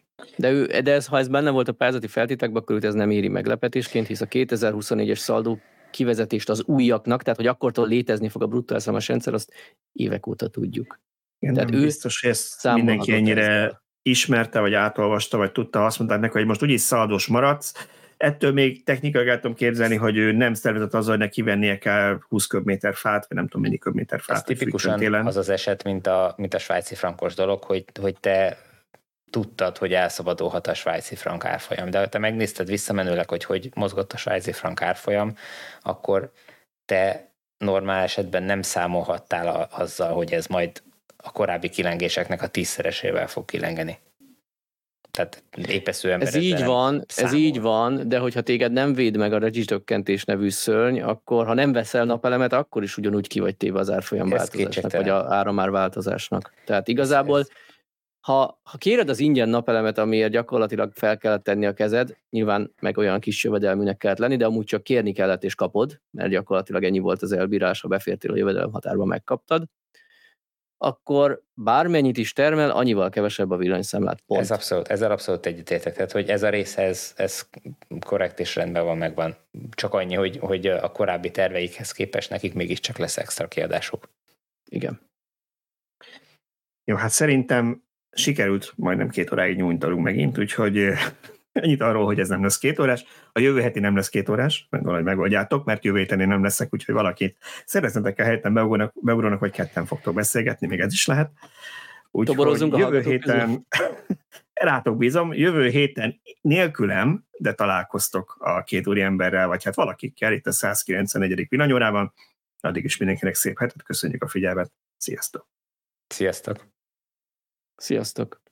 De ha ez benne volt a pályázati feltételekben, akkor ez nem éri meglepetésként, hisz a 2024-es szaldó kivezetést az újaknak, tehát hogy akkortól létezni fog a bruttó elszámolás rendszer, azt évek óta tudjuk. Igen, tehát nem biztos, hogy ezt mindenki ennyire ismerte, vagy átolvasta, vagy tudta, azt mondták neki, hogy most úgyis szaldós maradsz. Ettől még technikailag el tudom képzelni, hogy ő nem szervezett azzal, hogy neki vennie kell 20 köbméter fát, vagy nem tudom mennyi köbméter fát. Ez tipikusan az az eset, mint a svájci frankos dolog, hogy te tudtad, hogy elszabadulhat a svájci frank árfolyam, de ha te megnézted visszamenőleg, hogy mozgott a svájci frank árfolyam, akkor te normál esetben nem számolhattál azzal, hogy ez majd a korábbi kilengéseknek a 10-szeresével fog kilengeni. Tehát épesző ember ez így van, de hogyha téged nem véd meg a rezsicsökkentés nevű szörny, akkor ha nem veszel napelemet, akkor is ugyanúgy ki vagy téve az árfolyam változásnak, vagy az áramár változásnak. Tehát igazából ha kéred az ingyen napelemet, amiért gyakorlatilag fel kellett tenni a kezed, nyilván meg olyan kis jövedelműnek kellett lenni, de amúgy csak kérni kellett és kapod, mert gyakorlatilag ennyi volt az elbírás, ha befértél a jövedelem határba, megkaptad, akkor bármennyit is termel, annyival kevesebb a villanyszámlát. Pont. Ezzel abszolút egyetértek, tehát hogy ez a része, ez korrekt és rendben van, megvan. Csak annyi, hogy a korábbi terveikhez képest nekik mégiscsak lesz extra kiadásuk. Igen. Jó, hát szerintem sikerült majdnem 2 óráig nyújtanunk megint, úgyhogy ennyit arról, hogy ez nem lesz 2 órás. A jövő heti nem lesz 2 órás, meg valahogy megoldjátok, mert jövő héten én nem leszek, úgyhogy valakit szereznetek a helyeten beugrónak, vagy ketten fogtok beszélgetni, még ez is lehet. Úgyhogy jövő héten rátok bízom, jövő héten nélkülem, de találkoztok a 2 úriemberrel, vagy hát valakikkel itt a 194. villanyórában. Addig is mindenkinek szép hetet, köszönjük a figyelmet, sziasztok! Sziasztok! Sziasztok!